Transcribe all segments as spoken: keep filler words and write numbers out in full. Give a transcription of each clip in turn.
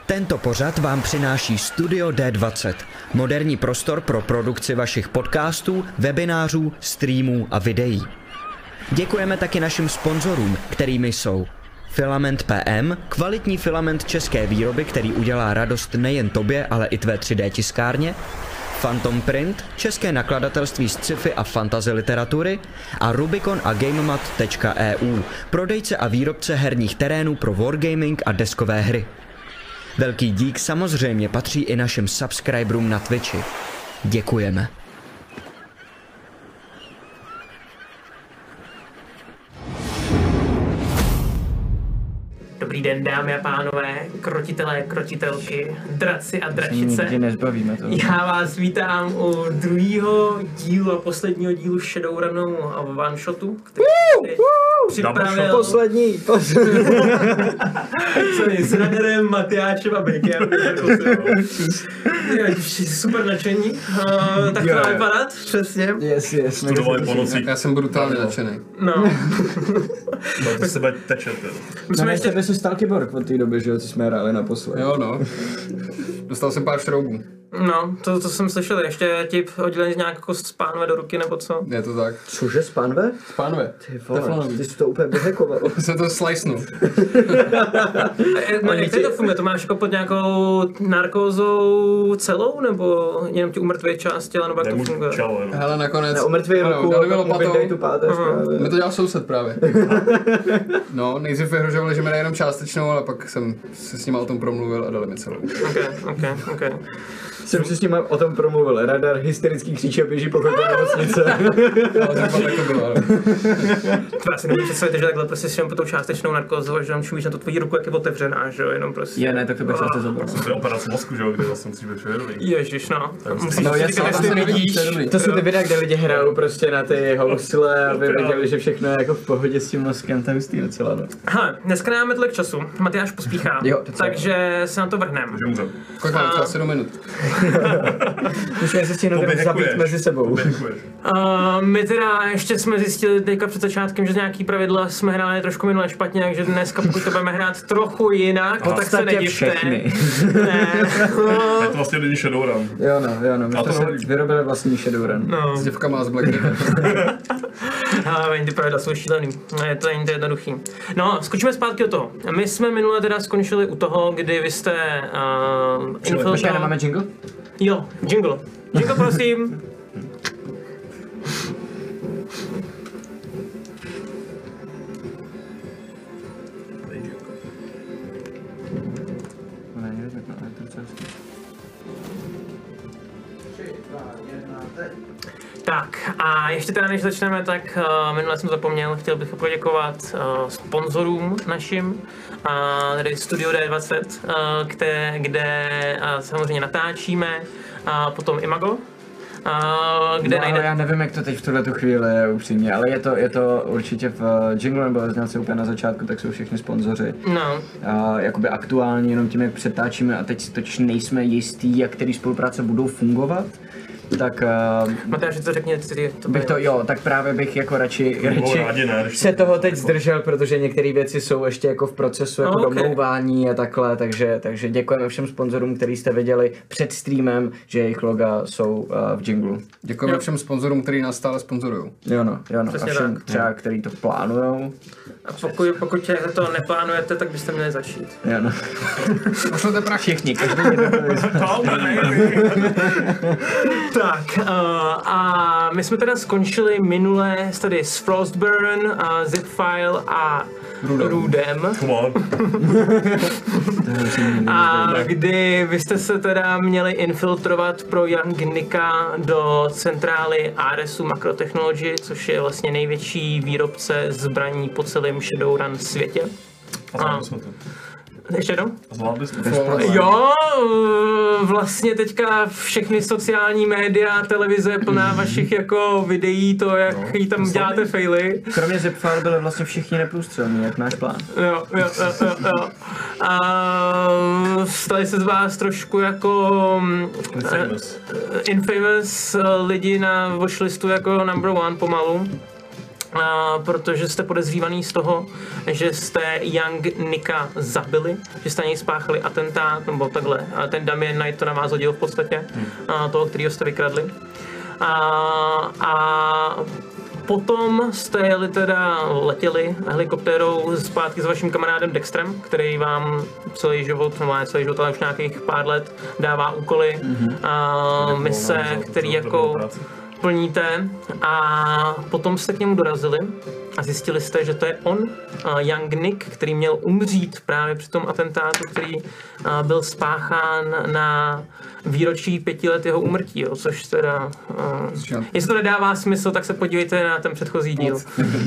Tento pořad vám přináší Studio D dvacet, moderní prostor pro produkci vašich podcastů, webinářů, streamů a videí. Děkujeme taky našim sponzorům, kterými jsou Filament P M, kvalitní filament české výroby, který udělá radost nejen tobě, ale i tvé tři dé tiskárně, Phantom Print, české nakladatelství z sci-fi a fantasy literatury a Rubicon a GameMat tečka E U, prodejce a výrobce herních terénů pro wargaming a deskové hry. Velký dík samozřejmě patří i našim subscriberům na Twitchi. Děkujeme. Dobrý den, dámy a pánové, krotitelé, krotitelky, draci a dračice. Nikdy nezbavíme toho. Já vás vítám u druhého dílu a posledního dílu Shadowrunu a one shotu, který uh, uh, připravil poslední, poslední. s Radarem, Matyášem a Bekem. Super nadšení. Uh, tak to má vypadat, přesně. Yes, yes. Studovali po nocích. Já jsem brutálně nadšený. No. To se sebe teče. No, ještě se stal kyborg od té doby, že jo, co jsme hráli naposled. Jo no. Dostal jsem pár šroubů. No, to, to jsem slyšel, ještě ti hodili nějak jako z pánve do ruky nebo co? Je to tak. Cože, z pánve? Z pánve. Ty vole, ty jsi to úplně vyhekoval. Se to slicenu. No, jak to funguje? To máš jako pod nějakou narkózou celou, nebo jenom ti umrtvý část těla, nebo jak to funguje? Čalo, hele, nakonec. Na umrtvý ruku, dali mi lopatou. tu páteř právě. Mi to dělal soused právě. No, nejdřív vyhrožovali, že mi dají jenom částečnou, ale pak jsem se s nima o tom promluvil a dali mi celou. Ok, ok, ok. Jsem si s ním o tom promluvil. Radar hysterický křičí a běží po chodbě nemocnice. Ale zrovna tak to bylo, ale. To já si nemůžu představit, že takhle prostě si jen po tou částečnou narkózou, že tam čumíš na tu tvoji ruku, jak je otevřená, že jo, jenom prostě. Je, ne, tak to bych se zabral. To je operace mozku, že jo, kde vlastně musíš být všuvědomý. Ježiš, no. Musíš No, si jasně, říkat, to jestli se vidíš. To jsou ty videa, kde lidi hrajou prostě na ty housle, aby věděli, že všechno je jako v pohodě s tím mozkem, to je hustý docela, no. Hele, dneska nemáme tolik času, Matyáš pospíchá, Jo, takže se na to vrhneme. Kolik máme? Třeba sedm minut. Musíme se stihnout zabít mezi sebou. Uh, my teda ještě jsme zjistili teďka před začátkem, že z nějaký pravidla jsme hráli trošku minule špatně, takže dneska pokud to budeme hrát trochu jinak, no, tak se nedivte. Ne. Je to vlastně není Shadowrun. Jo no, jo no, my jsme si vyrobili vlastní Shadowrun. No. S děvkama z Black River. Ale ty pravidla jsou šílený, je to není to jednoduchý. No, skočíme zpátky do toho. My jsme minule teda skončili u toho, kdy vy jste uh, infiltrovali... Počkej, nemáme jingle? Jo, jingle. Jingle, prosím. Tak a ještě teda než začneme, tak uh, minule jsem zapomněl, chtěl bych poděkovat uh, sponzorům našim, uh, tedy Studio D dvacet, uh, kde, kde uh, samozřejmě natáčíme, a uh, potom Imago. Uh, kde no, najde... já nevím, jak to teď v tuhle tu chvíli je upřímně, ale je to, je to určitě v jingle, nebo znělce úplně na začátku, tak jsou všichni sponzoři. No. Uh, jakoby aktuální, jenom tím, jak přetáčíme a teď totiž nejsme jistí, jak který spolupráce budou fungovat. Tak uh, Matyáš, to řekni, ty to bych to, jo, tak právě bych jako radši, radši rádi, ne, se toho teď zdržel, protože některé věci jsou ještě jako v procesu jako okay. domlouvání a takhle, takže, takže děkujeme všem sponzorům, který jste viděli před streamem, že jejich loga jsou uh, v jinglu. Děkujeme jo. všem sponzorům, kteří nás stále sponzorujou. Jo no, jo no, přesně a všem tak. třeba, který to plánujou. A pokud, pokud to neplánujete, tak byste měli začít. Jo no. Pošlete prach. Všichni, každý jeden Tak, uh, a my jsme teda skončili minule tady s Frostburn, uh, Zipfile a Rudem. Rudem. Come on. A kdy vy jste se teda měli infiltrovat pro Young Nika do centrály Aresu Macrotechnology, což je vlastně největší výrobce zbraní po celém Shadowrun světě. A zvládli jsme to. Ještě jednou? Zvládli jsme to. Jo, vlastně teďka všechny sociální média, televize plná vašich jako videí, to jak no, tam děláte faily. Kromě Zipfile byli vlastně všichni neprůstřelní, jak náš plán. Jo, jo, jo, jo, jo. A stali se z vás trošku jako Infamous, uh, infamous uh, lidi na watchlistu jako number one pomalu. Uh, protože jste podezřívaný z toho, že jste Young Nicka zabili, že jste na něj spáchali atentát, nebo takhle. A ten Damien Knight to na vás hodil v podstatě, uh, toho, kterýho jste vykradli. Uh, a potom jste jeli teda, letěli helikoptérou zpátky s vaším kamarádem Dextrem, který vám celý život, no celý život, ale už nějakých pár let dává úkoly, uh, mise, který jako plníte, a potom jste k němu dorazili a zjistili jste, že to je on, uh, Young Nick, který měl umřít právě při tom atentátu, který uh, byl spáchán na výročí pěti let jeho úmrtí, jo, což teda, uh, jestli to nedává smysl, tak se podívejte na ten předchozí díl.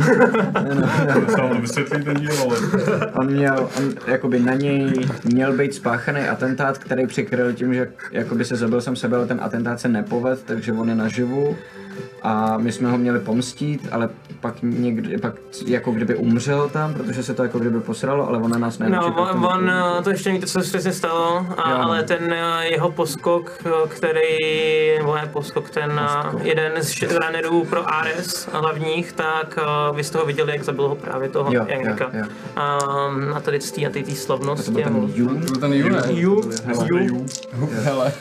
Vysvětlí ten díl, ale... On měl, on, jakoby na něj měl být spáchaný atentát, který přikryl tím, že jakoby se zabil jsem sebe, ale ten atentát se nepovedl, takže on je naživu. A my jsme ho měli pomstít, ale pak někdy, pak jako kdyby umřel tam, protože se to jako kdyby posralo, ale on na nás nenaučil. No, on, on to ještě nevíte, co se přesně stalo, a, ale ten jeho poskok, který, nebo ne poskok, ten poskok. jeden z runnerů pro Ares hlavních, tak uh, vy jste ho viděli, jak zabil ho právě toho Youngnika. Um, a tady ctí a ty tý slavnosti. To byl ten Yu? To byl ten Yu, ne? Yu, Yu. Hele.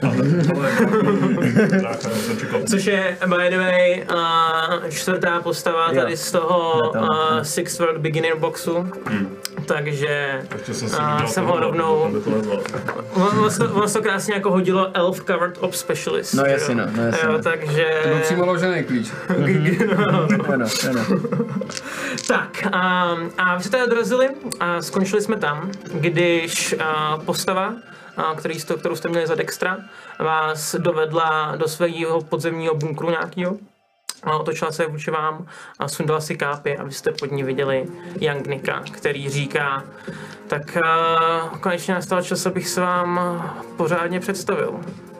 Což je, by the way, uh, čtvrtá postava tady z toho uh, Sixth World Beginner boxu, hmm. takže uh, jsem ho rovnou... On se to krásně jako hodilo Elf Covered Op Specialist. No jasně, no, no jasně. Jo, takže... To byl přímo ložený klíč. ano, ano. Tak, a, a vy jste tady dorazili a skončili jsme tam, když uh, postava, uh, který jste, kterou jste měli za Dextra, vás dovedla do svého podzemního bunkru nějakého. A otočila se vůči vám a sundala si kápy a vy jste pod ní viděli Young Nicka, který říká: tak uh, konečně nastal čas, abych se vám pořádně představil.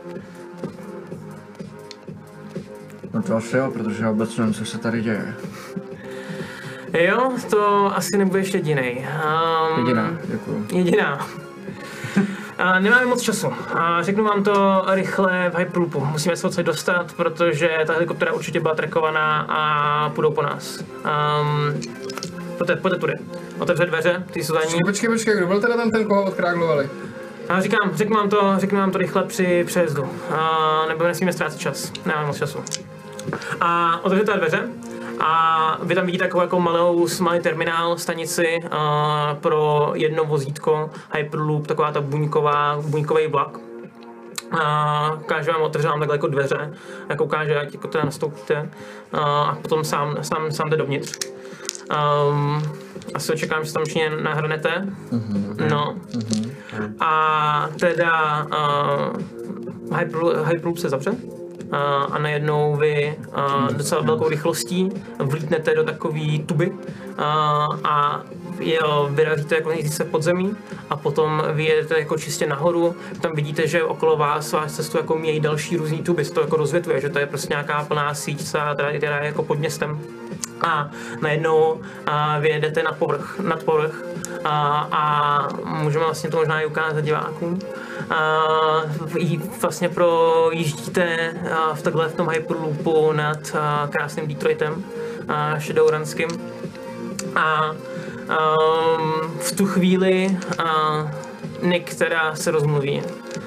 No to asi jo, protože já vůbec nevím, co se tady děje. Jo, to asi nebudeš jedinej. Um, Jediná, děkuju. Jediná. Uh, nemáme moc času. Uh, řeknu vám to rychle v Hyperloopu. Musíme se odsud dostat, protože ta helikoptera určitě byla trackovaná a půjdou po nás. Um, pojďte, pojďte tudy. Otevře dveře, ty jsou za ní. Počkej, počkej, kdo byl teda tam ten, koho odkráglovali? A říkám, řeknu vám to, řeknu vám to rychle při přejezdu. Uh, nebo nesmíme ztrácet čas. Nemáme moc času. A otevřete dveře. A vy tam vidíte takovou jako malou, malý terminál, stanici uh, pro jedno vozítko, Hyperloop, taková ta buňková, buňkový vlak. A ukáže vám, otevře vám takhle jako dveře, jako ukáže, jak jako teda nastoupíte, uh, a potom sám, sám, sám jde dovnitř. Um, asi očekám, že tam určitě nahrnete. Mm-hmm. No. Mm-hmm. A teda uh, Hyperloop, Hyperloop se zavře. Uh, a najednou vy uh, docela velkou rychlostí vlítnete do takové tuby uh, a jo, vyrazíte jako nejvíce v podzemí a potom vyjedete jako čistě nahoru. Tam vidíte, že okolo vás vás cestu jako mějí další různý tuby, se to jako rozvětuje, že to je prostě nějaká plná síť, která, která je jako pod městem. A najednou uh, vyjedete na povrch, nad povrch uh, a můžeme vlastně to možná i ukázat divákům. Uh, vlastně projíždíte uh, v takhle v tom Hyperloopu nad uh, krásným Detroitem, uh, Shadowrunským. A um, v tu chvíli uh, Nick teda se rozmluví.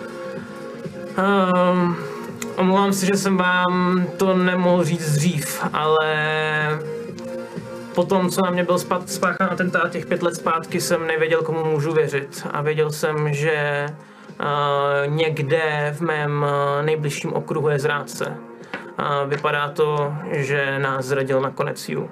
Um, omlouvám se, že jsem vám to nemohl říct dřív, ale po tom, co na mě byl spáchán atentát těch pět let zpátky, jsem nevěděl, komu můžu věřit. A věděl jsem, že uh, někde v mém uh, nejbližším okruhu je zrádce. Uh, vypadá to, že nás zradil nakonec Yu.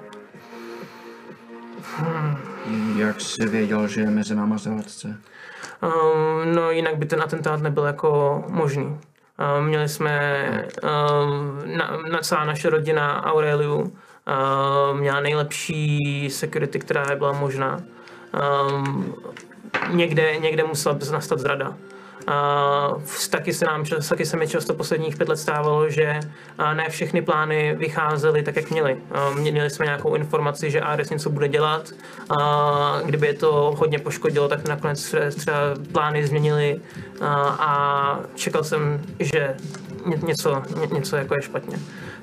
Hmm. Jak jsi věděl, že je mezi náma zrádce? Um, no jinak by ten atentát nebyl jako možný. Um, měli jsme, um, na, na celá naše rodina Aureliu uh, měla nejlepší security, která byla možná. Um, někde, někde musela nastat zrada. Uh, taky, se nám, taky se mi často posledních pět let stávalo, že uh, ne všechny plány vycházely tak, jak měly. Uh, měli jsme nějakou informaci, že Ares něco bude dělat. Uh, kdyby je to hodně poškodilo, tak nakonec třeba plány změnili uh, a čekal jsem, že něco, něco jako je špatně.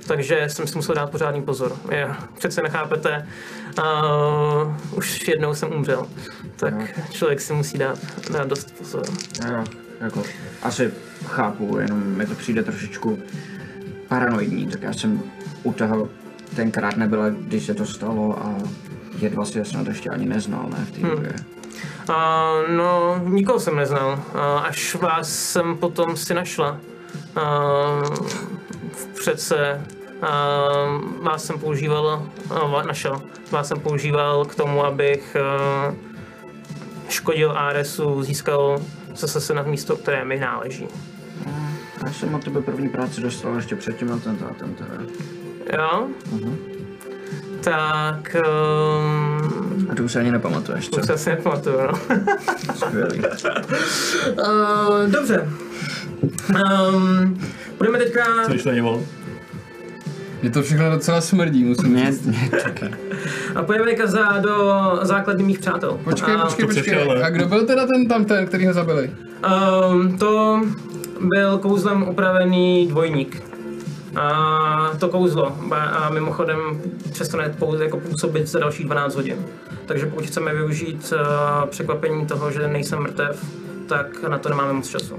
takže jsem si musel dát pořádný pozor. Je, přece nechápete, uh, už jednou jsem umřel, tak no. Člověk si musí dát, dát dost pozor. Jo, jako asi chápu, jenom mi to přijde trošičku paranoidní, tak já jsem u toho tenkrát nebyla, když se to stalo a je vlastně snad ještě ani neznal, ne, v té hmm. době. Uh, no, nikoho jsem neznal, uh, až vás jsem potom si našla. Uh, přece uh, vás jsem používal, uh, našel, vás jsem používal k tomu, abych uh, škodil Aresu, získal zase se na místo, které mi náleží. Uh, já jsem od tebe první práci dostal ještě před tím atentátem teda. Jo? Uh-huh. Tak... Um, A ty už se ani nepamatuješ, co? Už se asi nepamatuju, no. Skvělý. uh, dobře. Um, budeme teďka... Co když to není on? Mě to všechno docela smrdí, musím Mě, říct. mě taky. A půjdeme teďka za, do základny mých přátel. Počkej, A- počkej, To počkej. přešel, A kdo byl teda ten tam ten, který ho zabili? Um, to byl kouzlem upravený dvojník. A to kouzlo ba- a mimochodem přestane pouze jako působit za dalších dvanáct hodin. Takže pokud chceme využít uh, překvapení toho, že nejsem mrtev, tak na to nemáme moc času.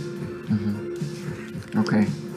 OK.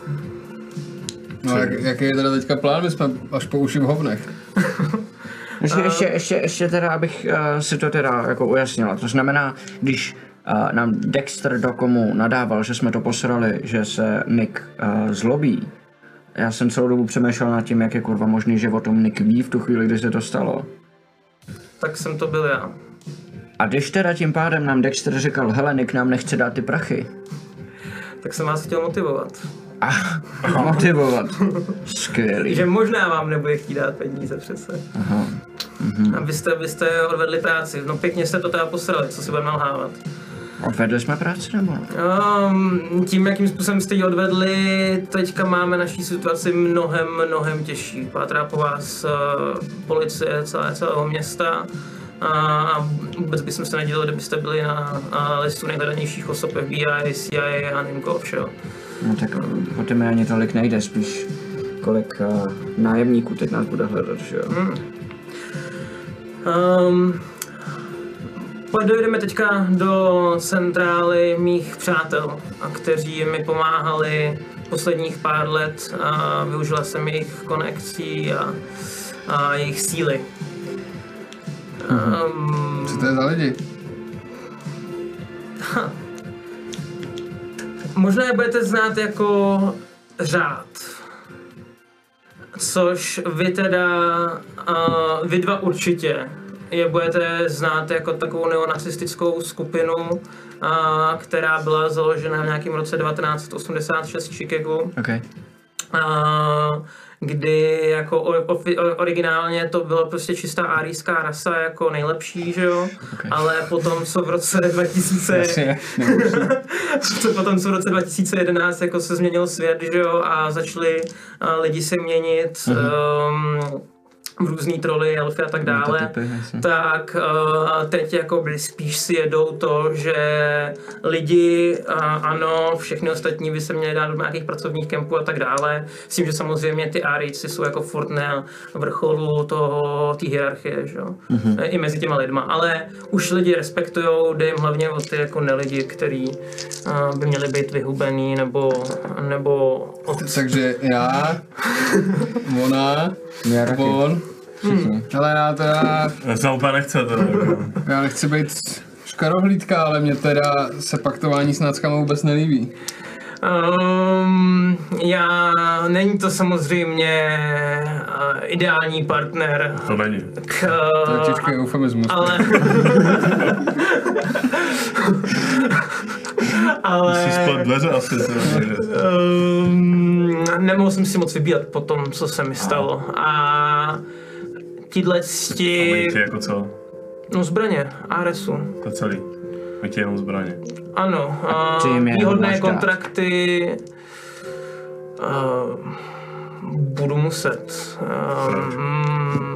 No jak, jaký je teda teďka plán? My jsme až po uši v hovnech. Ještě, ještě, ještě, ještě teda, abych uh, si to teda jako ujasnila. To znamená, když uh, nám Dexter do komu nadával, že jsme to posrali, že se Nick uh, zlobí, já jsem celou dobu přemýšlel nad tím, jak je kurva možný, že o tom Nick ví v tu chvíli, kdy se to stalo. Tak jsem to byl já. A když teda tím pádem nám Dexter říkal, hele, Nick nám nechce dát ty prachy. Tak jsem vás chtěl motivovat. A motivovat. Skvělý. Že možná vám nebude chtít dát peníze přece. Aha. Abyste, abyste odvedli práci. No pěkně jste to teda posrali, co si budeme nalhávat. Odvedli jsme práci nebo? Um, tím, jakým způsobem jste ji odvedli, teďka máme naší situaci mnohem, mnohem těžší. Pátrá po vás uh, policie celé, celého města a, a vůbec bychom se nedělali, kdybyste byli na uh, listu nejhledanějších osob F B I, C I A a nevím koho všeho. No tak o ty mi ani tolik nejde, spíš kolik uh, nájemníků teď nás bude hledat, že jo? Hmm. Um, Dojdeme teďka do centrály mých přátel, a kteří mi pomáhali posledních pár let a využila jsem jejich konekcí a, a jejich síly. Um, Co to je za lidi? ha. Možná je budete znát jako řád. Což vy teda, uh, vy dva určitě je budete znát jako takovou neonacistickou skupinu, uh, která byla založena v nějakém roce devatenáct osmdesát šest v Chicagu. Okay. Uh, kdy jako o, o, originálně to byla prostě čistá árijská rasa jako nejlepší, že jo? Okay. Ale potom co v roce dva tisíce Jasně, co potom co v roce dva tisíce jedenáct jako se změnil svět, že jo? A začali uh, lidi se měnit. Uh-huh. Um, v různý troly, elfy a tak dále, typy, tak uh, teď jako spíš si jedou to, že lidi, uh, ano, všechny ostatní by se měli dát do nějakých pracovních kempů a tak dále, s tím, že samozřejmě ty Árijci jsou jako furt na vrcholu toho, té hierarchie, že jo, mm-hmm. i mezi těma lidma, ale už lidi respektujou, jde jim hlavně o ty jako nelidi, který uh, by měli být vyhubený, nebo, nebo od... Takže já, ona, já on, hmm. ale já teda... Já se úplně nechce teda. Já nechci být škarohlídka, ale mě teda se paktování s náckama vůbec nelíbí. Um, já, není to samozřejmě uh, ideální partner. To není. K, To je těžký eufemismus. Ale... ale... Musíš spát dveře asi. Um, nemohl jsem si moc vybírat po tom, co se mi stalo. A tíhle sti... A jako co? No zbraně, Aresu. To celý. Mítě jenom zbraně. Ano, uh, výhodné kontrakty uh, budu muset.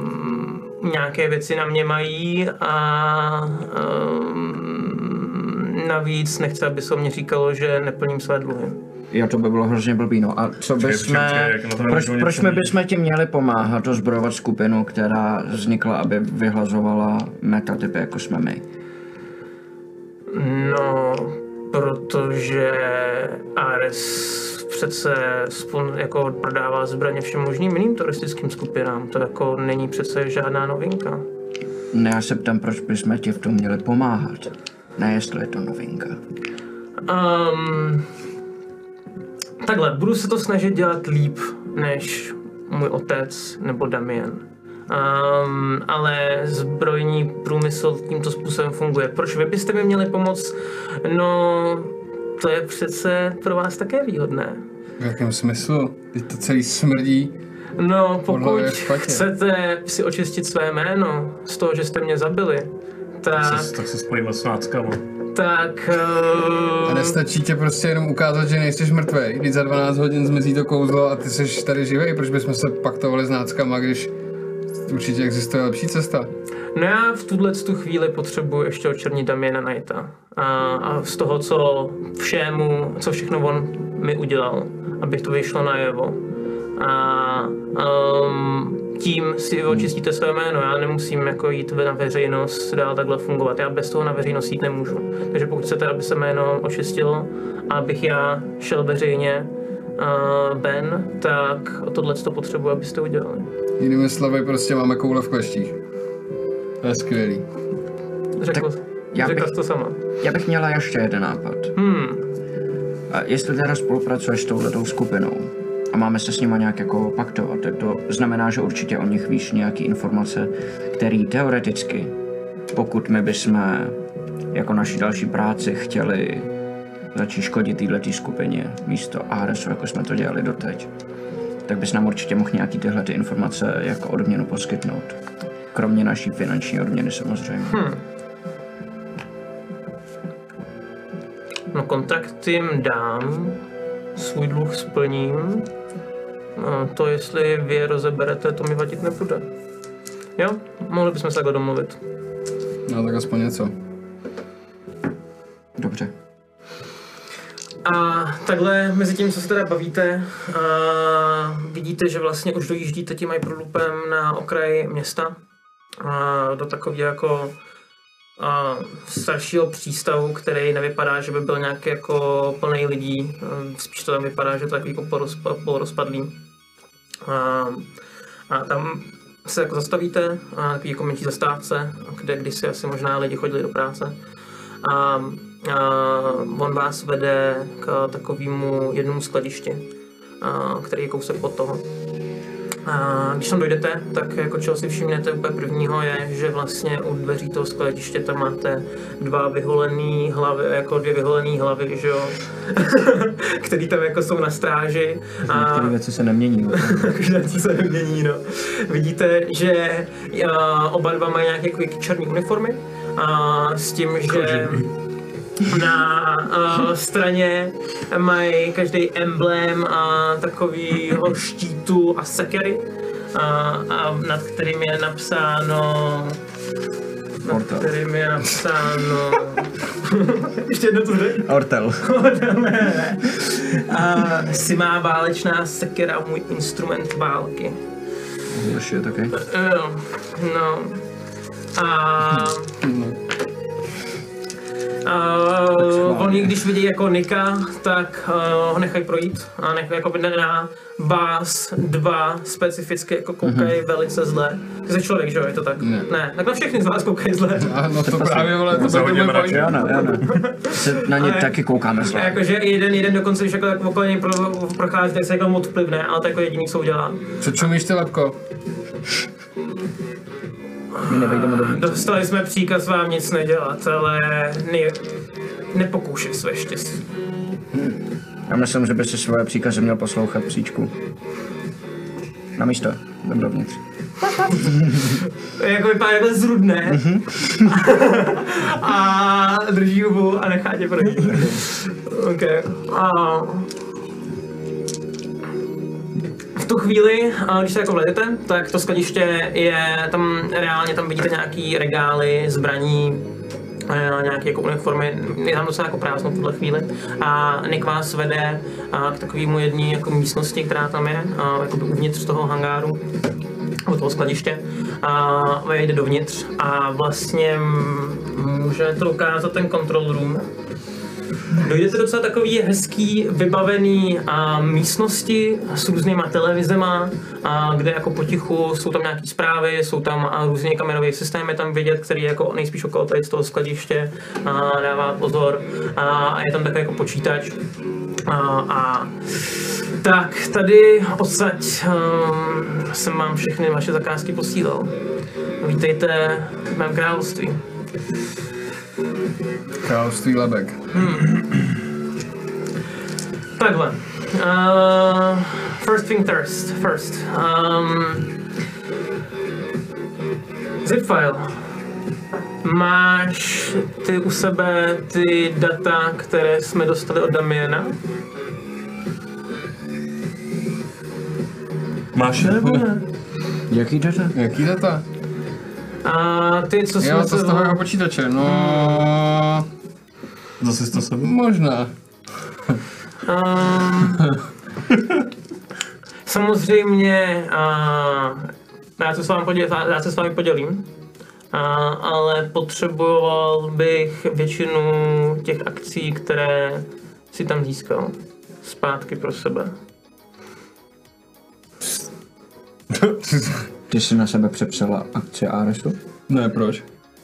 Um, nějaké věci na mě mají a um, navíc nechci, aby se o mě říkalo, že neplním své dluhy. Jo, to by bylo hrozně blbý, no. A co Počkej, bychom... počkej, jak na to Proč, nemůžu proč něco my říct? bychom ti měli pomáhat ozbrojovat skupinu, která vznikla, aby vyhlazovala metatypy, jako jsme my? No, protože Ares přece spon, jako prodává zbraně všem možným jiným teroristickým skupinám. To jako není přece žádná novinka. Ne, já se ptám, proč bychom ti v tom měli pomáhat. Ne, jestli je to novinka. Um, takhle, budu se to snažit dělat líp než můj otec nebo Damien. Um, ale zbrojní průmysl tímto způsobem funguje. Proč vy byste mi měli pomoct? No, to je přece pro vás také výhodné. V jakém smyslu? Teď to celý smrdí. No, pokud Podle je špatně. chcete si očistit své jméno z toho, že jste mě zabili, tak, Tak se, tak se spojíme s náckama. tak A uh, nestačí tě prostě jenom ukázat, že nejsi mrtvej. Když za dvanáct hodin zmizí to kouzlo a ty jsi tady živej, proč bychom se paktovali s náckama, když určitě existuje lepší cesta? no já v tuhle tu chvíli potřebuji ještě očernit Damiena Knighta. A, a z toho, co všemu, co všechno on mi udělal, aby to vyšlo najevo. A um, tím si očistíte své jméno. Já nemusím jako jít na veřejnost dál takhle fungovat. Já bez toho na veřejnost jít nemůžu. Takže pokud chcete, aby se jméno očistilo a abych já šel veřejně uh, ven, tak tohle to potřebuji, abyste udělali. Jinými slovy, prostě máme koule v kleštích. To je skvělý. Řekl, já řekl bych- jsi to sama. Já bych měla ještě jeden nápad. Hmm. A jestli teda spolupracuješ s touhletou skupinou a máme se s nima nějak jako paktovat, tak to znamená, že určitě o nich víš nějaký informace, které teoreticky, pokud my bychom jako naši další práci chtěli začít škodit této skupině místo Aresu, jako jsme to dělali doteď, tak bys nám určitě mohl nějaký tyhle ty informace jako odměnu poskytnout. Kromě naší finanční odměny samozřejmě. Hmm. No kontrakt jim dám, svůj dluh splním. No, to, jestli vy je rozeberete, to mi vadit nebude. Jo, mohli bychom se takhle domluvit. No tak aspoň něco. Dobře. A takhle mezi tím, co se teda bavíte, a vidíte, že vlastně už dojíždíte tím hyperloopem na okraj města. A do takového jako a staršího přístavu, který nevypadá, že by byl nějak jako plný lidí, spíš to tam vypadá, že to je takový jako porozpa- polorozpadlý. A, a tam se jako zastavíte, a takový jako menší zastávce, kde kdysi asi možná lidi chodili do práce. A, a on vás vede k takovému jednomu skladišti, a, který je kousek pod toho. A když tam dojdete, tak jako čeho si všimnete úplně prvního je, že vlastně u dveří toho skladiště tam máte dva vyholený hlavy, jako dvě vyholený hlavy, že jo, který tam jako jsou na stráži. A Některé věci se nemění. každé co se nemění, no. Vidíte, že a, oba dva mají nějaké jako černé uniformy a s tím, že na uh, straně mají každý emblém a takovýho štítu a sekery, a, a nad kterým je napsáno nad Ortel. kterým je napsáno ještě jedno to řekl? Ortel. Ne. A si má válečná sekera, můj instrument války. Još je taky. Jo, no. A... Uh, oni, když vidí jako Nika, tak uh, ho nechají projít a nech, jako by na vás dva specificky jako koukají mm-hmm. velice zle. Ty jsi člověk, že jo, je to tak? Ne. Ne, tak na všechny z vás koukají zle. A no to právě, vole, to se byl hodně můj mračí. point. Ano, ano. Se na ně Ale- taky koukáme A zle. jakože jeden, jeden dokonce, když jako tak okolo něj pro, prochází, tak se jako moc vplyvne, ale to jako jediný, co udělá. Co čumíš ty, Lepko? My nevejdeme dovnitř. Dostali jsme příkaz vám nic nedělat, ale ne, nepokoušej své štěstí. Já myslím, že by si svoje příkazy měl poslouchat, příčku. Na místo, jdem dovnitř. Jako vypadá jako zrudné. A drží hubu a nechá tě projít. OK. A v tu chvíli, a když se jako vledete, tak to skladiště je, tam reálně tam vidíte nějaký regály, zbraní, nějaké jako uniformy, je tam docela jako prázdno v tuhle chvíli a Nick vás vede a, k takovému jedné jako místnosti, která tam je, a, jako uvnitř toho hangáru, od toho skladiště a vejde dovnitř a vlastně můžeme to ukázat ten control room. Dojdete docela takový hezký, vybavený a, místnosti s různýma televizema, a, kde jako potichu jsou tam nějaký zprávy, jsou tam a, různé kamerové systémy tam vidět, který jako nejspíš okolo tady z toho skladiště a, dává pozor a je tam takový jako počítač. A, a tak tady odsaď um, jsem vám všechny vaše zakázky posílal. Vítejte v mém království. Království Lebek. Hmm. Takhle. Uh, first thing first. First. Um, zip file. Máš ty u sebe ty data, které jsme dostali od Damiena? Máš je nebo ne? Jaký data? Jaký data? A ty, co jsme Jo, to se... z toho jeho počítače, no... Zase jsi to sebe? Možná. Um, samozřejmě, uh, já se s vámi podělím, já se s vámi podělím uh, ale potřeboval bych většinu těch akcí, které si tam získal, zpátky pro sebe. Ty jsi na sebe přepsala akcie Aresu? Ne, proč?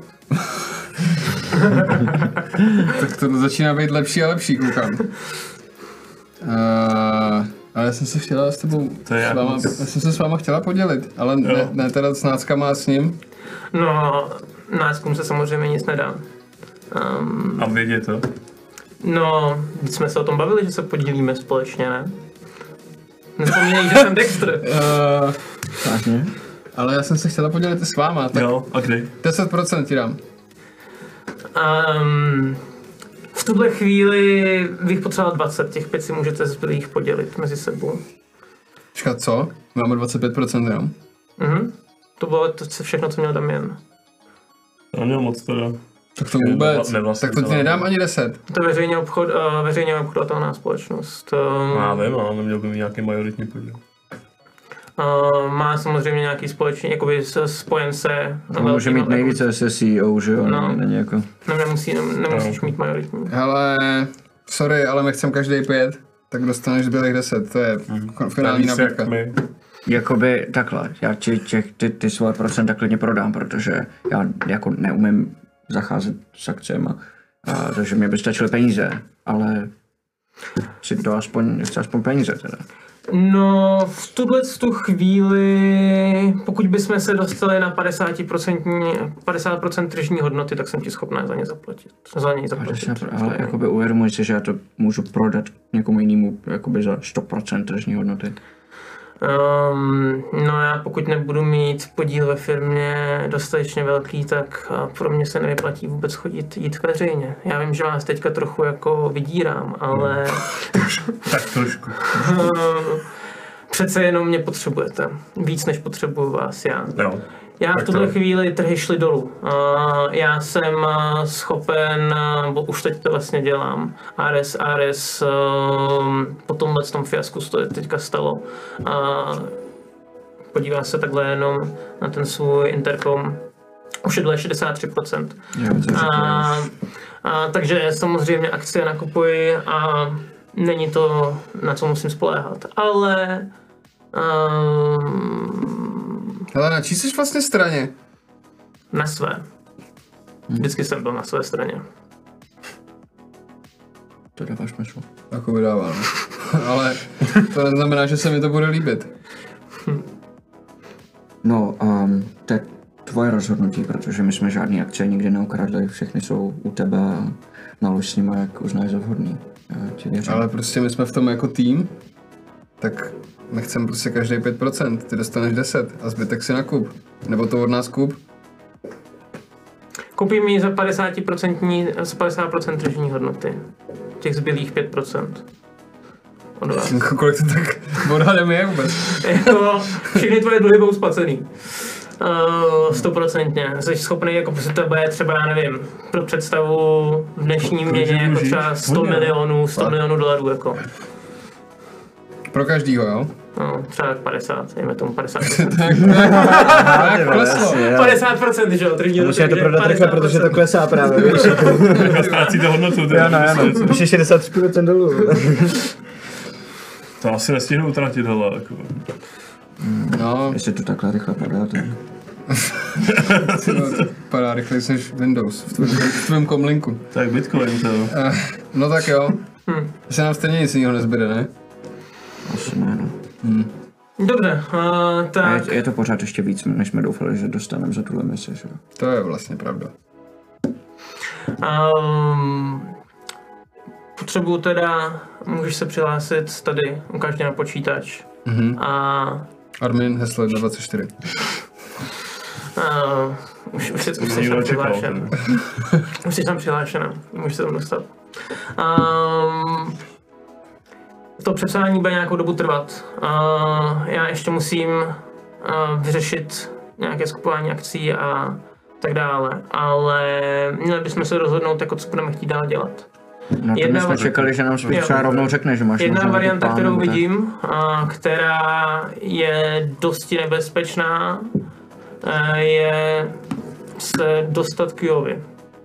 Tak to začíná být lepší a lepší, koukám. Uh, ale já jsem se chtěla s tebou, To je s váma, moc. já jsem se s váma chtěla podělit, ale ne, ne teda s náckama a s ním. No, náckům se samozřejmě nic nedá. Um, A vědět to? no, když jsme se o tom bavili, že se podílíme společně, ne? Nezapomínej, že jsem Dexter. Uh, Vážně? ale já jsem se chtěla podělit i s váma, tak Jo, a kdy? deset procent ti dám. Um, v tuhle chvíli bych potřeboval dvacet, těch pět si můžete zbylých podělit mezi sebou. Počkat, co? Máme dvacet pět procent jenom. Mhm. To bylo to co- všechno, co měl Damien. Já měl moc teda. Tak to Ne- vůbec, nevlastní tak to ti to. nedám ani deset. To je veřejně, obchod, uh, veřejně obchodovatelná společnost. Um, Já vím, ale neměl by mít nějaký majoritní podíl. uh, má samozřejmě nějaký společný, jakoby s- spojence. On může mít nejvíce se C E O, že jo? No. Není jako... Ne, nemusí, ne, nemusíš mít majoritní. Hele, sorry, ale my chceme každý pět, tak dostaneš zbylých deset, to je mm. finální Víc jak nabídka. my. Jakoby takhle, já ti těch, ty, ty svoje procenta klidně prodám, protože já jako neumím zacházet s akciemi, a, takže mě by stačily peníze, ale si to aspoň, chci aspoň peníze teda. No, v tuhle tu chvíli, pokud bychom se dostali na padesát procent, padesát procent tržní hodnoty, tak jsem ti schopná za ně zaplatit. Za něj zaplatit. Ale jakoby uvědomuji si, že já to můžu prodat někomu jinému jakoby za sto procent tržní hodnoty. Um, no já pokud nebudu mít podíl ve firmě dostatečně velký, tak a, pro mě se nevyplatí vůbec chodit jít veřejně. Já vím, že vás teďka trochu jako vydírám, ale Tak trošku. přece jenom mě potřebujete. Víc než potřebuju vás já. Jo. Já v Tak tuhle to- chvíli trhy šly dolů. Uh, já jsem uh, schopen, uh, bo už teď to vlastně dělám, Ares, Ares, uh, po tomhle tom fiasku se to teďka stalo. Uh, podívá se takhle jenom na ten svůj interkom. Už je dle šedesát tři procent. Jo, to A, a, takže samozřejmě akcie nakupuji a není to, na co musím spoléhat. Ale um, Hele, na čí jsi vlastně straně? na své. Vždycky jsem byl na své straně. to dáváš smysl. Jako vydává, no. Ale to neznamená, že se mi to bude líbit. No, um, to je tvoje rozhodnutí, protože my jsme žádný akcie nikdy neukradli, všechny jsou u tebe a nalož s nimi, jak uznáš za vhodný. Já ti věřím. Ale prostě my jsme v tom jako tým, tak my chceme prostě každý pět procent, ty dostaneš deset a zbytek si nakup. Nebo to od nás kup. Koupím ji za padesát procent, za padesát procent tržní hodnoty. Těch zbylých pět procent. Od vás. Kolik to tak odhadem je vůbec? Jako, všechny tvoje dluhy budou splacený. Stoprocentně. Jsi schopný, jako prostě to bude třeba, já nevím, pro představu v dnešním měně jako třeba sto milionů, sto milionů dolarů, jako. Pro každýho, jo? No, třeba padesát, dejme tomu padesát Tak kleslo. padesát procent, že jo, tržního. Musíte to prodat rychle, protože to klesá právě, víš. Ztrácíte hodnotu. Jo, no, jo, no. Už je šedesát tři procent dolů. To asi nestihnu utratit, hele, jako. No, Jestli to takhle rychle padá, tak... to padá rychleji než Windows v tvém, v tvém komlinku. Tak Bitcoin, to jo. Uh, no tak jo. Hm. Se nám stejně nic jiného nezbyde, ne? Asi ne, no. Hmm. Dobře, uh, A tak... je, je to pořád ještě víc, než jsme doufali, že dostaneme za tuhle misi, že jo. To je vlastně pravda. Um, potřebuju teda, můžeš se přihlásit tady, ukážte na počítač. Mhm. A... Armin, heslo jedna dvacet čtyři. Uh, už, už, už jsi tam přihlášen. Už jsi tam přihlášena, můžeš se tam dostat. Um, to přepsání bude nějakou dobu trvat. Uh, já ještě musím uh, vyřešit nějaké skupování akcí a tak dále, ale měli bychom se rozhodnout, jako co budeme chtít dál dělat. Na to Jedna my jsme va- čekali, že nám spíš třeba rovnou řekne, že máš Jedna možná varianta, plán, kterou nebo tak. vidím, a která je dosti nebezpečná, a je se dostat k Jovi.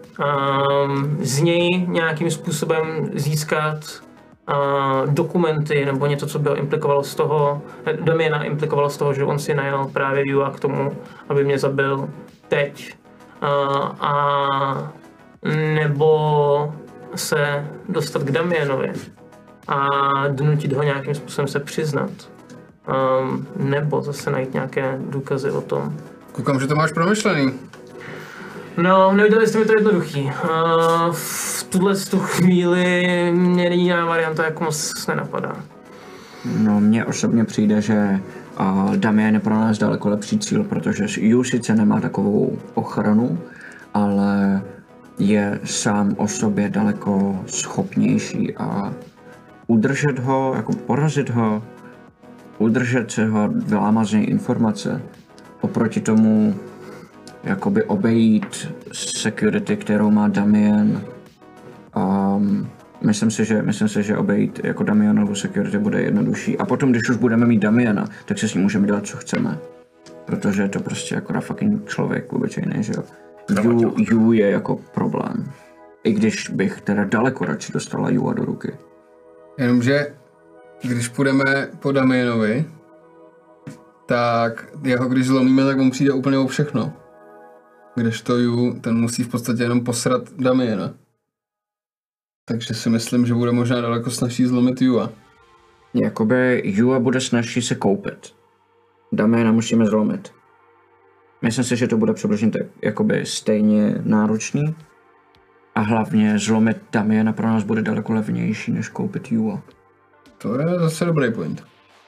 Um, z něj nějakým způsobem získat uh, dokumenty nebo něco, co by ho implikovalo z toho, Damiena implikovalo z toho, že on si najal právě Jua k tomu, aby mě zabil teď. Uh, a nebo se dostat k Damienovi a donutit ho nějakým způsobem se přiznat. Um, nebo zase najít nějaké důkazy o tom. Koukám, že to máš promyšlený. No, neviděli jste mi to jednoduchý. Uh, v tuhle tu chvíli mě jiná varianta jako moc nenapadá. No, mně osobně přijde, že uh, Damien je pro nás daleko lepší cíl, protože Yu sice nemá takovou ochranu, ale je sám o sobě daleko schopnější a udržet ho, jako porazit ho, udržet se ho, vylámat z něj informace, oproti tomu jakoby obejít security, kterou má Damien. Um, myslím si, že, myslím si, že obejít jako Damienovu security bude jednodušší. A potom, když už budeme mít Damiena, tak se s ním můžeme dělat, co chceme. Protože je to prostě akorát fucking člověk obyčejný, že jo. Yu, Yu je jako problém. I když bych teda daleko radši dostala Jua do ruky. Jenomže, když půjdeme po Damienovi, tak jeho když zlomíme, tak on přijde úplně o všechno. Kdežto Yu, ten musí v podstatě jenom posrat Damiena. Takže si myslím, že bude možná daleko snažší zlomit Jua. Jakoby Jua bude snažší se koupit. Damiena musíme zlomit. Myslím si, že to bude přibližně tak jakoby stejně náročný. A hlavně zlomit Damiena pro nás bude daleko levnější, než koupit Jua. To je zase dobrý point.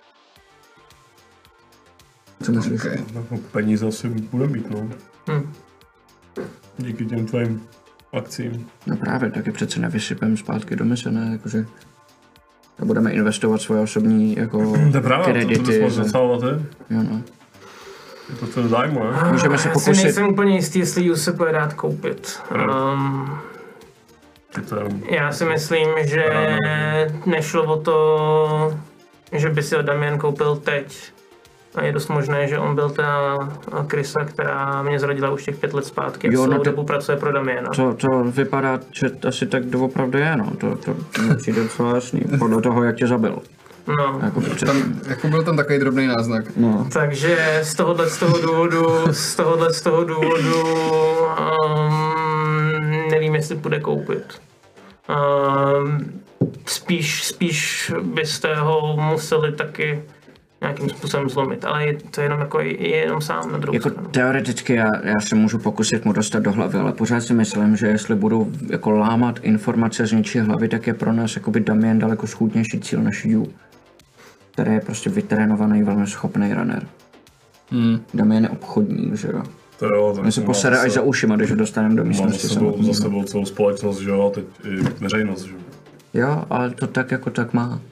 Co myslíš? Okay. Jako peníze asi bude mít, no. Hm. Díky těm tvým akcím. No právě, taky přece nevysypem zpátky do mise, ne? Jakože a budeme investovat svoje osobní jako To je právě, to, to kredity. bys mohl za- zasahovat, ty. Jo, no. Je to v tom zájmu, ne? Můžeme se Já si pokusit. nejsem úplně jistý, jestli Yu se bude dát koupit. Um, Je to jenom... já si myslím, že nešlo o to, že by si ho Damien koupil teď. A je dost možné, že on byl ta Krysa, která mě zradila už těch pět let zpátky a Jo, celou no to- dobu pracuje pro Damiena. To, to vypadá, že asi tak doopravdy je, no. To, to, to mi přijde docela jasný. Podle toho, jak tě zabil. No. Jako před... Tam, jako byl tam takový drobný náznak. No. Takže z tohohle z toho důvodu, z tohohle z toho důvodu um, nevím, jestli půjde koupit. Um, spíš, spíš byste ho museli taky nějakým způsobem zlomit, ale je to jenom jako je jenom sám na druhou Jako stranu. teoreticky já, já se můžu pokusit mu dostat do hlavy, ale pořád si myslím, že jestli budu jako lámat informace z něčí hlavy, tak je pro nás jakoby Damien daleko schůdnější cíl než Yu, který je prostě vytrénovaný, velmi schopný runner. Hmm. Damien je obchodník, že jo. To jo, tak On se posere až za ušima, když ho dostaneme do Mám místnosti za sebou, za samotný. sebou celou společnost, že jo, a teď i veřejnost, že jo. Jo, ale to tak jako tak má.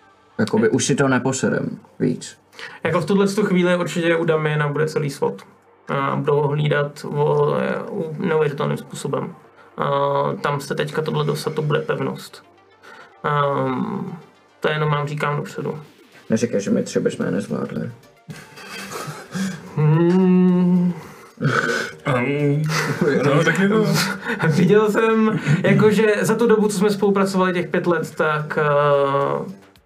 Jakoby už si to neposerem víc. Jako v tuhle tu chvíli určitě u Damiena bude celý svod. a budou ho hlídat o, o neuvěřitelným způsobem. A tam se teďka tohle dostat, to bude pevnost. Um, to jenom vám říkám dopředu. Neříkej, že my tři bychom je nezvládli. Hmm. Um, no, taky to. Viděl jsem, jakože za tu dobu, co jsme spolupracovali těch pět let, tak uh,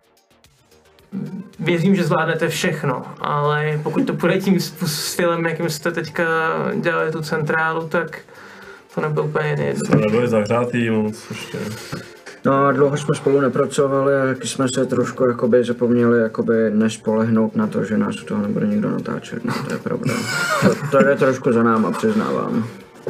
věřím, že zvládnete všechno, ale pokud to půjde tím stylem, jakým jste teďka dělali tu centrálu, tak to nebylo úplně jednoduché. To nebylo zahřátý moc ještě. No a dlouho jsme spolu nepracovali a taky jsme se trošku jakoby zapomněli jakoby nespolehnout na to, že nás u toho nebude nikdo natáčet, no to je pravda. To, to jde trošku za náma, přiznávám.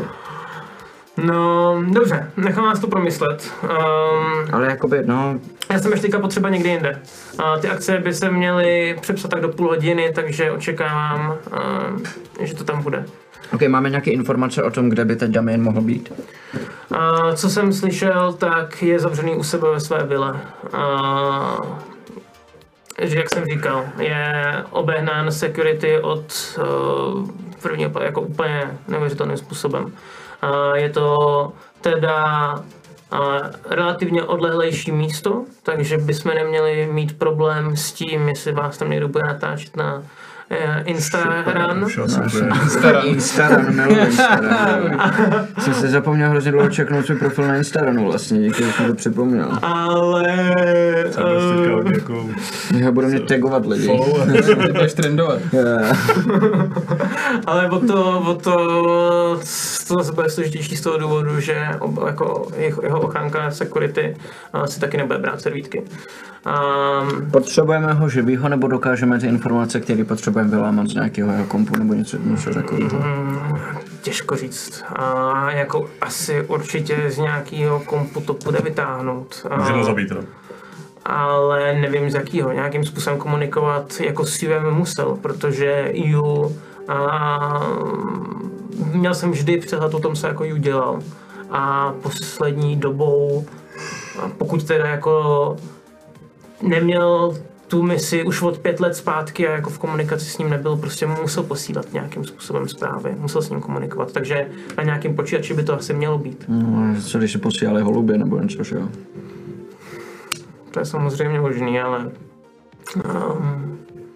No, dobře, nechám vás to promyslet. Um, Ale jakoby, no, já jsem ještě teďka potřeba někde jinde. Uh, ty akce by se měly přepsat tak do půl hodiny, takže očekávám, uh, že to tam bude. ok, máme nějaké informace o tom, kde by teď Damien mohl být? Uh, co jsem slyšel, tak je zavřený u sebe ve své vile. Uh, že jak jsem říkal, je obehnán security od uh, prvního, jako úplně neuvěřitelným způsobem. Uh, je to teda uh, relativně odlehlejší místo, takže bychom neměli mít problém s tím, jestli vás tam někdo bude natáčet na uh, Instagram. Instagram, Instagram, miluji Instagram. Jsem se zapomněl hrozně dlouho čeknout svůj profil na Instagramu vlastně, díky, že jsem to připomněl. Ale... Uh, jako... Já budu mě tagovat lidi. Ty budeš trendovat. Yeah. Ale o to, o to, to zase bude složitější z toho důvodu, že ob, jako jeho, jeho ochránka security uh, si taky nebude brát servítky. Um, Potřebujeme ho živýho, nebo dokážeme ty informace, které potřebujeme vylámat z nějakého jeho kompu nebo něco, něco takového? Mm, těžko říct. A jako asi určitě z nějakého kompu to bude vytáhnout. Můžeme ho zabít, ne? Ale nevím z jakého. Nějakým způsobem komunikovat jako s Juem musel, protože Ju... A, měl jsem vždy přehled o tom, co jako Ju dělal. A poslední dobou, pokud teda jako neměl tu misi už od pět let zpátky a jako v komunikaci s ním nebyl, prostě musel posílat nějakým způsobem zprávy, musel s ním komunikovat, takže na nějakém počítači by to asi mělo být. No, co když si posílali holubě nebo něco, že jo? To je samozřejmě možný, ale... Um,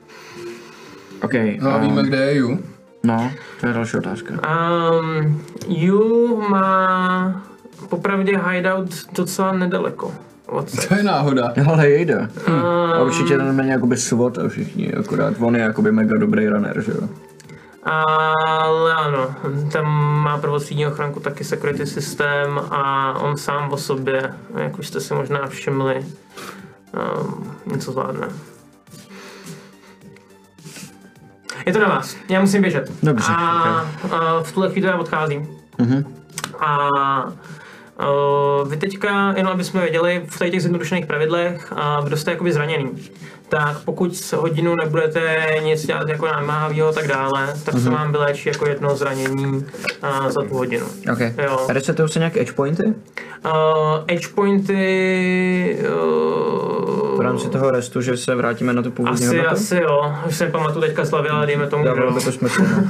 OK. No a víme, kde je Ju? No, to je další otázka. um, Ju má popravdě hideout docela nedaleko. To je náhoda. Ale jejde. Hm. Um, A určitě tam není jakoby SWAT a všichni, akorát on je jakoby mega dobrý runner, že jo? Ale ano, tam má prvotřídní ochranku taky security systém a on sám o sobě, jak už jste si možná všimli, um, něco zvládne. Je to na vás, já musím běžet. Dobře, A, okay. a v tuhle chvíli já odcházím. Mhm. A uh, vy teďka, jenom aby jsme věděli, v těch zjednodušených pravidlech, uh, kdo jste jakoby zraněný, tak pokud hodinu nebudete nic dělat jako námahavého a tak dále, tak mm-hmm. se vám vyléčí jako jedno zranění uh, za tu hodinu. OK. Jo. A resetují se nějaké edge pointy? Uh, edge pointy... Uh, V rámci toho restu, že se vrátíme na tu původní asi, hodnotu? asi jo, už jsem pamatuju teďka slavě, ale dejme tomu, Dávalo by že to smysl, no.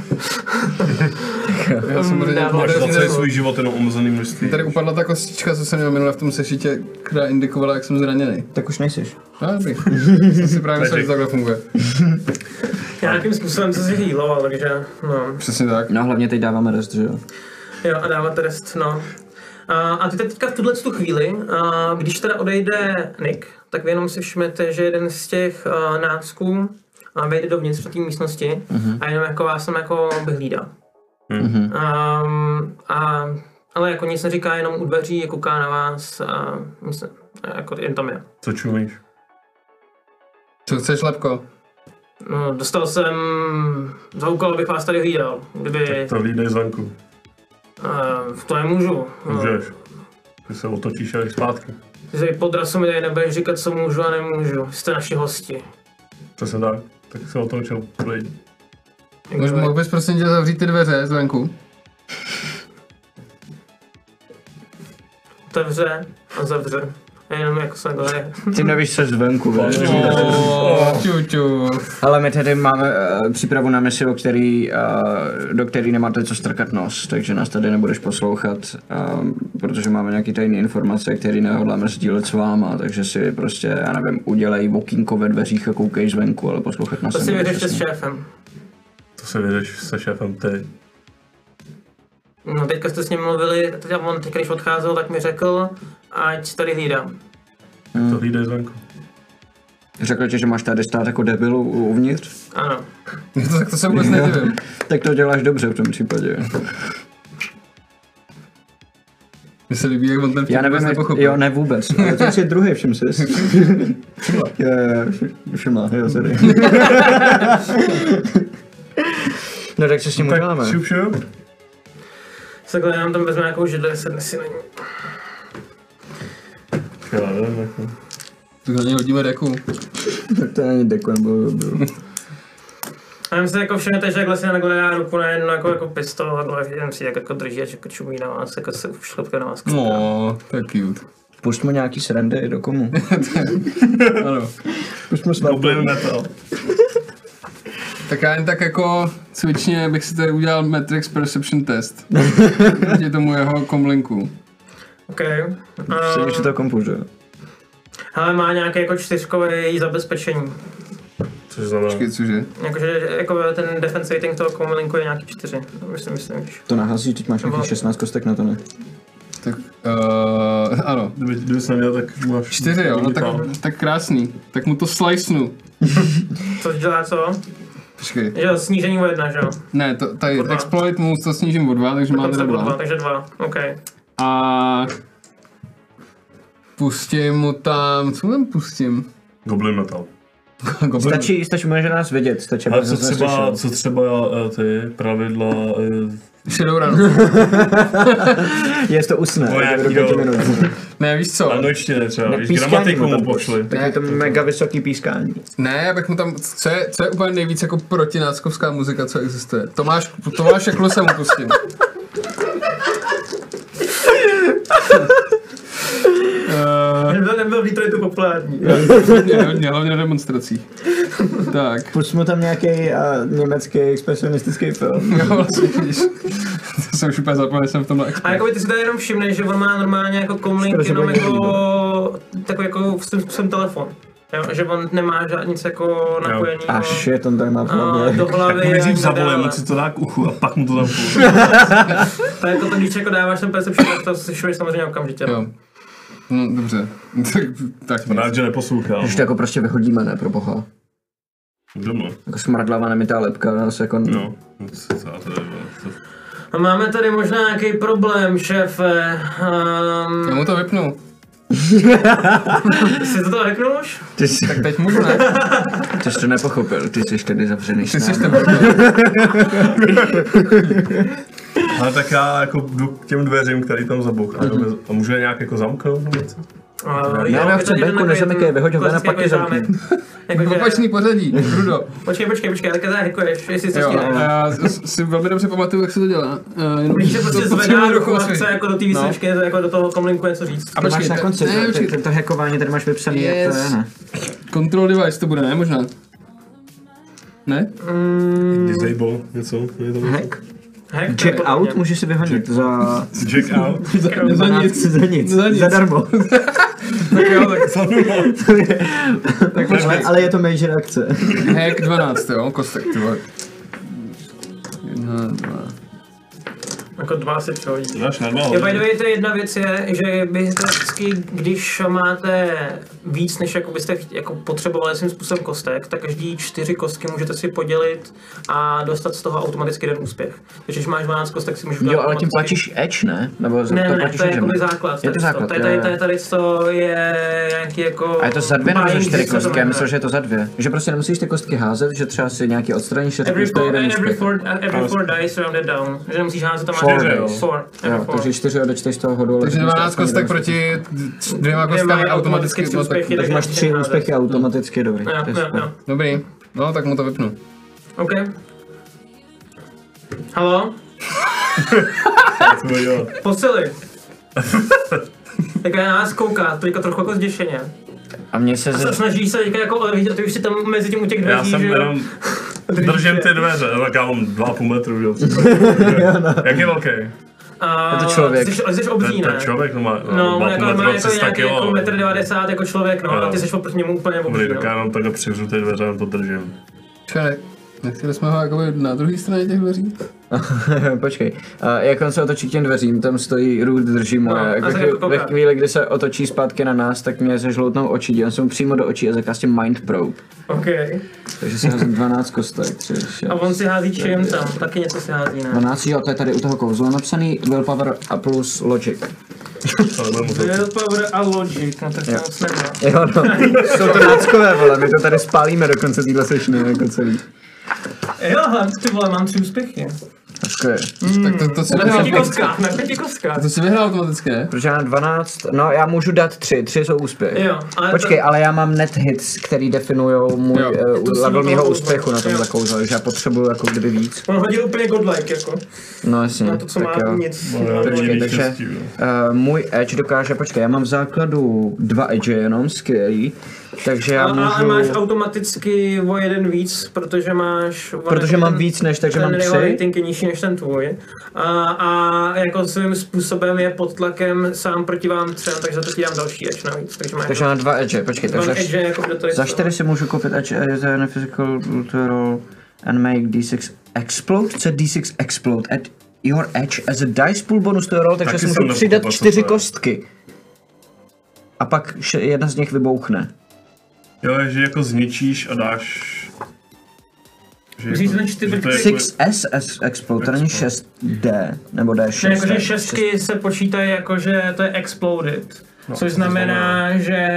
Já jsem bude Dávalo Za svůj život jenom omezený množství. Tady upadla ta kostička, co jsem měl minule v tom sešitě, která indikovala, jak jsem zraněný. Tak už nejsiš. No, dobrý. Jsem si právě myslel, že takhle funguje. nějakým způsobem se si healoval, takže no. Přesně tak. No hlavně teď dáváme rest, že jo? Jo, a dáváte rest, no. A, a ty teďka v tuhle tu chvíli, a, když teda odejde Nick, tak vy jenom si všimnete, že jeden z těch a, nácků a, vejde dovnitř do té místnosti mm-hmm. a jenom jako vás tam jako vyhlídá. Mhm. Um, a, ale jako nic neříká, jenom u dveří, kouká na vás a, myslím, a jako jen tam je. Co čumíš? Co chceš, Lepko? No, dostal jsem za úkol, abych vás tady hlídal, kdyby... To hlídej zvenku. Uh, to nemůžu. Můžeš. Ty se otočíš a jdeš zpátky. Ty se pod rasu mi tady nebudeš říkat, co můžu a nemůžu. Jste naši hosti. Přesně tak. Tak se otočil. Pojď. Mož, mohl bys prosím tě zavřít ty dveře zvenku? Otevře a zavře. Jenom jako se takhle. Ty nevíš se zvenku, víš. Oh, čuču. Ale my tady máme uh, přípravu na misi, o který, uh, do který nemáte co strkat nos, takže nás tady nebudeš poslouchat, uh, protože máme nějaký tajné informace, které nehodláme sdílet s váma, takže si prostě, já nevím, udělej okýnko ve dveřích a koukej zvenku, ale poslouchat nás To si nebudeš vyřešte s jasně. šéfem. To se vyřeš se šéfem ty. No teďka jste s ním mluvili, teď on teď, když odcházel, tak mi řekl, ať tady hlídám. To hlídej zvenku. Řekl ti, že máš tady stát jako debil u- uvnitř? Ano. To, tak to se vůbec nedivím. Tak to děláš dobře v tom případě. Mně se líbí, jak on ten vtip Já nevím, vůbec jak, nepochopil. jo, ne vůbec, ale to je druhý, všim si. Jo, jo, jo, všimla, jo, sorry. No tak co s ním uděláme? Šup, šup. Takhle nám tam vezme nějakou židli, sedne si na ní. Já nevím, jako. Tak na něj hodíme deku. Tak to není deku, nebo byl. A já si jako všimnete, že takhle si takhle dá ruku na jednu jako, jako pistol, takhle jenom si tak jako drží, až jako čumí na vás, jako se šlepka na vás. No, to je cute. Pust mu nějaký srandy do komu. Ano. Pust mu Goblin metal. Tak já jen tak jako cvičně bych si tady udělal Matrix Perception test. Proti tomu jeho komlinku. OK. Sedíš si Um, to kompu, že? ale má nějaké jako čtyřkové zabezpečení. Což znamená. Počkej, cože? Jakože jako ten defense rating toho komlinku je nějaký čtyři. Myslím, myslím, že. To naházíš, teď máš Nebo- nějakých šestnáct kostek na to, ne? Tak, uh, ano. Kdyby, kdyby jsi neměl, tak máš... Čtyři, jo, no tak, tak krásný. Tak mu to slicenu. Což dělá co? Počkej. Že jo, snížení o jedna, že jo? Ne, to, tady O dva. exploit mu to snížím o dva, takže má Dokonce teda o dva, dva. takže dva. OK. A pustím mu tam, co mu tam pustím? Goblin metal. Goblin. Stačí, stačí může nás vidět, stačí, Ale aby co nás třeba, neslyšel. co třeba eh, ty pravidla... eh, Shadowrun. Je to usne, O, do nějaký pěti jo. minut. Ne, víš co? Angličtiny třeba, Ne, víš, pískání gramatiku mu mu tam pošli. Tak je to mega vysoký pískání. Ne, já bych mu tam, co je, co je úplně nejvíc jako protináckovská muzika, co existuje. Tomáš, Tomáše Kluse mu pustím. Uh, Nebyl, nebyl v Detroitu populární. hodně, hodně, hlavně na demonstracích. Tak. Pust mu tam nějaký uh, německý expresionistický film. Jo, vlastně, vidíš. To jsem už úplně zapomněl, jsem v tomhle A expert. jako ty si tady jenom všimneš, že on má normálně jako komlink, Skoro se jenom bude jako takový jako svým způsobem telefon. Jo, že on nemá žádný nic jako napojený A shit, on tady má v hlavě. do hlavy. Tak mu nejdřív ani zavolej, nedále. on si to dá k uchu a pak mu to tam půjde. To je to, to, když jako dáváš ten perception, tak to slyšuješ samozřejmě okamžitě. Jo. No, dobře. tak, tak nic. Rád, že neposlouchá. Když to jako prostě vyhodíme, ne, pro boha. Doma. Jako smradlavá nemitá lepka, nás jako... No, co to je, to... A máme tady možná nějaký problém, šéfe. Já Um, mu to vypnu. jsi to vypnul už? Ty jsi, Tak teď můžu, ne? ty jsi to nepochopil, ty jsi tady zavřený Ty s jsi námi. to vypnul. Ale tak já jako jdu k těm dveřím, který tam zabuch. A, mm-hmm. a můžu je nějak jako zamknout nebo něco? Uh, Ne, já chci venku, nezamykej, vyhoď ho ven a pak je zamkni. Jakože, Opačný pořadí, Rudo. počkej, počkej, počkej, tak zahekuješ, jestli se Jo, stihne. já si velmi dobře pamatuju, jak se to dělá. Uh, jenom Když se prostě to zvedá potřebuji ruku a osvětlit. chce jako do té výslužky, jako do toho komlinku něco říct. A To máš počkej, na to- konci, ne, to, počkej, to, to hackování tady máš vypsaný, jak to je, Yes. ne? Control device to bude, ne? Možná. Ne? Mm, Disable, něco? Je to Hack? hack, Check nebo out podobně. můžeš si vyhodit za... Jack out. Za, za dvanáct, nic. za nic, Za nic. zadarmo. Tak jo, tak, tak ale, počkej. ale je to major akce. Hack dvanáct, jo, kostek, ty vole. Jedna, dva. Jako dva si přehodí. Dáš na dva. Jo, by the way, to je jedna věc je, že byste vždycky, když máte víc, než jako byste chtě- jako potřebovali svým způsobem kostek, tak každý čtyři kostky můžete si podělit a dostat z toho automaticky jeden úspěch. Takže když máš dvanáct kostek, si můžeš Jo, dát ale tím automaticky- platíš edge, ne? Nebo za Ne, to ne, ne, platíš to je edge, jakoby ne? základ. Je to základ, Tady, jo, tady, jo. tady, tady to je nějaký jako... A je to za dvě nebo za buying čtyři dice, co to kostky? Já jmenuje. myslel, že je to za dvě. Že prostě nemusíš ty kostky házet, že třeba si nějaký odstraníš a Every řekneš to four, jeden every úspěch. four, every four dice rounded down. Že nemusíš házet, tam máš Four čtyři, dice. four. every Jo, four. takže čtyři odečteš z toho hodu, ale Takže řekneš to dvanáct aspoň kostek jeden úspěch. proti dvěma Dvěma kostkami automaticky automaticky. tři no, tak- úspěchy, Takže máš tři házet. úspěchy automaticky, dobrý. Jo, to je jo, super. jo. Dobrý, no tak mu to vypnu. OK. Halo? Co budu dělat? Posily. Tak na nás kouká, teďka trochu jako zděšeně. A mě se... A se snaží se teďka jako odvíjet, a ty už si tam mezi tím u těch dveří, Já jsem že jo? jenom držím ty dveře, tak já mám dva a půl metru, že jo. Jak je velký? A Je to člověk. Jsi, jsi To obří, je ne? člověk, no má No, on dva a jako, půl má metru, jako tři sta nějaký jako kilo. metr devadesát jako člověk, no, Jo. a ty jsi oproti němu úplně obří, Dobrý, tak no. já jenom takhle přivřu ty dveře a to držím. Čili, nechtěli jsme ho jakoby na druhé straně těch dveří? Počkej, a jak on se otočí k těm dveřím, tam stojí Root, drží moje. No, a No, se ve, jako ve kouká. chvíli, kdy se otočí zpátky na nás, tak mě zežloutnou oči, dívám se mu přímo do očí a zakastím Mind Probe. OK. Takže si házím dvanáct kostek, tři, šest. A on si hází čím tam, taky něco si hází, ne? dvanáct, jo, to je tady u toho kouzla napsaný Willpower a plus Logic. Ale budeme muset. Willpower a Logic, no tak to Jo. moc nemá. Jo, no, jsou to náckové, vole, my to tady spálíme do konce téhle sešny, jako celý. Jo, hele, ty vole, mám tři úspěchy. Tako je. Tak to, to si Na vyhrál, pěti kostkách, na pěti kostkách. to si vyhrál automaticky, ne? Protože já mám dvanáct, no já můžu dát tři, tři jsou úspěch. Jo, ale Počkej, to- ale já mám net hits, který definujou můj Jo. uh, To si level do mého toho úspěchu na tom jo. zakouzle, takže já potřebuju jako kdyby víc. On hodil úplně godlike, jako. No jasně, Na to, co má tak jo. nic. No, no, Počkej, Víc takže štěstí, jo. uh, můj edge dokáže, počkej, já mám v základu dva edge jenom, skvělý, takže já A, ale můžu, máš automaticky o jeden víc, protože máš... protože mám víc než, takže mám ten jeho tři. rating je nižší než ten tvůj. A, a jako svým způsobem je pod tlakem sám proti vám třem, takže za to ti dám další edge navíc. Takže máš Takže mám dva edge, počkej, dva takže edge, jako kdo to je. za čtyři si můžu koupit edge as a physical roll and make D six explode, co D six explode at your edge as a dice pool bonus to roll, takže Taky si jsem můžu přidat nepochopil, co čtyři to je. kostky. A pak še- jedna z nich vybouchne. Jo, že jako zničíš a dáš... Že Myslíš, jako- že ten čtyři- že to je jako- šest S S explode, to není šest D, nebo D šest. Ne, jakože ne, šestky se počítají jako, že to je exploded. No, Což to znamená, že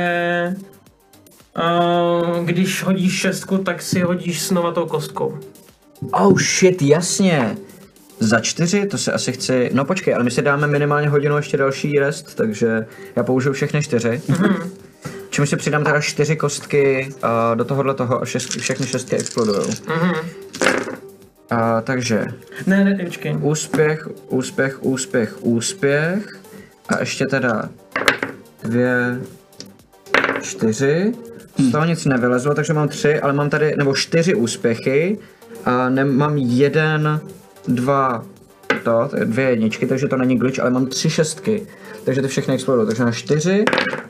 uh, když hodíš šestku, tak si hodíš znova tou kostkou. Oh shit, jasně. Za čtyři, to se asi chci, no počkej, ale my si dáme minimálně hodinu ještě další rest, takže já použiju všechny čtyři. Mm-hmm. Čímž si přidám teda čtyři kostky uh, do tohohle toho a šest, všechny šestky explodujou. Mhm. Uh, takže Ne, ne, počkej. úspěch, úspěch, úspěch, úspěch a ještě teda dvě, čtyři. Z toho nic nevylezlo, takže mám tři, ale mám tady, nebo čtyři úspěchy a ne, mám jeden, dva, to, to je dvě jedničky, takže to není glitch, ale mám tři šestky, takže ty všechny explodují, takže mám čtyři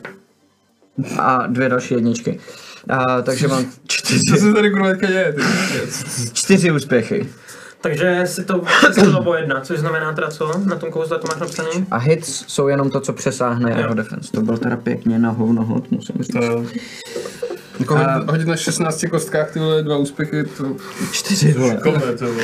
a dvě další jedničky. A, takže mám Co čtyři, se tady kurva teďka děje, ty? čtyři úspěchy. Takže si to přesilo po jedna, což znamená teda co? Na tom kouzle to máš napsaný? A hits jsou jenom to, co přesáhne jeho defense. To byl teda pěkně na hovno hod, musím říct. To, Jako hodit, hodit na šestnácti kostkách tyhle dva úspěchy, to... Čtyři, vole. konec, jo.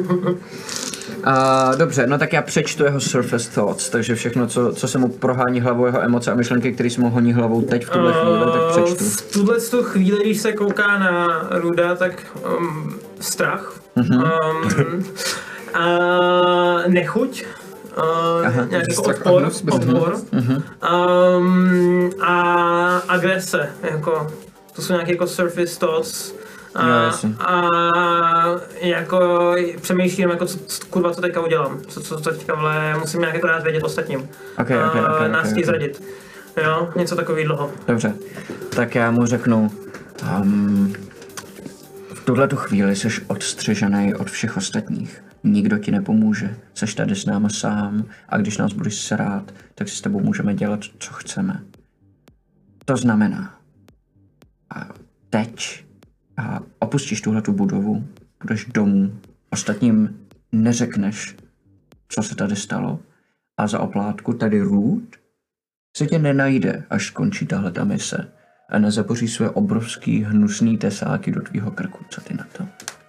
A dobře, no tak já přečtu jeho surface thoughts, takže všechno, co, co se mu prohání hlavou, jeho emoce a myšlenky, které se mu honí hlavou teď v tuhle chvíli, tak přečtu. V tuhle tu chvíli, když se kouká na Ruda, tak um, strach. Um, a nechuť. Uh, Aha, nějak jako strach a odpor, hnus, bez odpor. Um, a agrese, jako, to jsou nějaké jako surface thoughts. A, Jo, jasně. a jako přemýšlím, jako co, co, kurva, co teďka udělám, co, co, co teďka vle, musím nějak jako dát vědět ostatním. Ok, ok, A ok, nás ok, chtějí ok. zradit. Jo, něco takového. Dobře, tak já mu řeknu, um, v tuhle tu chvíli jsi odstřižený od všech ostatních. Nikdo ti nepomůže, jsi tady s náma sám a když nás budeš srát, tak si s tebou můžeme dělat, co chceme. To znamená, a teď a opustíš tuhle tu budovu, půjdeš domů, ostatním neřekneš, co se tady stalo a za oplátku tady Root se tě nenajde, až skončí tahle ta mise a nezapoří své obrovský hnusný tesáky do tvýho krku. Co ty na to?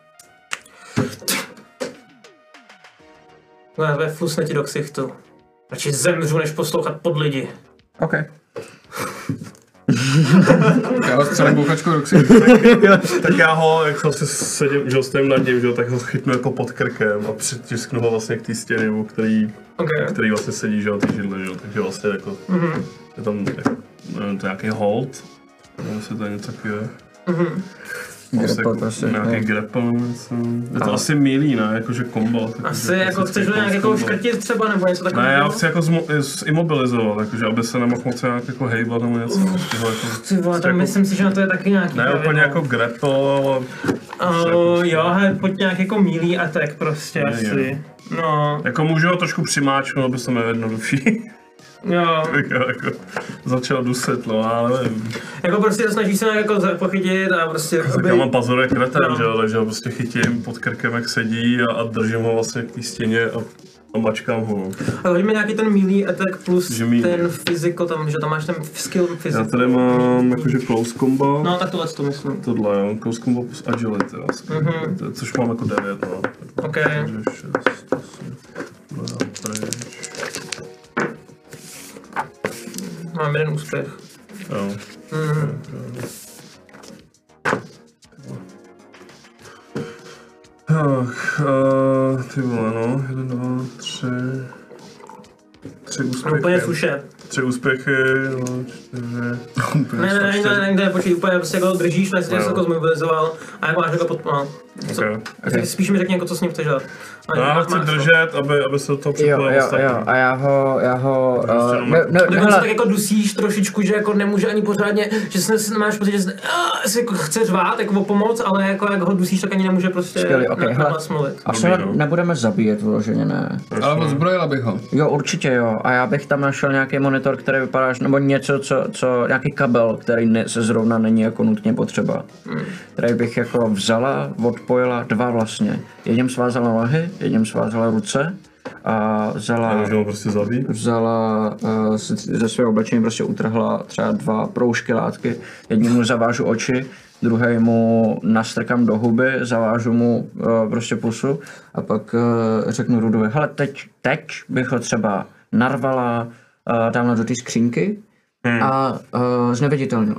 No, ve flusne ti do ksichtu. Radši zemřu, než poslouchat pod lidi. OK. Já ho střelím bouchačkou do ksy. Tak já ho, jak jsem si sedím, že ho stojím nad ním, že jo, tak ho chytnu jako pod krkem a přitisknu ho vlastně k té stěně, u který, Okay. který vlastně sedí, že jo, ty židle, že jo, takže vlastně jako, Mm-hmm. je tam, jako, nevím, to je nějaký hold, nevím, jestli to je něco takového. Mm-hmm. Grapple, prostě, nějaký jo. grapple, něco. Je to A. asi milý, ne? Jakože kombo. Asi jako chceš ho nějak jako škrtit třeba nebo něco takového? Ne, já ho chci jako zmo- imobilizovat, jakože aby se nemohl moc nějak jako hejbat nebo něco. Tyhle, jako, Ty vole, tam jako, myslím si, že na to je taky nějaký ne úplně jako grapple, ale... Uh, jo, hele, pojď nějak jako milý attack prostě Je, asi. jo. No, Jako můžu ho trošku přimáčknout, aby se mi jednodušší. jo. jako, jako, začal dusit, no, ale nevím. Jako prostě se snažíš se nějak jako za- pochytit a prostě... Tak já mám pazorek kreten, No. že jo, takže ho prostě chytím pod krkem, jak sedí a, a držím ho vlastně k té stěně a, a mačkám ho. A hoďme nějaký ten melee attack plus Že melee. ten physical tam, že tam máš ten skill Já physical. tady mám jakože close combo. No tak tohle to myslím. Tohle jo, close combo plus agility vlastně, Mhm. to- což mám jako devět, no. OK. Takže šest, osm, dodám pryč. Mám jeden úspěch. Jo. Mhm. Tak, uh, ty vole, no, jeden, dva, tři, tři No úspěchy. úplně suše. Tři úspěchy, no, čtyři. Ne, ne, ne, ne, ne, ne, počkej, úplně prostě jako držíš, ne, jsi Jo. se jako zmobilizoval a jako máš jako pod... No. Co, Okay. okay. Spíš mi řekni, jako, co s ním chceš dělat. A No, já máš- chci máš to. držet, aby, aby se to Jo, připojilo jo, ostatní. jo, a já ho, já ho, Prostě uh, ne, ne, ne, Dokonce hele, tak jako dusíš trošičku, že jako nemůže ani pořádně, že se máš pocit, že se, uh, si jako chce řvát jako o pomoc, ale jako jak ho dusíš, tak ani nemůže prostě Skvělý, ok, na- hele. nahlas mluvit. asi Dobrý, no. nebudeme zabíjet vyloženě, ne. Ale odzbrojila bych ho. Jo, určitě jo. A já bych tam našel nějaký monitor, který vypadá, nebo něco, co, co nějaký kabel, který ne, se zrovna není jako nutně potřeba. Hmm. Který bych jako vzala, odpojila, dva vlastně. Jedním svázala nohy, jedním svázala ruce a Já vzala, můžu ho prostě zabít. vzala uh, ze svého oblečení prostě utrhla třeba dva proužky látky. Jedním mu zavážu oči, druhé mu nastrkám do huby, zavážu mu uh, prostě pusu a pak uh, řeknu Rudovi, hele teď, teď bych ho třeba narvala uh, tamhle do té skřínky Hmm. a uh, zneviditelnila.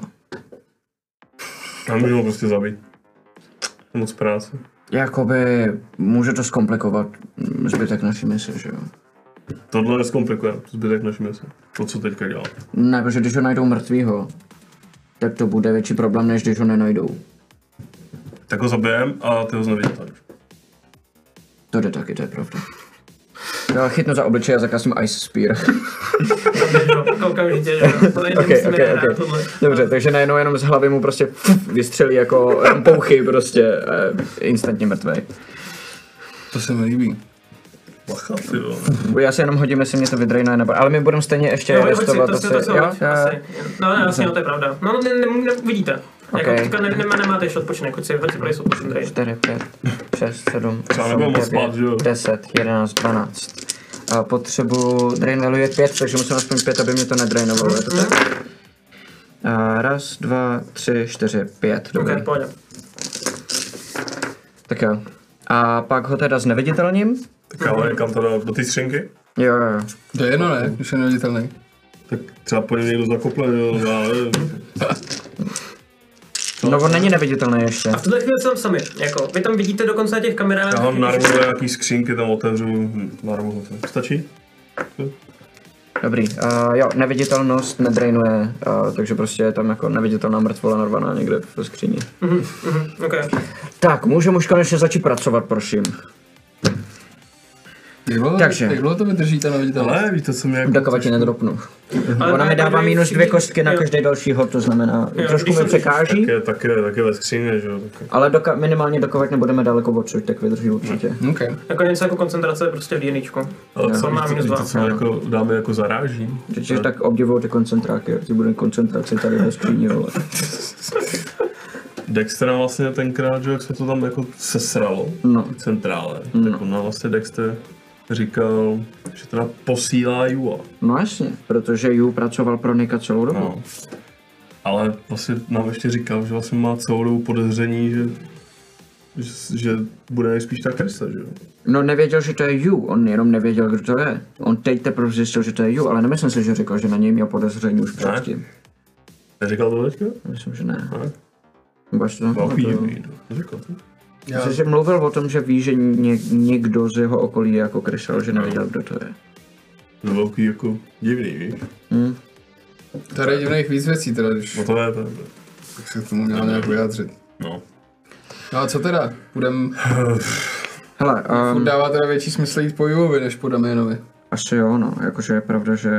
Já můžu ho prostě zabít. To je moc práce. Jakoby může to zkomplikovat mm, zbytek naší mise, že jo? Tohle nezkomplikuje, zbytek naší mise. To, co teďka dělám. Ne, protože když ho najdou mrtvýho, tak to bude větší problém, než když ho nenajdou. Tak ho zabijem a ty ho zneviditelníš. To jde taky, to je pravda. Já chytnu za obličej a zakazím Ice Spear. Okamžitě, že jo. To nejde, Okay, musíme okay, hrát okay. tohle. Dobře, takže najednou jenom z hlavy mu prostě pf, vystřelí jako pouchy prostě eh, instantně mrtvej. To se mi líbí. Bacha, ty vole. Já si jenom hodím, jestli mě to vydrejnuje nebo, ale my budeme stejně ještě Jo, hoď si, restovat to si, asi. to si Jo, hoď, já- asi. No, ne, vlastně, no, to je pravda. No, ne, ne, ne, vidíte. Jako Okay. teďka ne, ne, nemáte ještě odpočinek, hoď si, hoď si play odpočinek. Drej. čtyři, pět, šest, sedm, Třeba osm, nebudu moc spát, devět, že jo? deset, jedenáct, dvanáct. A potřebu drain value je pět, takže musím aspoň pět, aby mě to nedrainovalo, je to tak? A raz, dva, tři, čtyři, pět, dobrý. Ok, pojď. Tak jo. A pak ho teda zneviditelním? Tak ale kam to dá? Do té skřínky? Jo, jo, jo. To je jedno, ne? Když je neviditelný. Tak třeba po něm někdo zakople, jo, já nevím. No on není neviditelný ještě. A v tuhle chvíli jsem sami, jako, vy tam vidíte dokonce na těch kamerách. Já ho že- narvu do nějaký skřínky, tam otevřu, hm, narvu ho to. Stačí? Dobrý, uh, jo, neviditelnost nedrainuje, uh, takže prostě je tam jako neviditelná mrtvola narvaná někde ve skříni. Mhm, mhm, ok. Tak, můžeme už konečně začít pracovat, prosím. Jak dlouho, Takže. jak dlouho to vydrží ta neviditelnost? Ale víte, co mi jako... Dokovat ti nedropnu. Ale Ona mi to je dává pravda, minus chybí- dvě kostky na jo. každý další hod, to znamená, Jo, trošku když mi jsem- překáží, Tak je, tak je, tak je ve skříně, že jo. Tak... ale doka- minimálně dokovat nebudeme daleko odsud, tak vydrží určitě. OK. Jako něco jako koncentrace prostě v jedničku. Ale To co, má víte, minus víte, dva. co mě jako, dáme jako zaráží? Že tak obdivuju ty koncentráky, jak ti bude koncentrace tady ve skříni, vole. Dexter nám vlastně tenkrát, že jak se to tam jako sesralo, No. v centrále, No. tak on nám vlastně Dexter říkal, že teda posílá Jua. No jasně, protože Yu pracoval pro Nika celou dobu. No. Ale vlastně nám ještě říkal, že vlastně má celou dobu podezření, že, že, že bude nejspíš ta Krista, že jo? No nevěděl, že to je Yu, on jenom nevěděl, kdo to je. On teď teprve zjistil, že to je Yu, ale nemyslím si, že říkal, že na něj měl podezření už předtím. Neříkal to teďka? Myslím, že ne. Ne? Vůbec to Velký nepamatuju. divný, to říkal to. Já, Myslím, že mluvil o tom, že ví, že ně, někdo z jeho okolí je jako Krystal, že nevěděl, kdo to je. To velký jako divný, víš? Hm? tady je divných víc věcí teda, když No to je, to je. tak se k tomu měla nějak vyjádřit. No. No a co teda? Budem... Hele, Furt um, dává teda větší smysl jít po Juovi, než po Damienovi. asi jo, no, jakože je pravda, že...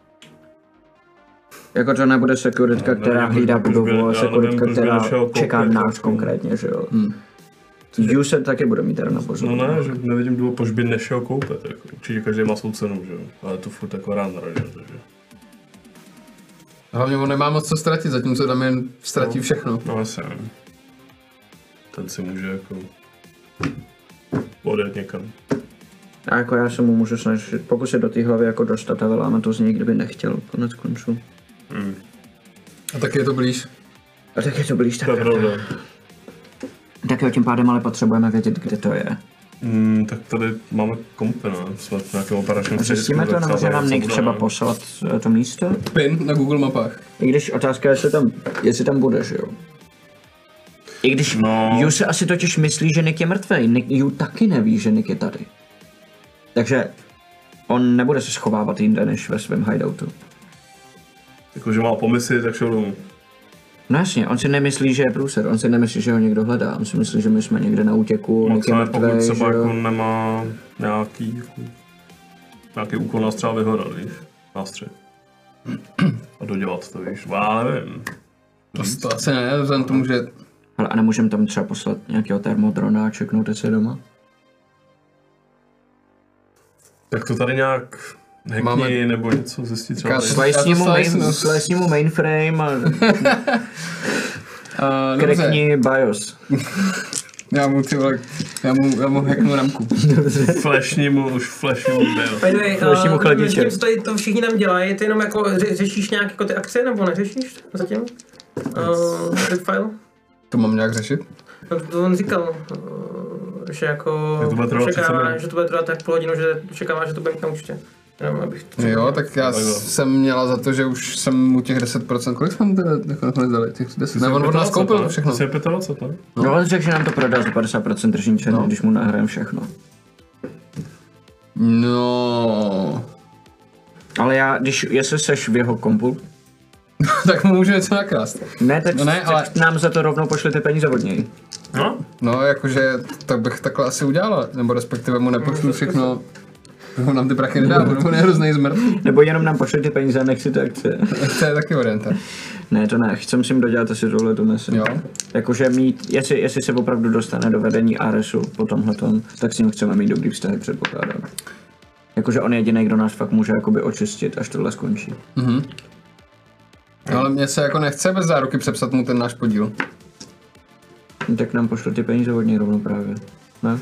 Jako to nebude sekuritka, která hlídá budovu, ale sekuritka, která čeká nás konkrétně, že jo. Hmm. Ju se taky bude mít teda na pozoru. No ne, že nevidím důvod, proč by nešel koupit, jako. Určitě každý má svou cenu, že jo. Ale to furt jako rán že takže... Hlavně on nemá moc co ztratit, zatímco Damien ztratí no. všechno. No jasně. Ten si může jako... odjet někam. A jako já se mu můžu snažit, pokusit do té hlavy jako dostat a vyláme to z něj, kdyby nechtěl, konec konců. Hmm. A tak je to blíž. A tak je to blíž, tak To je pravda. Tak jo, tím pádem ale potřebujeme vědět, kde to je. Hmm, tak tady máme kompy, no. Jsme v nějakém operačním středisku. Zjistíme to, nemůže nám Nick třeba no. poslat eh, to místo? Pin na Google mapách. I když otázka je, jestli tam, jestli tam bude, že jo? I když No. Ju se asi totiž myslí, že Nick je mrtvej, Nick, Ju taky neví, že Nick je tady. Takže on nebude se schovávat jinde, než ve svém hideoutu. Jako, že má pomysly, tak šel domů. No jasně, on si nemyslí, že je průser, on si nemyslí, že ho někdo hledá, on si myslí, že my jsme někde na útěku, Nick je Maximálně pokud mrtvej, že třeba jako jo? nemá nějaký, jako, nějaký úkol nás třeba vyhodat, víš, nástřed. A dodělat to, víš, já nevím. To, to asi ne, vzhledem k tomu, že... Ale a nemůžeme tam třeba poslat nějakého termodrona a čeknout, jestli je doma? Tak to tady nějak hackni Máme- nebo něco zjistit třeba. Já tady. to- Slejsni mu, slejsnu. main, slejsni mu mainframe a Uh, dobře, krekni BIOS. já mu ty vole, já mu, já mu hacknu ramku. Flashni mu, už flashni mu byl. By the way, Dalšímu uh, chladiče. mezi tím, co tady to všichni tam dělají, ty jenom jako ře- řešíš nějak jako ty akce, nebo neřešíš zatím? Uh, ten file? To mám nějak řešit? No, to on říkal, uh, že jako Že to bude trvat třicet očekává, minut. že to bude trvat tak půl hodinu, že očekává, že to bude mít na účtě. Jenom abych to Jo, tak já Tak jo. jsem měla za to, že už jsem mu těch deset procent, kolik jsme mu teda jako nakonec dali? Těch deset? Ne, on od nás koupil to všechno. Jsi dvacet pět, ne? No on řekl, že nám to prodá za padesát procent tržní ceny, No. když mu nahrajeme všechno. No, Ale já, když, jestli seš v jeho kompu, tak mu můžu něco nakrást. ne, tak, No ne, tak ale- nám za to rovnou pošlete peníze od něj. No, No, jakože, tak bych takhle asi udělala, nebo respektive mu nepošlu všechno, on nám ty prachy nedá, on je hrozný zmrt. Nebo jenom nám pošlete peníze a nech si to akce. To je taky varianta. Ne, to ne, chcem si jim dodělat asi tohle tu misi. Jo. Jakože mít, jestli, jestli se opravdu dostane do vedení Aresu po tomhletom, tak s ním chceme mít dobrý vztahy, předpokládám. Jakože on je jediný, kdo nás fakt může jakoby očistit, až tohle skončí. Mhm. No, ale mně se jako nechce bez záruky přepsat mu ten náš podíl. No, tak nám pošlo ty peníze od něj rovnou právě. Ne?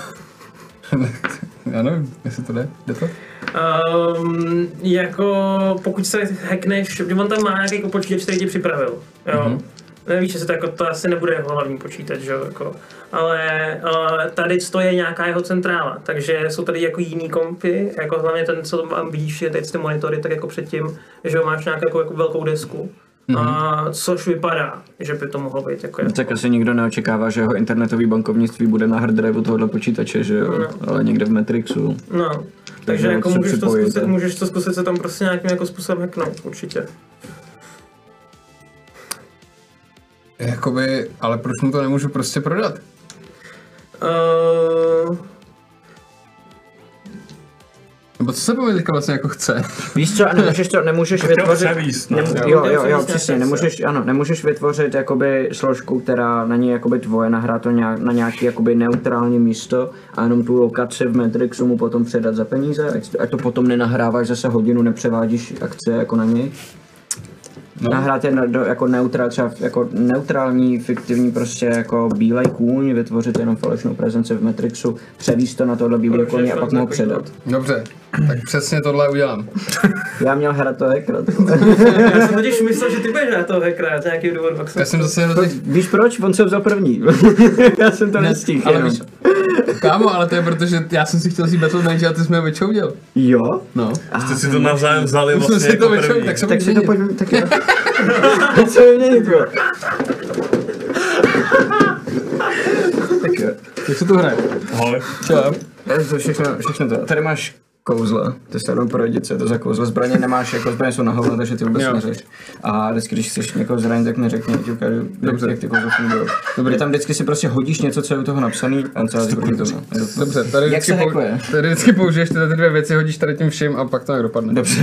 Já nevím, jestli to jde. Jde to? Um, jako pokud se hackneš, že on tam má nějaký počítač, který ti připravil, jo. Mm-hmm. Nevíš, jestli to, jako, to asi nebude jeho hlavní počítač, jo, jako. Ale uh, tady to je nějaká jeho centrála, takže jsou tady jako jiný kompy, jako hlavně ten, co tam vidíš, je teď ty monitory, tak jako předtím, že jo, máš nějakou jako, jako velkou desku. Mm-hmm. A což vypadá, že by to mohlo být jako... jako Tak asi nikdo neočekává, že jeho internetový bankovnictví bude na hard driveu tohohle počítače, že jo? No. Ale někde v Matrixu. No, takže Takže jako se můžeš to, připojíte. zkusit, můžeš to zkusit se tam prostě nějakým jako způsobem hacknout, určitě. Jakoby, ale proč mu to nemůžu prostě prodat? Uh, Nebo co se po mě teďka vlastně jako chce? Víš co, a nemůžeš to, nemůžeš chtěl vytvořit... převíst, ne? Nem, Jo. jo, jo, Chtěl jo, převíst přesně, nějaké nemůžeš, ano, nemůžeš vytvořit jakoby složku, která na ní jakoby tvoje, nahrát to nějak, na nějaký jakoby neutrální místo a jenom tu lokaci v Matrixu mu potom předat za peníze, ať, ať to potom nenahráváš zase hodinu, nepřevádíš akcie jako na něj. No. Nahrát je na, do, jako, neutrál, třeba jako neutrální, fiktivní prostě jako bílej kůň, vytvořit jenom falešnou prezenci v Matrixu, převíst to na tohle bílé Takže koně a fakt pak mu ho takový předat. Dobře, tak přesně tohle udělám. Já měl hrát to ekrat. já jsem totiž myslel, že ty budeš na toho hackera z nějakého důvodu, pak jsem Já jsem zase hrozný... Víš proč? On se vzal první. Já jsem to nestihl ale jenom. víš, kámo, ale to je protože já jsem si chtěl vzít Battle Mage a ty jsi mě vyčoudil. Jo? No. Jste si to navzájem vzali Už jsme vlastně si to jako vyčoudili, první. tak se Tak si to vyměnit. pojďme, tak jo. Co vyměnit, jo? Tak jo. Jak se to hraje? Ahoj. Čau. To všechno, všechno to. Tady máš kouzla. Ty se jenom poradit, co je to za kouzlo. Zbraně nemáš, jako zbraně jsou na hovno, takže ty vůbec Jo. neřeš. A vždycky, když chceš někoho zranit, tak mi řekni, ti ukážu, jak, jak ty kouzlo fungují. Dobrý, tam vždycky si prostě hodíš něco, co je u toho napsaný a celá si proti tomu. Dobře, tady Jak vždycky, se pou, hackuje? tady vždycky použiješ tyhle ty dvě věci, hodíš tady tím vším a pak to nějak dopadne. Dobře.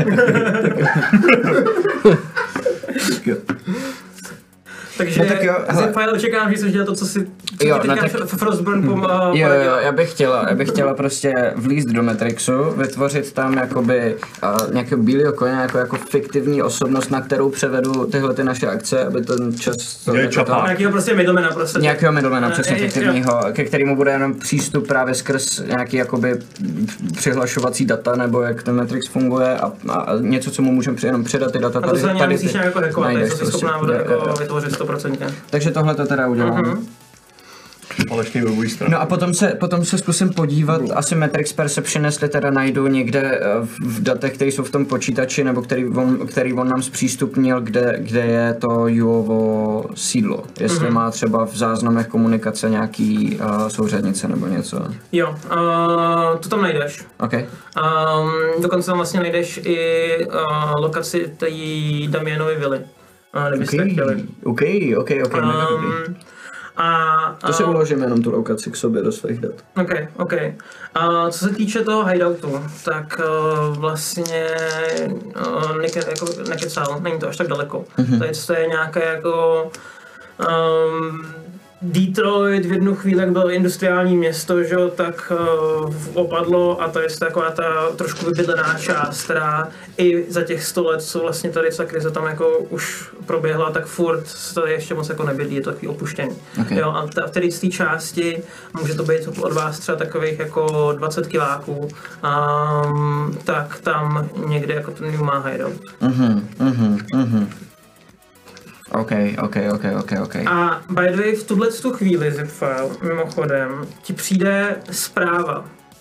Takže No tak jo, hele. Zipfile očekávám, že jsi dělal to, co si co Jo, ti no teďka tak- F- Frostburn pom, uh, Jo, jo, poradil. já bych chtěla, já bych chtěla prostě vlízt do Matrixu, vytvořit tam jakoby uh, nějakého bílého koně, jako, jako fiktivní osobnost, na kterou převedu tyhle ty naše akce, aby ten čas... Je jako čapák. Nějakýho prostě middlemana prostě. Nějakého middlemana, Ne, přesně je- je- fiktivního, ke kterému bude jenom přístup právě skrz nějaký jakoby přihlašovací data, nebo jak ten Matrix funguje a, a, a něco, co mu můžeme při- jenom předat ty data. A to se ani musíš ty nějak jako hackovat, najdeš takže jsi prostě. schopná bude Jo, jo, jo. jako vytvořit sto procent. Takže tohle to teda udělám. Mhm. Falešný webový strany. No a potom se, potom se zkusím podívat, asi Matrix Perception, jestli teda najdu někde eh, v, v datech, které jsou v tom počítači, nebo který on, který on nám zpřístupnil, kde, kde je to Juovo sídlo. Jestli mm-hmm. má třeba v záznamech komunikace nějaký uh, souřadnice nebo něco. Jo, uh, to tam najdeš. OK. Um, dokonce tam vlastně najdeš i uh, lokaci té Damienovy vily. Uh, kdybyste OK, chtěli. OK, OK, OK, mega dobrý. Um, a, To si a- uložím jenom tu lokaci k sobě do svých dat. OK, OK. A co se týče toho hideoutu, tak uh, vlastně uh, neke, jako, nekecal, není to až tak daleko. Mm-hmm. Tady to je nějaké jako um, Detroit v jednu chvíli, jak bylo industriální město, že, jo, tak uh, opadlo a to je taková ta trošku vybydlená část, která i za těch sto let, co vlastně tady ta krize tam jako už proběhla, tak furt tady ještě moc jako nebydlí, je to takový opuštěný. Okay. Jo, a ta, v té z té části může to být od vás třeba takových jako dvacet kiláků, um, tak tam někde jako ten New má hideout. Mhm, mhm, mhm. OK, OK, OK, OK, OK. A by the way, v tuhle tu chvíli, Zipfile, mimochodem, ti přijde zpráva.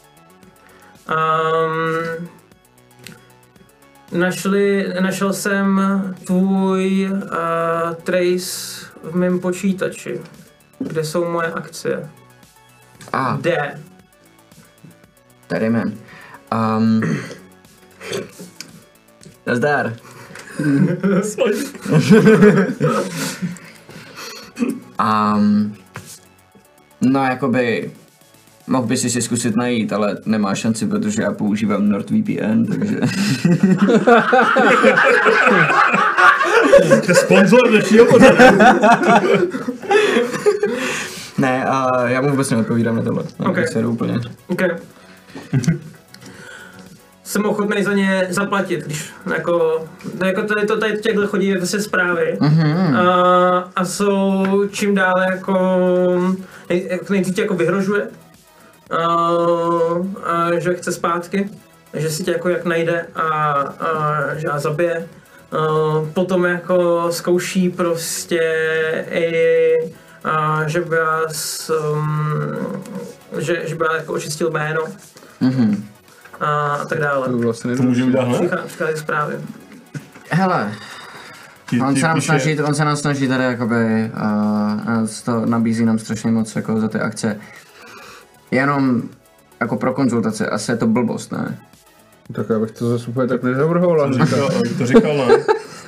Um, našli, našel jsem tvůj uh, trace v mém počítači, kde jsou moje akcie. A, Kde? tady man. Um, nazdar. Um, no jakoby, mohl by si si zkusit najít, ale nemá šanci, protože já používám NordVPN, takže... To je sponzor dnešního pořadu. Ne, a já mu vůbec neodpovídám na tohle. No, Ok. okay. úplně. OK. Jsem ochotný za ně zaplatit, když jako, jako tady, to, tady těchto chodí vlastně zprávy Mhm. a, a jsou čím dále jako, nej, jako nejdřív tě jako vyhrožuje, a, a, že chce zpátky, že si tě jako jak najde a, a že a zabije. A, potom jako zkouší prostě i a, že by vás, um, že, že by vás jako očistil jméno Mhm. a tak dále. To vlastně To můžeme udělat hned? Přichá- Přichází zprávy. Hele, Ti- on ti se nám píše- snaží, on se nám snaží tady jakoby, uh, to nabízí nám strašně moc jako za ty akce. Jenom jako pro konzultace, asi je to blbost, ne? Tak já bych to zase úplně tak nezavrhoval. To říkal, to říkal, ne?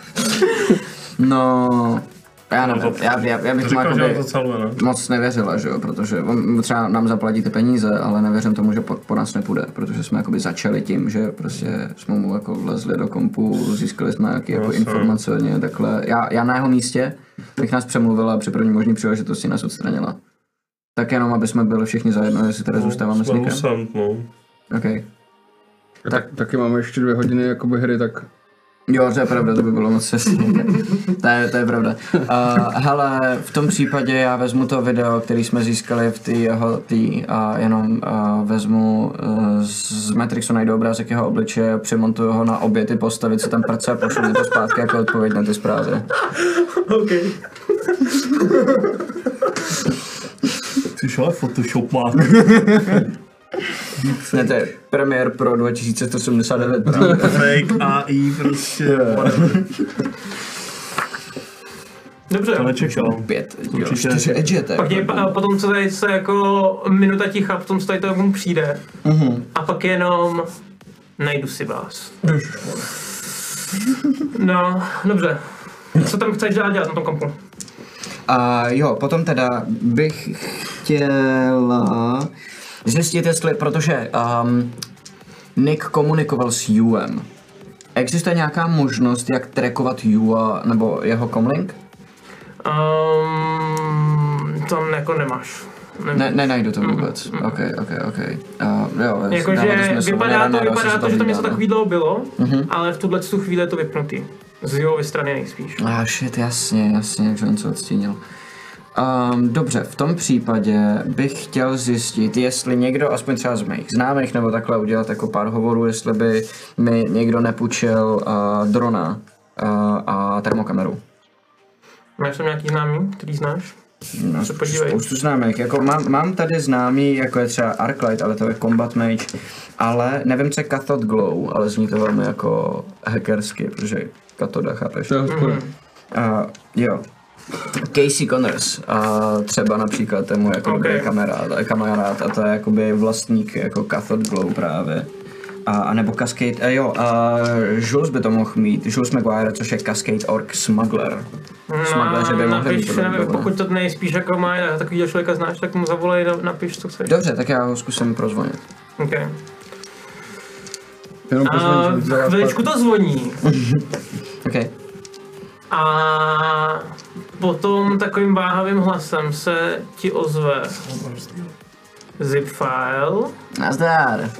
No, já nevím, já, já, já bych To tomu říkal, že jakoby to celé, ne? moc nevěřila, že jo, protože on třeba nám zaplatí ty peníze, ale nevěřím tomu, že po, po nás nepůjde, protože jsme jakoby začali tím, že prostě jsme mu jako vlezli do kompu, získali jsme nějaké jako Jasně. informace od něj, takhle. Já, já na jeho místě bych nás přemluvila a při první možný příležitosti nás odstranila. Tak jenom, aby jsme byli všichni zajedno, jestli tady zůstáváme s někým. Jsem, no. OK. Tak, taky máme ještě dvě hodiny jakoby hry, tak Jo, to je pravda, to by bylo moc přesně. to, je, to je pravda. Uh, hele, v tom případě já vezmu to video, který jsme získali v té jeho tý, a jenom uh, vezmu uh, z Matrixu, najdu obrázek jeho obličeje, přemontuju ho na obě ty postavy, co tam prce a pošlu mi to zpátky jako odpověď na ty zprávy. OK. Ty šel Photoshop má. Ne, to je Premiere Pro dva tisíce sto sedmdesát devět. Právě. Fake A I prostě. Dobře. To nečekal. Pět, jo, Určitě. čtyři edge, to je Pak je, a potom co tady se jako minuta ticha, potom co tady to mu přijde. Mhm. A pak jenom Najdu si vás. No, dobře. Co tam chceš dál dělat na tom kompu? A jo, potom teda bych chtěla zjistit, jestli, protože um, Nick komunikoval s Yuem. Existuje nějaká možnost, jak trackovat Yua nebo jeho comlink? Um, tam jako nemáš. Ne, nenajdu to vůbec. Mm, mm. Ok, ok, ok. Uh, jo, jakože vypadá to, vypadá to, že tam něco takového bylo, mm-hmm. ale v tuhle tu chvíli je to vypnutý. Z Yuovy strany nejspíš. Ah, shit, jasně, jasně, jak jsem něco odstínil. Um, dobře, v tom případě bych chtěl zjistit, jestli někdo, aspoň třeba z mých známých, nebo takhle udělat jako pár hovorů, jestli by mi někdo nepůjčil uh, drona uh, a termokameru. Máš tam nějaký známý, který znáš? No, spoustu známých, jako mám, mám tady známý, jako je třeba Arclight, ale to je Combat Mage, ale nevím, co je Cathode Glow, ale zní to velmi jako hackersky, protože katoda, chápeš? Mm-hmm. Uh, jo. Casey Connors, uh, třeba například ten můj jako okay. kamarád, kamarád a to je jakoby vlastník jako Cathode Glow právě. A, a nebo Cascade, uh, jo, uh, Jules by to mohl mít, Jules Maguire, což je Cascade Orc Smuggler. No, Smuggler, že by mohli napiš, nevím, pokud to nejspíš jako má takovýhle člověka znáš, tak mu zavolej, napiš, co chceš. Dobře, tak já ho zkusím prozvonit. OK. A chviličku to zvoní. OK. A potom takovým váhavým hlasem se ti ozve zip file. Nazdar.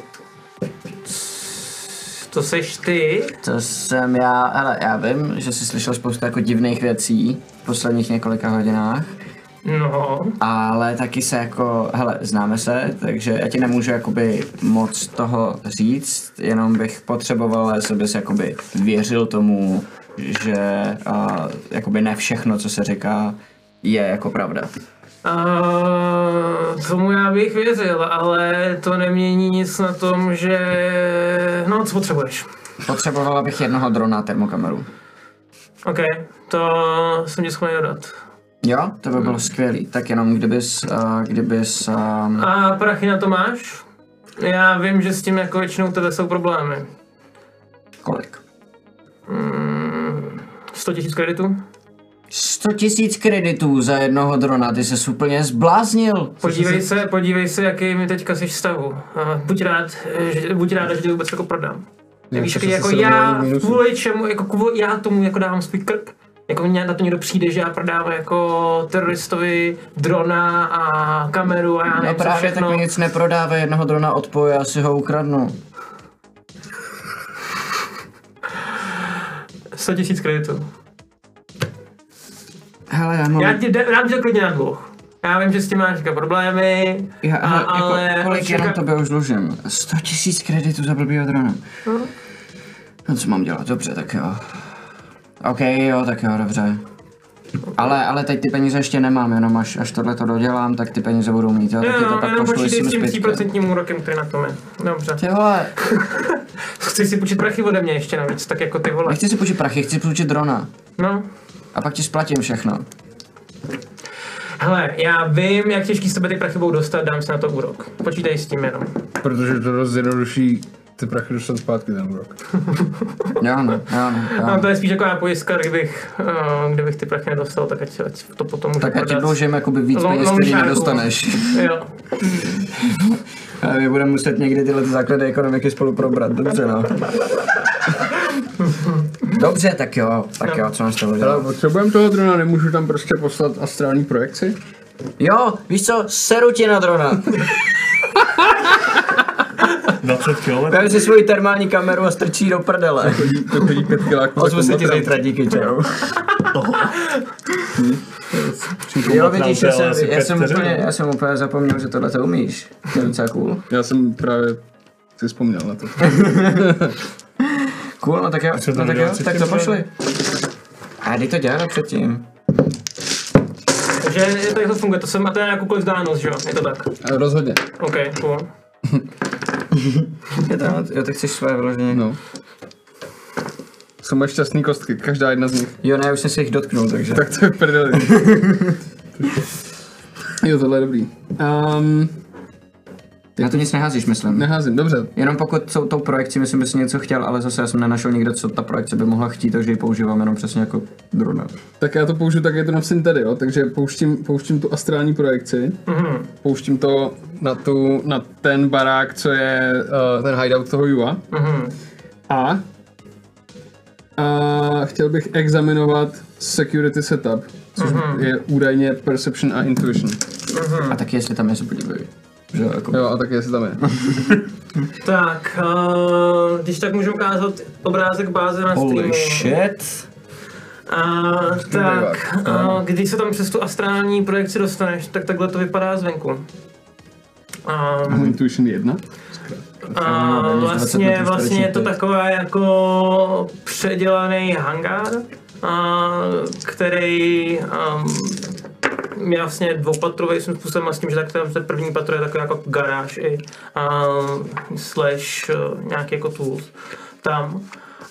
To seš ty? To jsem já, ale já vím, že jsi slyšel spoustu jako divných věcí v posledních několika hodinách. No. Ale taky se jako, hele, známe se, takže já ti nemůžu jakoby moc toho říct, jenom bych potřeboval, jestli bys jakoby věřil tomu, že uh, jakoby ne všechno, co se říká, je jako pravda. Uh, tomu já bych věřil, ale to nemění nic na tom, že... No, co potřebuješ? Potřebovala bych jednoho drona a termokameru. OK, to jsem ti schopný dodat. Jo, to by bylo skvělý, tak jenom kdybys, uh, kdybys... Um... A prachy na to máš? Já vím, že s tím jako většinou tebe jsou problémy. Kolik? Mm, sto tisíc kreditů? sto tisíc kreditů za jednoho drona, ty ses úplně zbláznil. Podívej se, podívej se, jaký mi teďka jsi stavu. Buď rád, že, buď rád, že tě vůbec jako prodám. Já, víš, jaký, jako já, kvůli čemu, jako kvůli, já tomu jako dávám svůj krk. Jako na to někdo přijde, že já prodám jako teroristovi drona a kameru a já nevím, no právě všechno. tak mi nic neprodává, jednoho drona odpoje, já si ho ukradnu. sto tisíc kreditů. Hele, já mám... Já ti dám to klidně na dluh. Já vím, že s tím máš jako problémy, já, a, hele, ale... Jako, kolik všaka... jenom tebe už dlužím? sto tisíc kreditů za blbýho drona. No. No co mám dělat? Dobře, tak jo. OK, jo, tak jo, dobře. Ale, ale teď ty peníze ještě nemám, jenom až, až tohle to dodělám, tak ty peníze budou mít, jo? Jo, tak no, to pak jenom pošlu počítej s tím zpětky. tří procentním úrokem, který na tom je. Dobře. Ty vole. Chci si půjčit prachy ode mě ještě navíc, tak jako ty vole. Nechci si půjčit prachy, chci půjčit drona. No. A pak ti splatím všechno. Hele, já vím, jak těžký z tebe ty prachy budou dostat, dám si na to úrok. Počítej s tím jenom. Protože to dost jednodušší ty prachy dostat zpátky ten úrok. Jo, no, jo, no, jo. No, to je spíš taková pojistka, kdybych, uh, kdybych ty prachy nedostal, tak ať, ať to potom můžu Tak ať ti prodat. dlužím jakoby víc Long- peněz, long který sharku. nedostaneš. Jo. A my budeme muset někdy tyhle ty základy ekonomiky spolu probrat, dobře no. Dobře, tak jo, tak jo, co máš toho Ale dělat? potřebujeme toho drona, nemůžu tam prostě poslat astrální projekci? Jo, víš co, seru ti na drona. dvacet kilometrů. Vem si svoji termální kameru a strčí do prdele. To chodí pět kiláků. Ozvu se ti zítra, díky, čau. Jo, vidíš, já jsem, já jsem úplně, já jsem úplně zapomněl, že tohle to umíš. To je docela cool. Já jsem právě si vzpomněl na to. Cool, no tak jo, Co to no tak dělá jo, tak předtím, to že? pošli. A kdy to dělá předtím? Takže to jak to funguje, to jsem, a to je jakoukoliv vzdálenost, že jo? Je to tak? Rozhodně. OK, cool. Je to, jo, tak chceš své vyloženě. No. Jsou moje šťastný kostky, každá jedna z nich. Jo, ne, už jsem si jich dotknul, takže. Tak to je v prdeli. Jo, tohle je dobrý. Um, Na to nic neházíš, myslím. Neházím, dobře. Jenom pokud jsou tou projekcí, myslím, že jsi něco chtěl, ale zase já jsem nenašel nikde, co ta projekce by mohla chtít, takže ji používám jenom přesně jako drona. Tak já to použiju tak, jak to napsím tady, jo, takže pouštím, pouštím tu astrální projekci, mm-hmm. pouštím to na, tu, na ten barák, co je uh, ten hideout toho Jua. Mm-hmm. A, a chtěl bych examinovat security setup, což mm-hmm. je údajně perception a intuition. Mm-hmm. A taky jestli tam je, se podívej. Že, jako... Jo, a taky jestli tam je. Tak, uh, když tak můžu ukázat obrázek báze na streamu. Holy shit. Uh, tak, uh, když se tam přes tu astrální projekci dostaneš, tak takhle to vypadá zvenku. Um, Intuition jedna? A vlastně, vlastně je to taková jako předělaný hangár, a, který um, je vlastně dvoupatrový svým způsobem a s tím, že tak ten první patro je takový jako garáž i um, slash uh, nějaký jako tools tam.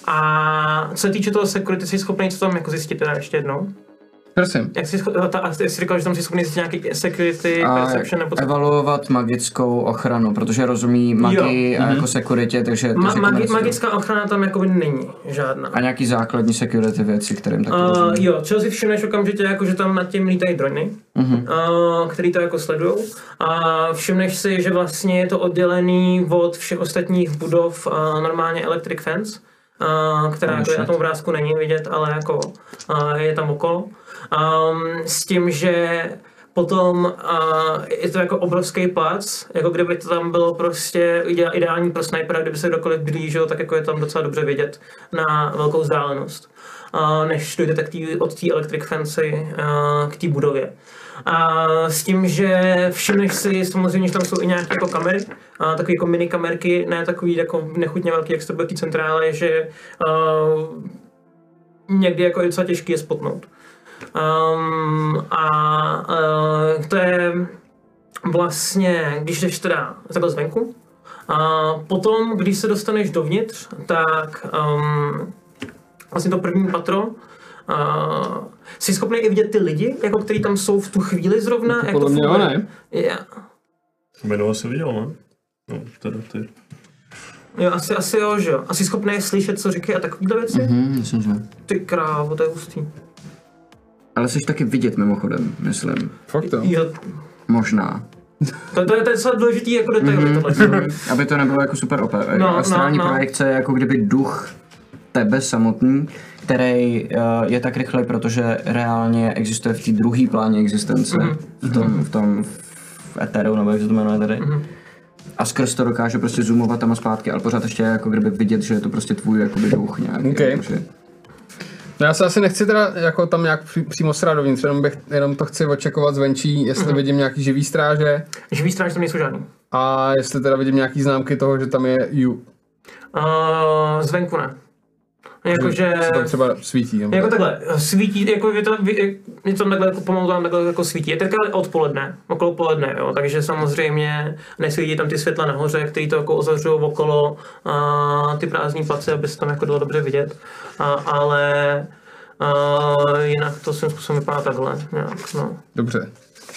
A co se týče toho security, jsi schopný co tam jako zjistit teda ještě jednou? Prosím. Jak jsi, ta, jsi říkal, že tam jsi schopný zjistit nějaký security, a perception nebo... evaluovat magickou ochranu, protože rozumí magii jo. a jako security, takže... Ma, magi, magická ochrana tam jakoby není žádná. A nějaký základní security věci, kterým taky uh, rozumí. Jo, čeho si všimneš okamžitě, jako, že tam nad tím lítají drony, uh-huh. uh, který to jako sledujou. A všimneš si, že vlastně je to oddělený od všech ostatních budov uh, normálně electric fence, uh, která oh, jako na tom obrázku není vidět, ale jako uh, je tam okolo. Um, s tím, že potom uh, je to jako obrovský plac, jako kdyby to tam bylo prostě ideální pro snajpera, kdyby se kdokoliv blížil, tak jako je tam docela dobře vidět na velkou vzdálenost, uh, než dojde tak tý, od té electric fence uh, k té budově. A s tím, že všimneš si samozřejmě, že tam jsou i nějaké jako kamery, a takové jako mini kamerky, ne takový jako nechutně velký, jak se to bylo v té centrále, že uh, někdy jako je docela těžké je spotnout. Um, a uh, to je vlastně, když jdeš teda takhle zvenku, a potom, když se dostaneš dovnitř, tak um, vlastně to první patro, uh, jsi schopný i vidět ty lidi, jako který tam jsou v tu chvíli zrovna, to jak podle to mě funguje. ne? Yeah. Jmenuje se viděl, ne? No, teda ty. Jo, asi, asi jo, že jo. Asi schopný slyšet, co říkají a takovýhle věci? Mhm, myslím, že. Ty krávo, to je hustý. Ale jsi taky vidět mimochodem, myslím. Fakt to? Jo. Možná. To, to, je, to je docela důležitý jako detail, mm-hmm. tohle. Aby to nebylo jako super O P. No, Astrální no, no. projekce je jako kdyby duch tebe samotný, který uh, je tak rychlej, protože reálně existuje v té druhé pláně existence, mm-hmm. v tom, v tom v eteru, nebo jak se to jmenuje tady. Mm-hmm. A skrz to dokáže prostě zoomovat tam a zpátky, ale pořád ještě jako kdyby vidět, že je to prostě tvůj jakoby duch nějaký. Okay. Jakože... No já se asi nechci teda jako tam nějak přímo srát dovnitř, jenom, bych, jenom to chci očekovat zvenčí, jestli mm-hmm. vidím nějaký živý stráže. Živý stráže tam nejsou žádný. A jestli teda vidím nějaký známky toho, že tam je U. Uh, zvenku ne. Jakože... Se tam třeba svítí. Nebo jako takhle, svítí, jako je to, je to takhle, jako pomalu tam takhle jako svítí. Je teďka odpoledne, okolo poledne, jo, takže samozřejmě nesvítí tam ty světla nahoře, které to jako ozařují okolo a, ty prázdní place, aby se tam jako dalo dobře vidět, a, ale a, jinak to svým způsobem vypadá takhle, nějak, no. Dobře.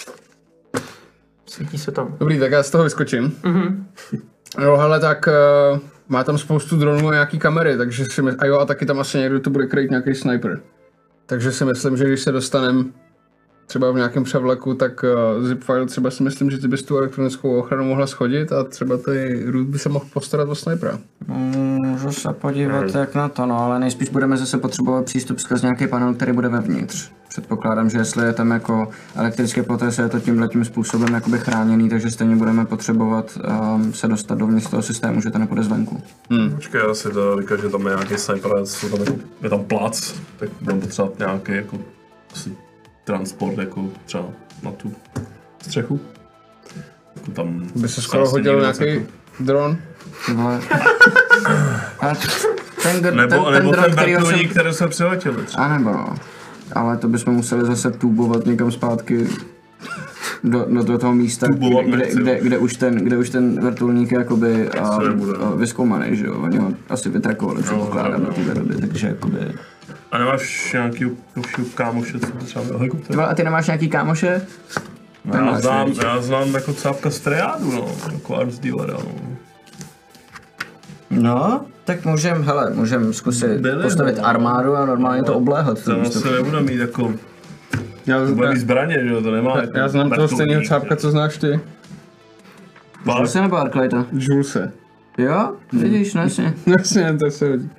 Svítí se tam. Dobrý, tak já z toho vyskočím. Mhm. Jo, hele, tak uh, má tam spoustu dronů a nějaký kamery, takže si my... A jo, a taky tam asi někdo to bude krýt nějaký sniper. Takže si myslím, že když se dostanem třeba v nějakém převleku, tak uh, Zipfile třeba si myslím, že ty bys tu elektronickou ochranu mohla schodit a třeba ty Root by se mohl postarat o snipera. Můžu se podívat hmm. jak na to, no, ale nejspíš budeme zase potřebovat přístup skrz nějaký panel, který bude vevnitř. Předpokládám, že jestli je tam jako elektrický plotes, je to tímhletím způsobem jakoby chráněný, takže stejně budeme potřebovat um, se dostat dovnitř toho systému, že to nepůjde zvenku. Hmm. Počkej, já si to říkám, že tam je nějaký sniper, tam jako, je tam plac, tak budeme potřebovat nějaký jako asi transport jako třeba na tu střechu. Jako tam by se skoro hodil nějaký jako... dron. A ten, ten, nebo ten, nebo ten, ten dron, vrtulník, jsem... který jsme přiletěli. A nebo no. Ale to bychom museli zase tubovat někam zpátky do, do, do toho místa, kde, kde, kde, kde, už ten, kde už ten vrtulník je jakoby a, a vyzkoumaný, že jo? Oni ho asi vytrakovali, předpokládám, do té doby, takže jakoby... A nemáš nějaký kámoše, co to třeba helikopter? A ty nemáš nějaký kámoše? Já znám, já znám jako cápka z Triádu, no, jako arms dealera, no. No, tak můžem, hele, můžem zkusit Byli, postavit no. armádu a normálně to obléhat. To asi nebude mít jako, Já, to bude já, mít zbraně, že jo, to nemá já, jako já znám toho vrtulník, stejného cápka, že? co znáš ty. Fakt? Julese nebo Arklejta? Julese. Jo? Vidíš, no jasně. Jasně, to se hodí.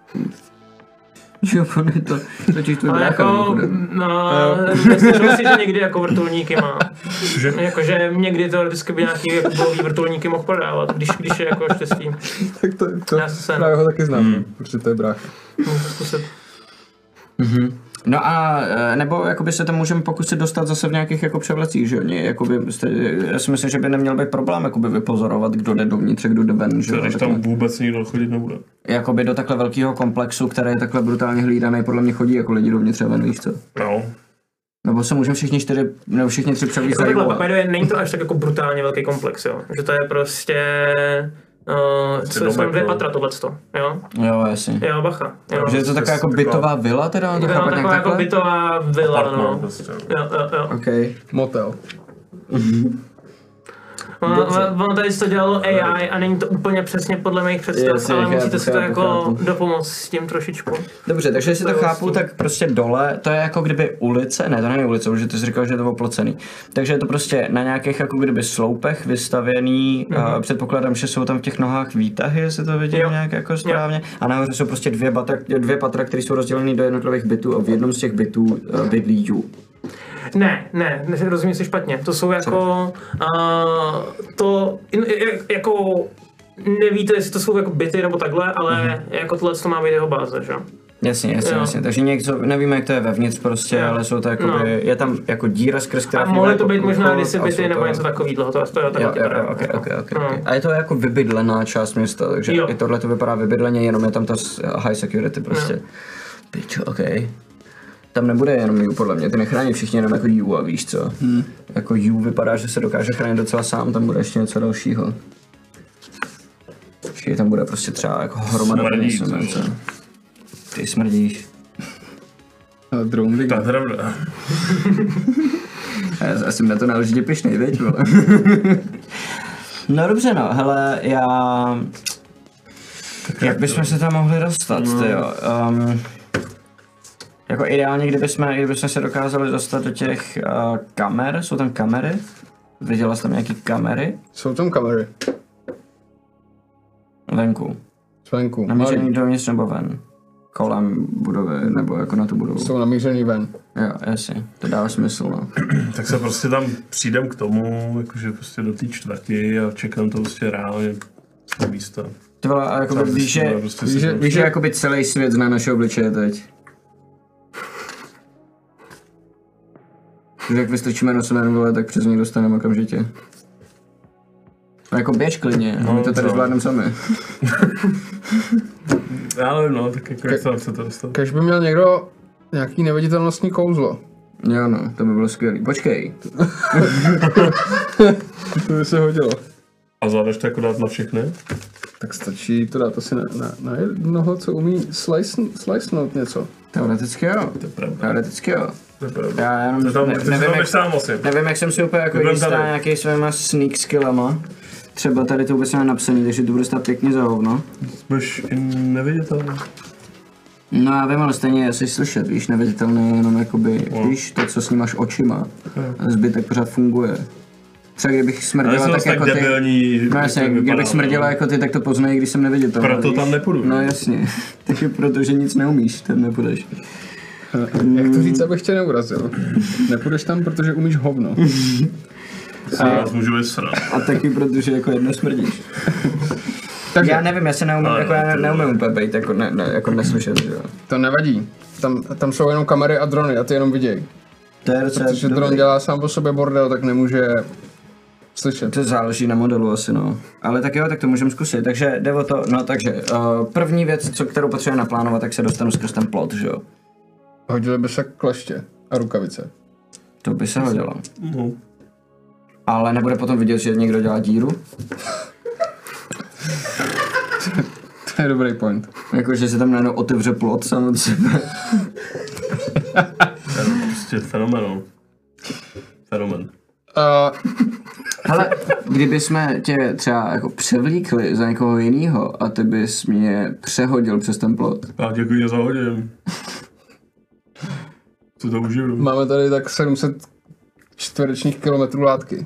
Jo, on je to, totiž tvůj Ale brácha jako, mimochodem. no, myslím si, že někdy jako vrtulníky má. Jakože někdy teoreticky by nějaký jako bolový vrtulníky mohl prodávat, když, když je jako štěstí. Tak to, to Já se právě ho taky znám, mm. protože to je brácha. Můžu zkusit. Mhm. No a e, nebo jakoby se tam můžeme pokusit dostat zase v nějakých jako převlecích, že jo? Ně- Jakoby, jste, já si myslím, že by neměl být problém jakoby vypozorovat, kdo jde dovnitř, kdo jde ven, že jo? Když Takhle. tam vůbec nikdo chodit nebude. Jakoby do takhle velkého komplexu, který je takhle brutálně hlídaný, podle mě chodí jako lidi dovnitř a ven, víš co? No. Nebo se můžeme všichni čtyři, nebo všichni tři převlít Jako za takhle, Jula. by the way, není to až tak jako brutálně velký komplex, jo. Že to je prostě... Uh, co domek, jsou dvě no. patra tohleto, jo? Jo, jasně. Jo, bacha. Jo. Že je to taková jako bytová vila teda? To Je to chápat nějak taková jako takhle? bytová vila, Apartman no. prostě. Jo, jo, jo. OK. Motel. Ono, ono tady to dělalo A I a není to úplně přesně podle mých představ, Jasně, ale chápu, musíte si to chápu, jako chápu. dopomoct s tím trošičku. Dobře, takže jestli to To je chápu, vlastně- tak prostě dole, to je jako kdyby ulice, ne, to není ulice, protože ty jsi říkal, že je to oplocený. Takže je to prostě na nějakých jako kdyby sloupech vystavěný, mm-hmm. a předpokládám, že jsou tam v těch nohách výtahy, jestli to vidím Jo. nějak jako správně. A nahoře jsou prostě dvě, batra, dvě patra, které jsou rozdělené do jednotlivých bytů a v jednom z těch bytů uh, bydlí Ju. Ne, ne, ne, rozumím si špatně. To jsou jako, uh, to, in, jak- jako, nevíte, jestli to jsou jako byty nebo takhle, ale mm-hmm. jako tohle to má být jeho báze, že? Jasně, jasně, Jo. jasně. Takže něco, nevíme, jak to je vevnitř prostě, Jo. ale jsou to jakoby, No. je tam jako díra skrz která A funguje mohly to jako být možná průchod kdysi a byty jsou nebo to- něco takového, to, to je Jo, takhle jo, vypadá. jo, okay, okay, okay, No. okay. A je to jako vybydlená část města, takže Jo. i tohle to vypadá vybydleně, jenom je tam ta s- high security prostě. Pičo, ok. Tam nebude jenom Ju, podle mě, ty nechrání všichni jenom jako Ju a víš co. Hmm. Jako Ju vypadá, že se dokáže chránit docela sám, tam bude ještě něco dalšího. Ještě tam bude prostě třeba jako hromada Smrdí, peněz, nebo což- něco. Ty smrdíš. A drone To digger. je pravda. Já, já jsem na to náležitě pyšnej, viď, vole. No dobře no, hele, já... Jak bychom se tam mohli dostat, no. tyjo? Um, jako ideálně, kdybychom, kdybychom se dokázali dostat do těch uh, kamer, jsou tam kamery? Viděla jsi tam nějaký kamery? Jsou tam kamery. Venku. Zvenku. Namířený Malý. dovnitř nebo ven? Kolem budovy, nebo jako na tu budovu? Jsou namířený ven. Jo, jasně, to dává smysl, no. Tak se prostě tam přijdem k tomu, jakože prostě do té čtvrti a čekám to prostě reálně z toho místa. Ty vole, a jako Tam víš, že, prostě víš, si že- to- víš, že jakoby celý svět zná naše obličeje teď. Takže jak vystrčíme nosem jen, vole, tak přes něj dostaneme okamžitě. No jako běž klidně, no, my to tady co? zvládneme sami. Já nevím, no, tak jako jak se tam chcete dostat. Kež by měl někdo nějaký neviditelnostní kouzlo. Jo no, to by bylo skvělý. Počkej. To by se hodilo. A zvládneš to jako dát na všechny? Tak stačí to dát asi na, na, na jednoho, co umí slice, slicenout něco. Teoreticky jo. To je pravda. Teoreticky jo. To je pravda. Já jenom Ty tam, ne, ty si nevím, tam jak, jdeš sám asi. nevím, jak jsem si úplně jako Budem jistá tady. nějaký svýma sneak skillama. Třeba tady to vůbec nemám napsaný, takže to bude stát pěkně za hovno. Budeš i neviditelný. No já vím, ale stejně jsi slyšet, víš, neviditelný je jenom jakoby, No. víš, to, co snímáš očima. A zbytek pořád funguje. Třeba kdybych Ale smrděla jsem tak tak jako ty, debilní. no jasně, jak to kdybych vypadá, smrděla no. jako ty, tak to poznají, když jsem neviditelný. Proto víš? tam nepůjdu. No jasně, takže protože nic neumíš, tam nepůjdeš. Jak to říct, abych tě neurazil? Nepůjdeš tam, protože umíš hovno. Si vás můžu vysrat. A taky protože jako jedno smrdíš. Takže Já nevím, já se neumím, Ale jako já ne, to- neumím úplně být, jako, ne, ne, jako neslyšet, že jo. to nevadí. Tam, tam jsou jenom kamery a drony a ty jenom viděj. To je docela Protože dobrý. dron dělá sám po sobě bordel, tak nemůže slyšet. To záleží na modelu asi, no. Ale tak jo, tak to můžeme zkusit. Takže jde o to, no takže, uh, první věc, co, kterou potřebujeme naplánovat, tak se dostanu skrz ten plot, že jo. Hodili by se kleště a rukavice. To by se hodilo. No. Ale nebude potom vidět, že někdo dělá díru. To je dobrý point. Jako, že se tam najednou otevře plot sám od sebe. To je prostě fenomen, no. Fenomen. A Hele, kdyby jsme tě třeba jako převlíkli za někoho jiného a ty bys mě přehodil přes ten plot. Já děkuji za hodím. Co to užiju? máme tady tak sedm set čtverečních kilometrů látky.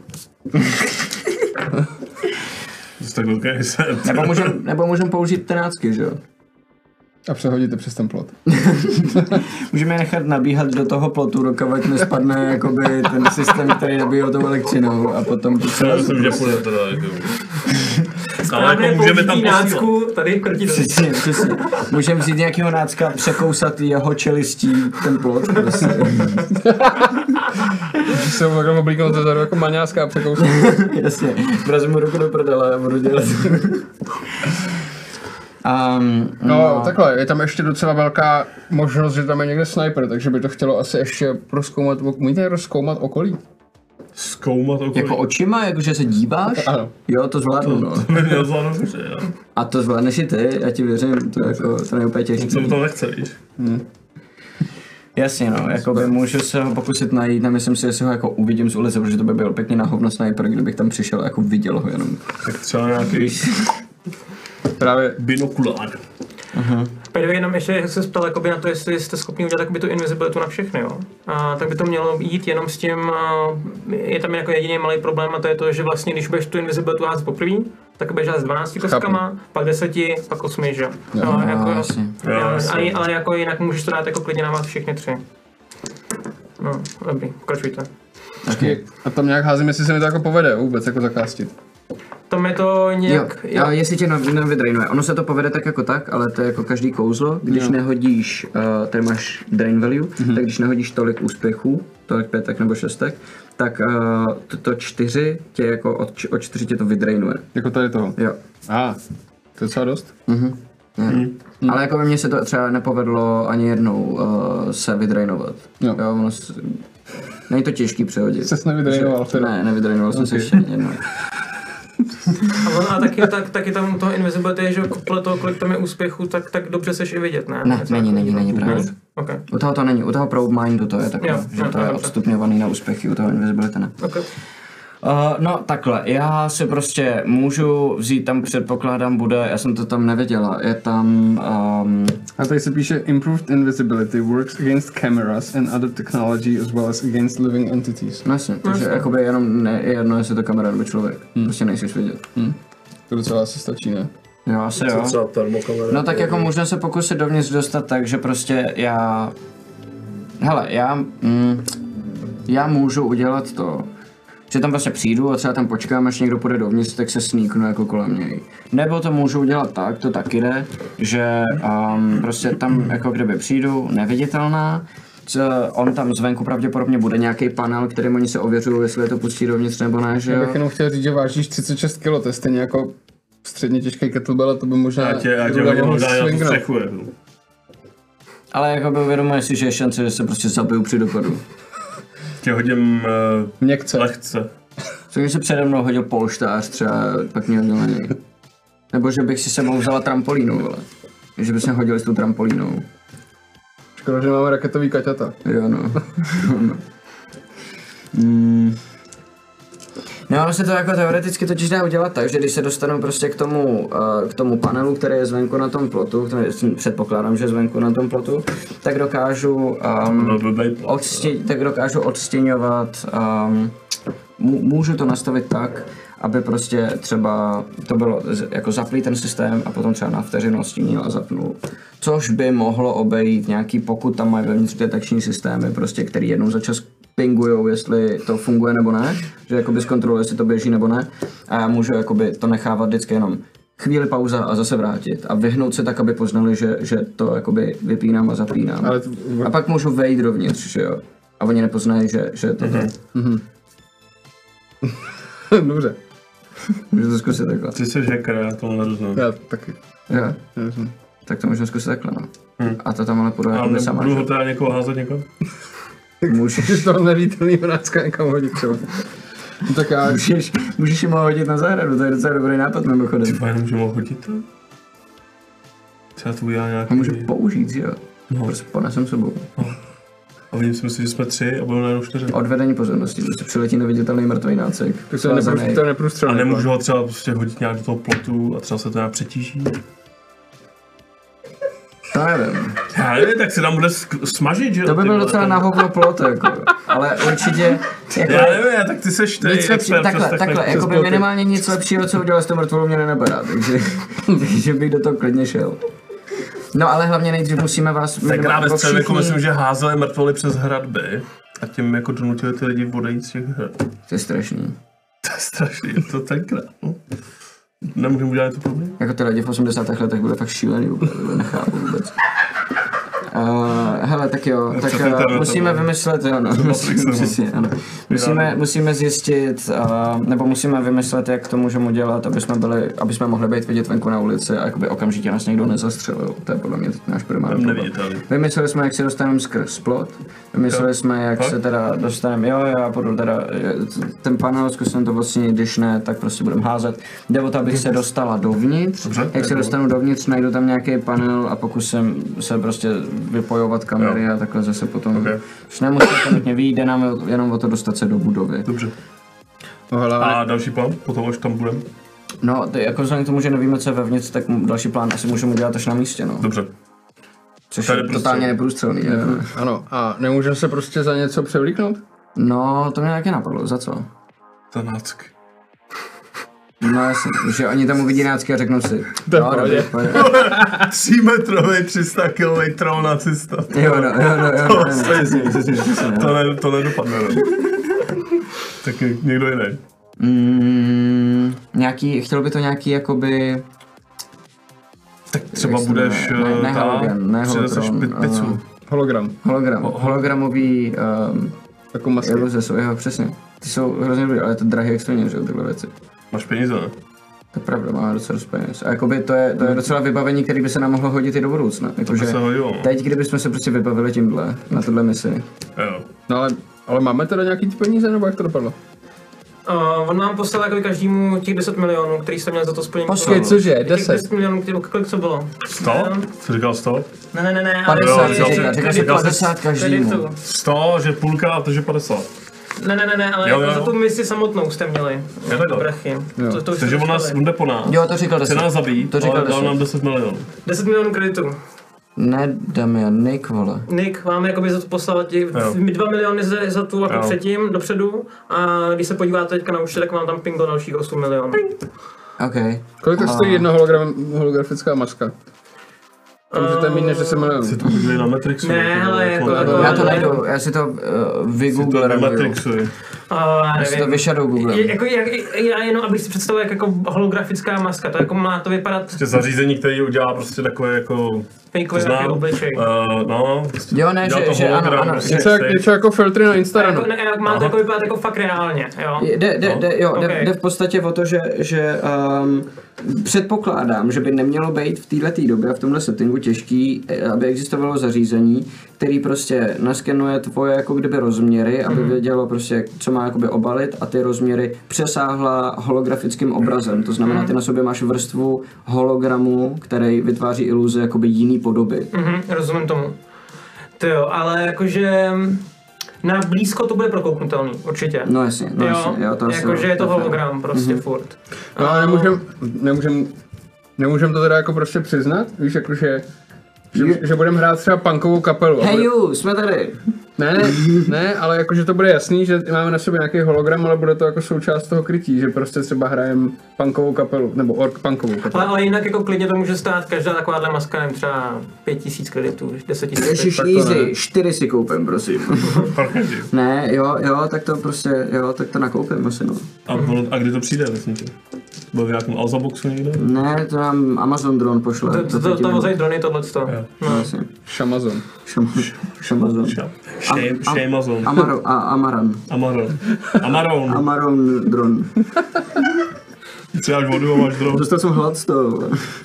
Jsi tak velký set. Nebo můžem, nebo můžem použít tenácky, že jo? A přehodíte přes ten plot. Můžeme je nechat nabíhat do toho plotu, dokud nespadne jakoby ten systém, který nabíjí tou elektřinou a potom... Já myslím, že půjde teda. Jako. Ale Správně jako můžeme tam použití posílat. nácku, tady krtí do. Přesně, přesně. Můžeme vzít nějakého nácka, překousat jeho čelistí ten plot. Prostě. Když se mu takhle oblíknout zezadu jako maňáská a překousnout. Jasně, vrazím mu ruku do prdele a budu dělat. Um, No, no, takhle, je tam ještě docela velká možnost, že tam je někde sniper, takže by to chtělo asi ještě prozkoumat, můžete rozkoumat okolí? Zkoumat okolí. Jako očima, jakože se díváš? Ano. Jo, to zvládnu, no. To by měl zvládnout dobře, jo. A to zvládneš i ty, já ti věřím, to, jako, to není úplně těžké. Co to nechce, víš? Jasně no, jakoby můžu se ho pokusit najít, nemyslím si, jestli ho jako uvidím z ulice, protože to by byl pěkně na hovno sniper, kdybych tam přišel a jako viděl ho jenom. Tak třeba nějaký Právě binokulár. Pejde jenom ještě, jak se ptal jakoby na to, jestli jste schopni udělat jakoby tu invisibilitu na všechny, jo. A tak by to mělo jít jenom s tím, a je tam jako jediný malý problém a to je to, že vlastně když budeš tu invisibilitu házet poprvé, tak budeš házet dvanácti kostkama, pak deseti, pak osmi, že jo. No, jako, jasně. Jo, jasně. ale, ale jako jinak můžeš to dát jako klidně na vás všechny tři. No, dobrý, pokračujte. okay. A tam nějak házím, jestli se mi to jako povede vůbec jako zakástit. Tam je to nějak... Jo, jo. jestli tě nevydrainuje. Ono se to povede tak jako tak, ale to je jako každý kouzlo. Když Jo. nehodíš, uh, tady máš drain value, mm-hmm. tak když nehodíš tolik úspěchů, tolik pětek nebo šestek, tak uh, to, to čtyři tě jako od, č- od čtyři tě to vydrainuje. Jako tady toho. Jo. A, ah, to je docela dost. Mhm. Mm. Ale jako by mně se to třeba nepovedlo ani jednou uh, se vydrainovat. Jo. Jo, ono s... Není to těžký přehodit. Jsi nevydrainoval Že- teda. Ne, nevydrainoval jsem se Ok. ještě ani jednou. A, on, a taky, tak, taky tam u toho invisibility je, že podle toho, kolik tam je úspěchu, tak, tak dobře seš i vidět, ne? Ne, Něco není, jako- není, není právě. Ne? Okay. U toho to není, u toho Proud Mindu to je takhle, Jo, že jo, to je dobře. odstupňovaný na úspěchy, u toho Invisibility ne. Okay. Uh, no takhle, já si prostě můžu vzít tam, předpokládám, bude, já jsem to tam nevěděla, je tam, um, A tady se píše Improved Invisibility works against cameras and other technology as well as against living entities. no jasně, takže Jasně. jakoby jenom ne, je jedno, jestli je to kamera nebo člověk, Hmm. prostě nejsiš vidět. To docela asi stačí, ne? Jo, asi Co jo. třeba termokamera. No tak jako možná se pokusit dovnitř dostat tak, že prostě já, hele, já, mm, já můžu udělat to, že tam prostě přijdu a třeba tam počkám, až někdo půjde dovnitř, tak se sníknu jako kolem něj. Nebo to můžu udělat tak, to taky jde, že um, prostě tam jako kdyby přijdu, neviditelná, co, on tam zvenku pravděpodobně bude nějaký panel, kterým oni se ověřují, jestli je to pustí dovnitř nebo ne, že Já jo? bych jenom chtěl říct, že vážíš třicet šest kilo, to je stejně jako středně těžký kettlebell a to by možná... Já tě, já tě Ruda hodím mohl možná na tu swingnout. střechu, jako. Ale jakoby uvědomuje si, že je šance, že se prostě zabiju při dopadu. Tě hodím uh, Měkce. lehce. Co když se přede mnou hodil polštář třeba, pak mě hodil na něj. Nebo že bych si sebou vzala trampolínu, vole. Že bych se hodil s tou trampolínou. Škoda, že máme raketový kaťata. Jo no. no. Mm. No ale se to jako teoreticky totiž dá udělat tak, že když se dostanu prostě k tomu, uh, k tomu panelu, který je zvenku na tom plotu, který předpokládám, že je zvenku na tom plotu, tak dokážu um, No, blbej plot. Odstěň, tak dokážu odstěňovat, um, můžu to nastavit tak, aby prostě třeba to bylo z- jako zaplý ten systém a potom třeba na vteřinu odstínil a zapnul. Což by mohlo obejít nějaký, pokud tam mají vevnitř detekční systémy, prostě, který jednou za čas pingujou, jestli to funguje nebo ne, že jakoby zkontroluje, jestli to běží nebo ne. A já můžu jakoby to nechávat vždycky jenom chvíli pauza a zase vrátit a vyhnout se tak, aby poznali, že, že to jakoby vypínám a zapínám. Ale to, A pak můžu vejít dovnitř, že jo? A oni nepoznají, že, že to mm-hmm. dobře, Můžu to zkusit takhle. Ty jsi hacker, já to nerozumím. já taky. Jo, Nerozumím. tak to můžu zkusit takhle, no. Hm. A to tam ale půjde A jako sama, nebudu že? ho teda někoho házet někam? Můžeš, Když toho nevítelný vrácka někam hodit třeba. No tak já, můžeš, můžeš jim ho hodit na zahradu, to je docela dobrý nápad mimochodem. Ty jenom můžu ho hodit to? Třeba to udělá nějaký... Ho můžu použít, že jo? No. Prostě ponesem sebou. A oni si myslí, že jsme tři a budeme najednou čtyři. Odvedení pozornosti, prostě přiletí neviditelný mrtvý nácek. To je neprůstřelný. To je neprůstřelný. A nemůžu ho třeba prostě hodit nějak do toho plotu a třeba se to nějak přetíží? To nevím. Já nevím, tak se tam bude smažit, že jo? To by byl docela na hovno plot, jako. Ale určitě... Jako, já nevím, tak ty seš ty expert. Takhle, takhle, jako by minimálně nic lepšího, co udělal s tou mrtvou, mě nenapadá, takže, takže bych do toho klidně šel. No ale hlavně nejdřív musíme vás... Tak já ve středověku myslím, že házeli mrtvoly přes hradby a tím jako donutili ty lidi odejít z těch hrad. To je strašný. To je strašný, je to tenkrát, no. Nemůžeme udělat to problém? Jako ty lidi v osmdesátých letech byly fakt šílený vůbec, nechápu vůbec. Uh, hele, tak jo, tak uh, musíme vymyslet, jo, no, musíme, přesně, ano. Musíme, musíme zjistit, uh, nebo musíme vymyslet, jak to můžeme udělat, aby jsme byli, aby jsme mohli být vidět venku na ulici a jakoby okamžitě nás někdo nezastřelil. To je podle mě teď náš primární problém. Vymysleli jsme, jak se dostaneme skrz plot, vymysleli jo. jsme, jak ha? se teda dostaneme, jo, já půjdu teda, ten panel, zkusím to vlastně, když ne, tak prostě budeme házet. Jde o to, abych se dostala dovnitř, dobře, jak se dostanu dovnitř, najdu tam nějaký panel a pokusím se prostě vypojovat kamery jo. a takhle zase potom. Okay. Už nemusí to nutně vyjít, jde nám jenom o to dostat se do budovy. Dobře. No, a další plán? Potom až tam budeme? No, ty, jako vzhledem k tomu, že nevíme, co je vevnitř, tak další plán asi můžeme udělat až na místě, no. Dobře. Což je totálně neprůstřelný. Ne, ne. Ano, a nemůžeme se prostě za něco převlíknout? No, to mě taky napadlo, za co? Za nácky. No jasně, že oni tam uvidí nácky a řeknou si. To no, je Třímetrový, tři sta kilový trol nacista. Jo, no, jo, no, jo, no, to, ne, to nedopadne, no. Tak někdo jiný. Mm, nějaký, chtěl by to nějaký jakoby... Tak třeba budeš... Ne, ne hologram, ne hologram. Pizzu. Hologram. Hologram, hologramový... Um, jako masky. Iluze jsou, jo, přesně. Ty jsou hrozně dobrý, ale je to drahý extrémně, že jo, tyhle věci. Máš peníze, ne? To je pravda, máme docela dost peněz. A jakoby to je, to je docela vybavení, který by se nám mohlo hodit i do budoucna. Jakože teď, kdybychom se prostě vybavili tímhle, na tuhle misi. Jo. No ale, ale máme teda nějaký ty peníze, nebo jak to dopadlo? Uh, on nám poslal jako každému těch deset milionů, který jste měl za to splnit. Počkej, cože? deset? deset milionů, který, kolik to bylo? sto? Jsi říkal sto? Ne, ne, ne, ne. padesát, jo, říkal, říkal jsi padesát každému. sto, že půlka a to, že padesát. Ne, ne, ne, ne, ale jo, jo. za tu misi samotnou jste měli. Je to brachy. To, to Takže on nás jde po nás. Jo, to říkal deset. Chce nás zabít, to říkal ale dal nám deset milionů. deset milionů kreditu. Ne, Damian, Nick, vole. Nick, máme jakoby za to poslat těch dva miliony za, za tu jako předtím, dopředu. A když se podíváte teďka na účet, tak mám tam pinglo dalších osm milionů. OK. Kolik to stojí jedna hologram, holografická maska? To můžete mít, než deset milionů. Si to viděli na Matrixu. Ne, ale jako... Já to najdu, já si to uh, vygooglím. Na Matrixu. Uh, já si to vyšadou Google. Jako, jak, já jenom, abych si představil, jak jako holografická maska, to jako má to vypadat... Prostě zařízení, který udělá prostě takové jako... Fejkový obličej. Uh, no, prostě jo, ne, že, že ano, ano. Prostě něco, jak, něco jako filtry na Instagramu. Jako, ne, má to jako vypadat jako fakt reálně, jo. Jde, jde, jde, jo, okay. jde, jde v podstatě o to, že, že um, předpokládám, že by nemělo být v této době, v tomhle settingu těžký, aby existovalo zařízení, který prostě naskenuje tvoje jako kdyby rozměry, aby mm. vědělo prostě, co má jakoby obalit a ty rozměry přesáhla holografickým obrazem. To znamená, ty na sobě máš vrstvu hologramu, který vytváří iluze jakoby jiný podoby. Mhm, rozumím tomu. To jo, ale jakože na blízko to bude prokouknutelný, určitě. No jasně, no jasně. Jo, jo, to jakože je to hologram prostě mm-hmm. furt. No ale nemůžem, nemůžem, nemůžem to teda jako prostě přiznat, víš, jakože Že, že budeme hrát třeba punkovou kapelu. Hej ju, jsme tady. Ne, ne, ne, ale jakože to bude jasný, že máme na sobě nějaký hologram, ale bude to jako součást toho krytí, že prostě třeba hrajeme punkovou kapelu, nebo ork punkovou kapelu. Ale, ale jinak jako klidně to může stát každá takováhle maska, nevím, třeba pět tisíc kreditů, deset tisíc. Ježiš, easy, čtyři si koupím, prosím. Ne, jo, jo, tak to prostě, jo, tak to nakoupím asi, no. A, a kdy to přijde vlastně? Byl v nějakém Alzaboxu někde? Ne, to nám Amazon dron pošle. To, to, to, to vozejí drony tohleto. No, asi. Šamazon. Šamazon. Šamazon. Amaron. Amaran. Amaron. Amaron. Amaron dron. Si dáš vodu a máš dron. Dostal jsem hlad z toho.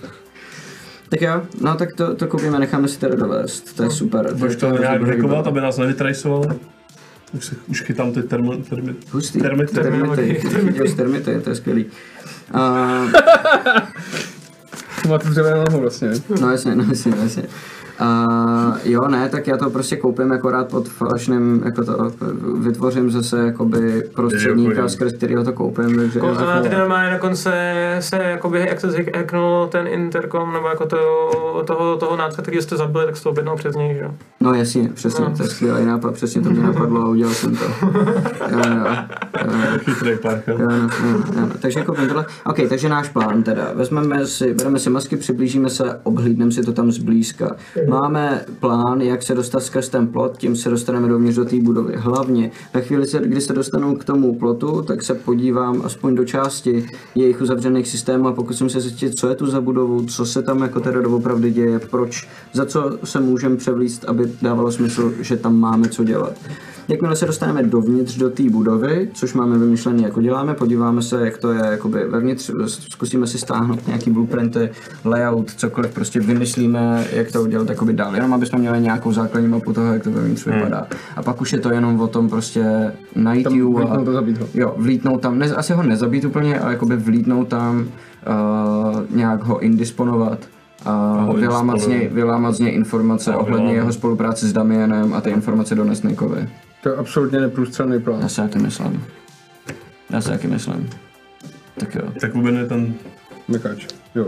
Tak jo, no tak to, to koupíme, necháme si tady dovést, to je super. Můžeš to nějak hackovat, aby nás nevytrajsovali? Už, se, už chytám ty termo, termi, Hustý. termity. Termity, termity, termity, to je skvělý. Uh, Má tu dřevěnou nohu vlastně. No jasně, no jasně, no jasně. Uh, jo, ne, tak já to prostě koupím akorát pod falešným, jako to, vytvořím zase jakoby prostředníka, skrz kterýho to koupím, takže... Ko, a ty normálně dokonce se, jakoby, jak to řík, hacknul ten interkom, nebo jako to, toho, toho nátka, který jste zabili, tak jste to objednal přes něj, že jo? No jasně, přesně, no. To je skvělý nápad, přesně to mě napadlo a udělal jsem to. Jo, jo, jo. Chytrý parka. Jo, no, no, no. Takže koupím tohle. OK, takže náš plán teda, vezmeme si, bereme si masky, přiblížíme se, obhlídneme si to tam zblízka. Máme plán, jak se dostat skrz ten plot, tím se dostaneme dovnitř do té budovy. Hlavně, ve chvíli, se, kdy se dostanu k tomu plotu, tak se podívám aspoň do části jejich uzavřených systémů a pokusím se zjistit, co je tu za budovu, co se tam jako teda doopravdy děje, proč, za co se můžeme převlíct, aby dávalo smysl, že tam máme co dělat. Jakmile se dostaneme dovnitř do té budovy, což máme vymyšlené, jako děláme, podíváme se, jak to je jakoby vevnitř, zkusíme si stáhnout nějaký blueprinty, layout, cokoliv, prostě vymyslíme, jak to udělat jakoby dál, jenom aby jsme měli nějakou základní mapu toho, jak to vevnitř hmm. vypadá. A pak už je to jenom o tom prostě najít tam you a to zabít ho. Jo, vlítnout tam, ne, asi ho nezabít úplně, ale jakoby vlítnout tam, uh, nějak ho indisponovat. A vylámat z, něj, vylámat z něj informace no, ohledně jeho spolupráce s Damienem a ty informace do Nesnikovi. To je absolutně neprůstřelný plán. Já se taky myslím. Já se taky myslím. Tak jo. Tak vůbec ten... Mykač, jo.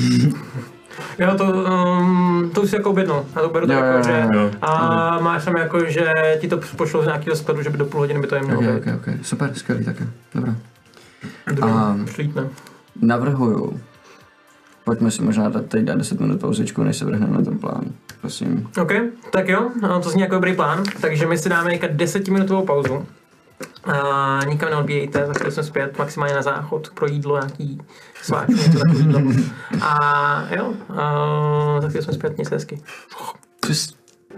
Jo, to, um, to už si jako objednul. Já to beru to jo, jako, jo, že... jo, jo. A máš tam jako, že ti to pošlo z nějakého skladu, že by do půl hodiny by to jim mělo okay, být. Okay, okay. Super, skvělý také. Dobrá. Um, Šlítne. Navrhuju. Pojďme si možná dát teď dát deset minut pauzičku, než se vrhneme na ten plán. Prosím. OK, tak jo, no, to zní jako dobrý plán, takže my si dáme nějaká desetiminutovou pauzu. A nikam neodbíjejte, za chvíli jsme zpět, maximálně na záchod, pro jídlo, nějaký sváčku, něco takového. A jo, a za chvíli jsme zpět, nic hezky. Čus.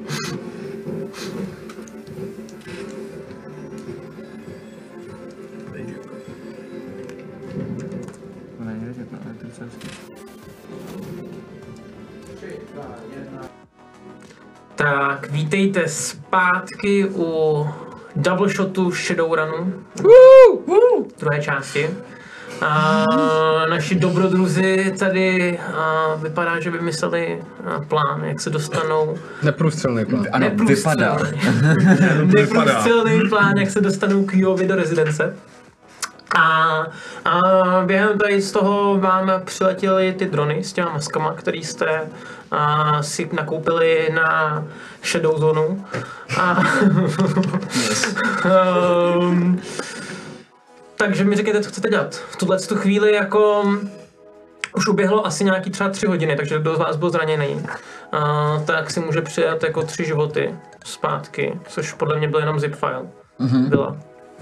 Tak, vítejte zpátky u Double Shotu Shadowrunu, druhé části. A naši dobrodruzi tady a vypadá, že vymysleli plán, jak se dostanou... Neprůstřelný plán. Ano, vypadá. Neprůstřelný plán, jak se dostanou k Jovi do rezidence. A, a během tady z toho vám přiletěly ty drony s těma maskama, který jste a, si nakoupili na Shadow Zonu. A, yes. um, takže mi řekněte, co chcete dělat. V tuhle tu chvíli jako už uběhlo asi nějaký třeba tři hodiny, takže kdo z vás byl zraněný, uh, tak si může přijet jako tři životy zpátky, což podle mě byl jenom zip file. Mm-hmm. Byla.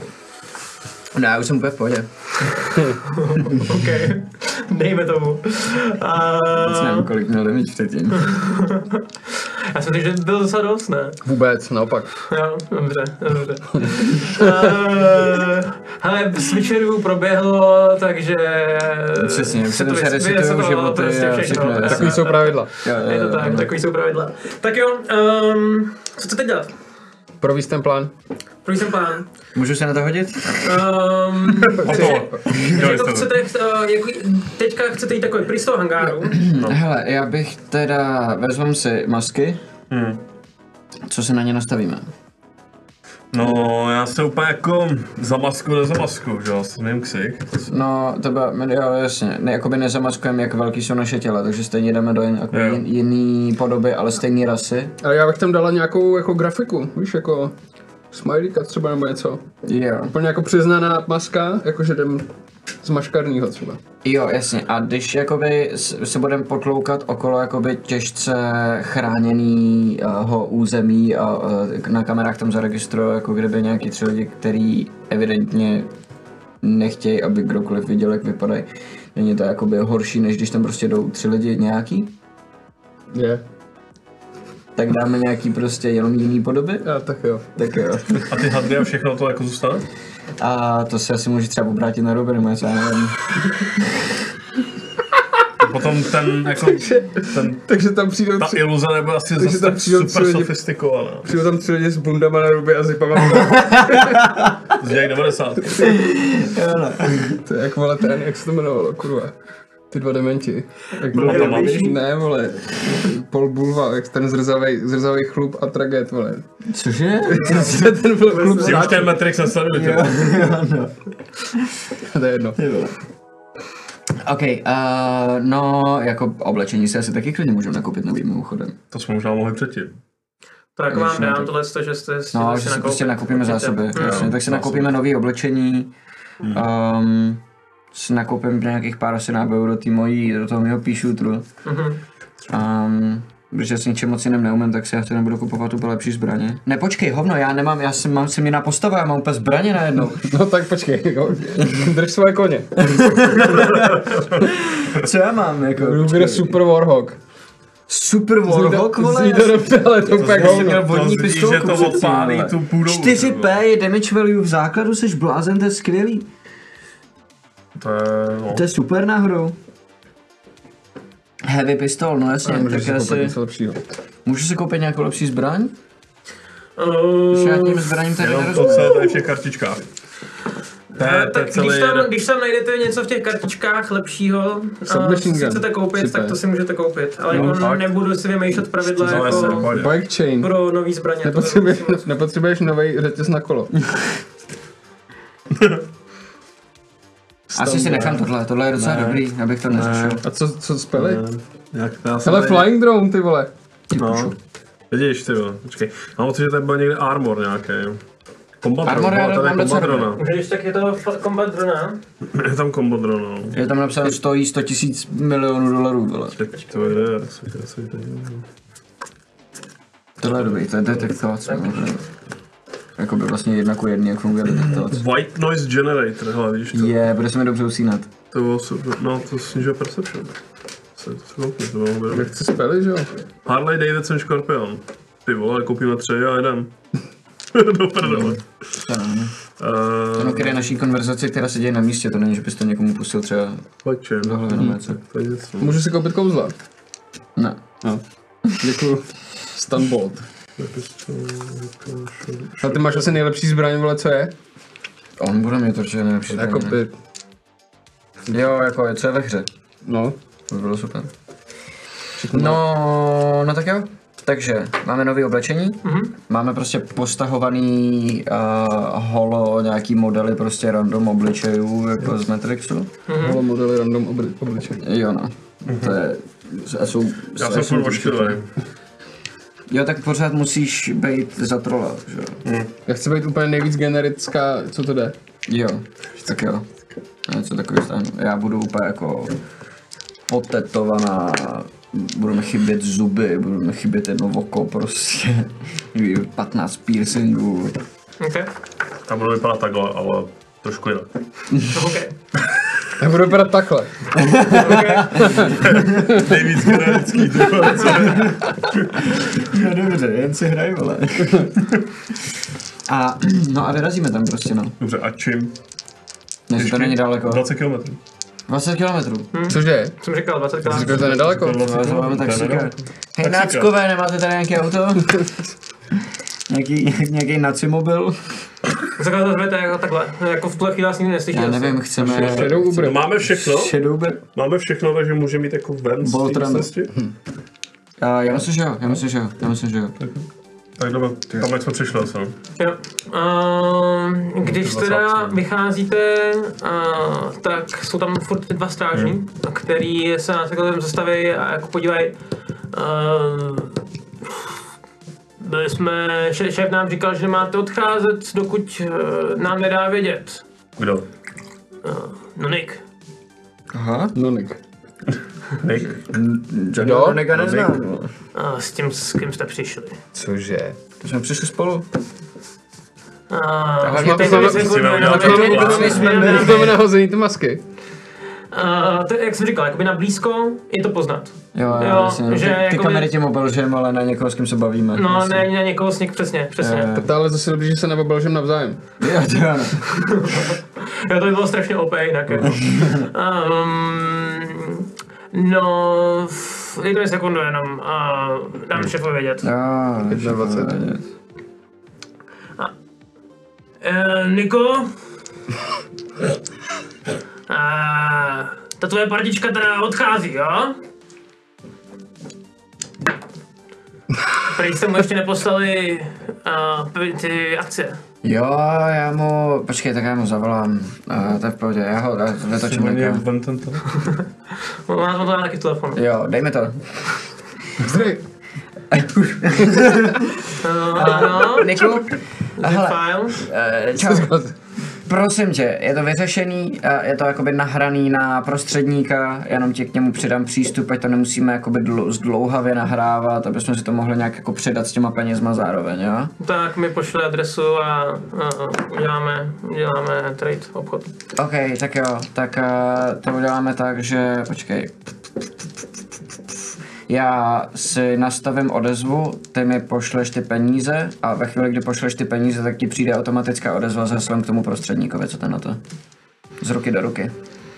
No, já už jsem úplně v pohodě. OK, dejme tomu. Uh... nevím, kolik měl damage předtím. Já jsem že byl docela dost, ne? Vůbec, naopak. Jo, dobře, dobře. uh, hele, switcherů proběhlo, takže... Přesně, se to resetujou životy prostě a všechno. Takový jsou pravidla. Jo, jo, je to tak, takový jsou pravidla. Tak jo, um, co chcete dělat? Províst ten plán. Províst ten plán. Můžu se na to hodit? Um, jako chcete, jako teďka chcete jít takový prý z toho hangáru. No. Hele, já bych teda, vezmem si masky. Hmm. Co se na ně nastavíme? No, já se úplně jako za masku, ne za masku, že jo, s mým ksich. No, to byla, jo, jasně, ne, jakoby nezamaskujeme, jak velký jsou naše těla, takže stejně jdeme do jin, jin, jiný podoby, ale stejný rasy. Ale já bych tam dala nějakou jako grafiku, víš, jako smajlíka třeba nebo něco. Jo. Úplně jako přiznaná maska, jakože jdem z maškarního třeba. Jo, jasně, a když jakoby se budeme potloukat okolo jakoby těžce chráněného území a na kamerách tam zaregistruje jako kdyby nějaký tři lidi, který evidentně nechtějí, aby kdokoliv viděl, jak vypadají. Není to jakoby horší, než když tam prostě jdou tři lidi nějaký? Je. Yeah. Tak dáme nějaký prostě jenom jiný podoby? Já, tak jo. Tak jo. A ty hadry a všechno to jako zůstane? A to se asi může třeba obrátit na Robin, já nevím. Potom ten jako, ten, takže tam přijdou ta tři... iluze nebude asi zase tak super sofistikovaná. Přijdou tam tři lidi s bundama na ruby a zipama. Z dějek devadesátky. To je jak vole ten, jak se to jmenovalo, kurva. Ty dva dementi. Jak Bylo tam malý? Ne, vole. Paul Bulva, jak ten zrzavej, zrzavej chlup a traget, vole. Cože? Ten byl chlup Si už ten Matrix nesledujete. Jo, jo, no. To je jedno. OK, uh, no, jako oblečení si asi taky klidně můžeme nakoupit novým mimochodem. To jsme možná mohli předtím. Tak Když vám ne, dám tak- tohle, že jste si No, to že si nakoupili. prostě nakoupíme zásoby, Určitě. jasně, tak si nakoupíme nový oblečení, um, si nakoupím nějakých pár asi nábojů do té mojí, do toho mého pea-shooteru. Mhm. Um, protože si ničem moc jiným neumím, tak si já nebudu kupovat úplně lepší zbraně. Ne, počkej, hovno, já nemám, já jsem, mám si jiná postava, já mám úplně zbraně najednou. No tak počkej, jo. Drž svoje koně. Co já mám, jako? Bude super Warhawk. Super Warhawk, vole? Zní to dobře, ale to úplně Já jsem měl hovno. vodní To zní, pistolku že to předtím, odpálí vole. tu půdovu, čtyři ty P vole. je damage value v základu, seš blázen, to je skvělý. To je, no. To je super náhodou. Heavy pistol, no jasně, Můžeš tak si já koupit si... něco lepšího. Můžu si koupit nějakou lepší zbraň? Uh, Když já tím zbraním tady Jenom to, nerozumím. co je tady v těch kartičkách. To je, to je tak celý když tam, jeden. když tam najdete něco v těch kartičkách lepšího, a co Submachine si gun. chcete koupit, Super. tak to si můžete koupit. Ale No, jako fakt. nebudu si vymýšlet pravidla No, jasně, jako pojď. Bike chain. pro nový zbraně. to Nepotřebuješ, nemusím moc- nepotřebuješ nový řetěz na kolo. Asi si nechám tohle, tohle je docela Ne. dobrý, abych to neřešil. A co, co speli? Jak já jsem Hele, tady- flying drone, ty vole. No. Vidíš, ty jo, počkej. Mám pocit, že tady byl někde armor nějaký. Combat Armor drone, já no, tady je mám docela combat dobrý. drone. Když tak je to f- combat drona. Je tam combat drone, no. Je tam napsáno stojí sto tisíc milionů dolarů, vole. Teď to jde, tak se se jde. Tohle je dobrý, to je detektovace. Jakoby vlastně jedna ku jedný, jak funguje detektovace. White noise generator, hele, vidíš to? Je, bude se mi dobře usínat. To bylo super, no to snižuje perception. Se to si koupit, to bylo dobré. Jak chci speli, že jo? Harley Davidson Scorpion. Ty vole, koupíme tři a jeden. Do prdele. Ano, Uh, který je naší konverzaci, která se děje na místě, to není, že bys to někomu pustil třeba Pojď, do hlavy na něco. to je něco. Můžu si koupit kouzla. Ne. No. Děkuju. Stunbolt. A ty máš asi nejlepší zbraň, vole, co je? On bude mít určitě nejlepší Jako zbraně. by, Jo, jako je, co je ve hře. no. To by bylo super. No, no tak jo. Takže máme nové oblečení, mm-hmm. máme prostě postahovaný uh, holo, nějaký modely prostě random obličejů, jako z Matrixu. Holo modely random obli- obličej. Jo no, to je, a jsou, Já a jsem jsou furt ošklivý. Jo, tak pořád musíš být za trola, že jo? Já chci být úplně nejvíc generická, co to jde. Jo, tak jo. Něco takového stáhnu. Já budu úplně jako potetovaná, budou mi chybět zuby, budou mi chybět jedno oko prostě, patnáct piercingů. OK. Ta bude vypadat takhle, ale trošku jinak. OK. Já budu vypadat takhle. Nejvíc generický druhé. No dobře, jen si hraj, vole. A, no a vyrazíme tam prostě, no. Dobře, a čím? Než to není daleko. dvacet kilometrů. dvacet kilometrů. Cože? Jsem říkal dvacet Říkal, kilometrů. to je nedaleko. Máme taxíka. Hej, Taxíka. náckové, nemáte tady nějaké auto? nějaký, nějaký nacimobil? Zakaz to zvedete jako takhle. Jako v tuhle chvíli vás nikdy neslyšel. Já nevím, chceme... Shadow Uber. No, máme všechno, Shadowber? máme všechno, takže můžeme mít jako ven z Bolt té Runner. cesty. Já, já myslím, že jo, já myslím, že jo, já myslím, že jo. Tak dobře, tam jak jsme přišli asi. no. Jo. Uh, když teda vycházíte, uh, tak jsou tam furt ty dva strážní, hmm. který se na takhle tam zastaví a jako podívají. Uh, byli jsme, šéf, šéf nám říkal, že máte odcházet, dokud uh, nám nedá vědět. Kdo? Uh, no Nick. Aha. Nonik. Nick? Jo? Nega neznám. Uh, s tím, s kým jste přišli. Cože? To jsme přišli spolu. Uh, hlavně teď to to máme- vysvětlím, musíme no, udělat teď- takový teď- plán. teď- teď- Když teď- máme nahozený ty masky. Uh, to, je, jak jsem říkal, jakoby na blízko je to poznat. Jo, Jo, jo, jasně. že Ty, ty jakoby- kamery tím obelžem, ale na někoho, s kým se bavíme. No, Jasně. ne, ne, někoho s něk, přesně, přesně. Eh. To ale zase dobrý, že se nebobelžem navzájem. Jo, to jo, no. Jo, to by bylo strašně O P jinak, jako. um, no, f- dejte mi sekundu jenom, uh, dám šéfovi vědět. Jo, dvacet. Uh, Niko? Uh, ta tvoje partička teda odchází, jo? Prý jste mu ještě neposlali uh, ty akcie. Jo, já mu, počkej, tak já mu zavolám, uh, to je v pohodě, já ho vytočím Mě teďka. vem ten telefon. Mám to taky v telefonu. Jo, dej mi to. Zdrej. Uh, ano, Niku, hele, file. uh, čau. Prosím tě, je to vyřešený, a je to jakoby nahraný na prostředníka, jenom ti k němu přidám přístup, ať to nemusíme jakoby dl- zdlouhavě nahrávat, aby jsme si to mohli nějak jako předat s těma penězma zároveň, jo? Tak mi pošli adresu a, a uděláme, uděláme trade, obchod. OK, tak jo, tak uh, to uděláme tak, že, počkej. Já si nastavím odezvu, ty mi pošleš ty peníze a ve chvíli, kdy pošleš ty peníze, tak ti přijde automatická odezva s heslem k tomu prostředníkovi, co ten na to? Z ruky do ruky.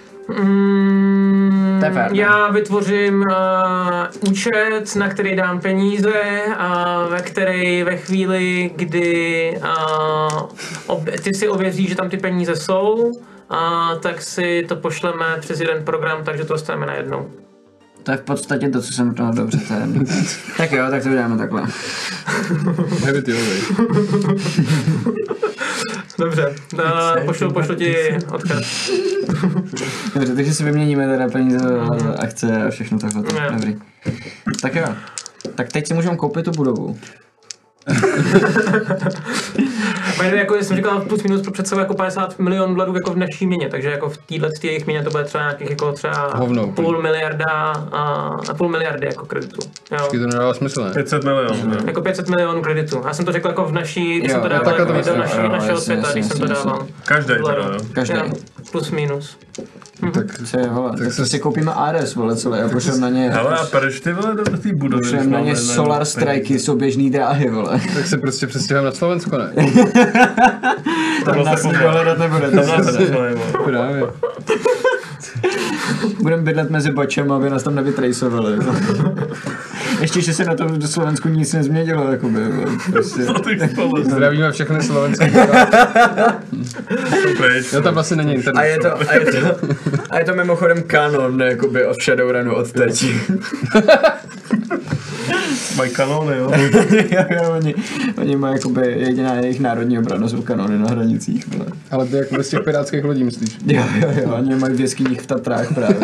Mm, To je fér, ne? já vytvořím uh, účet, na který dám peníze a ve který ve chvíli, kdy uh, ob, ty si ověříš, že tam ty peníze jsou, a tak si to pošleme přes jeden program, takže to dostaneme najednou. To je v podstatě to, co jsem to dobře, to je. Tak jo, tak to uděláme takhle. Heavy ty ovej. Dobře, uh, pošlu, pošlu ti odkaz. Dobře, takže si vyměníme teda peníze za akce a všechno takhle. Ne. Dobrý. Tak jo. Tak teď si můžeme koupit tu budovu. Mají jako jsem říkal, plus minus pro před sebou jako padesát milionů dolarů jako v naší měně, takže jako v této jejich měně to bude třeba nějakých jako třeba Hovno, půl miliarda a, a půl miliardy jako kreditu. Jo. Taky to nedává smysl, ne? pět set milionů. Jako pět set milionů kreditu. Já jsem to řekl jako v naší, když Jo, jsem to jo, dával takhle to jako do myslím, naší, jo, našeho jasně, světa, jasně, když jsem to jasně, dával. Každý teda, Dolarů. jo. Každý. Jo, plus minus. Tak Co je, vole, tak, tak si koupíme Ares, vole, celé, a pošlem na ně, Hele, a proč ty vole do té budovy? pošlem když na máme ně na- solar strajky, souběžný dráhy, vole. tak se prostě přestěhujeme na Slovensko, ne? Tam nás nikdo hledat nebude, Tam nás nebude, vole. Právě. budeme bydlet mezi bačem, aby nás tam nevytrejsovali. Ještě, že se na tom do Slovensku nic nezměnilo, jakoby, vole, prostě. Zdravíme všechny slovenské. Jo, tam vlastně není internet. A je to, a je to, a je to mimochodem kanon, jakoby od Shadowrunu od teď. Mají kanony, jo. jo, jo, oni, oni mají jakoby jediná jejich národní obrana jsou kanony na hranicích, vole. Ale ty jako bez těch pirátských lodí, myslíš? Jo, jo, jo, oni mají v jeskyních v Tatrách právě.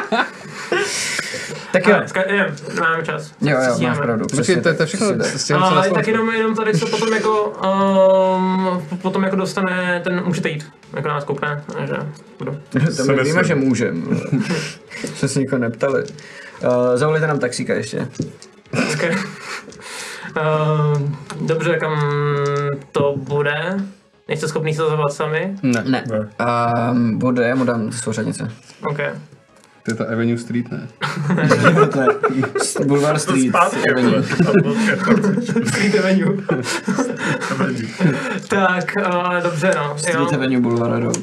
Tak jo. Ale, ska- jdem, máme čas. Jo, jo, Stíháme. máš pravdu. Počkej, to, to je všechno, přesně tak. stěhujeme se na Ale tak Slovensko. jenom, jenom tady se potom jako, um, potom jako dostane ten, můžete jít, jako na nás koukne, takže budu. To my víme, že můžem. Jsme se nikoho neptali. Uh, zavolejte nám taxíka ještě. Okay. Uh, dobře, kam to bude? Nejste schopný se to zavolat sami? Ne, Ne. Um, bude, já mu dám souřadnice. OK. to je ta Avenue Street, ne? To je Boulevard Street. Zpátky, vole. Street Avenue. Tak, uh, dobře no. Street Avenue, Boulevard Road.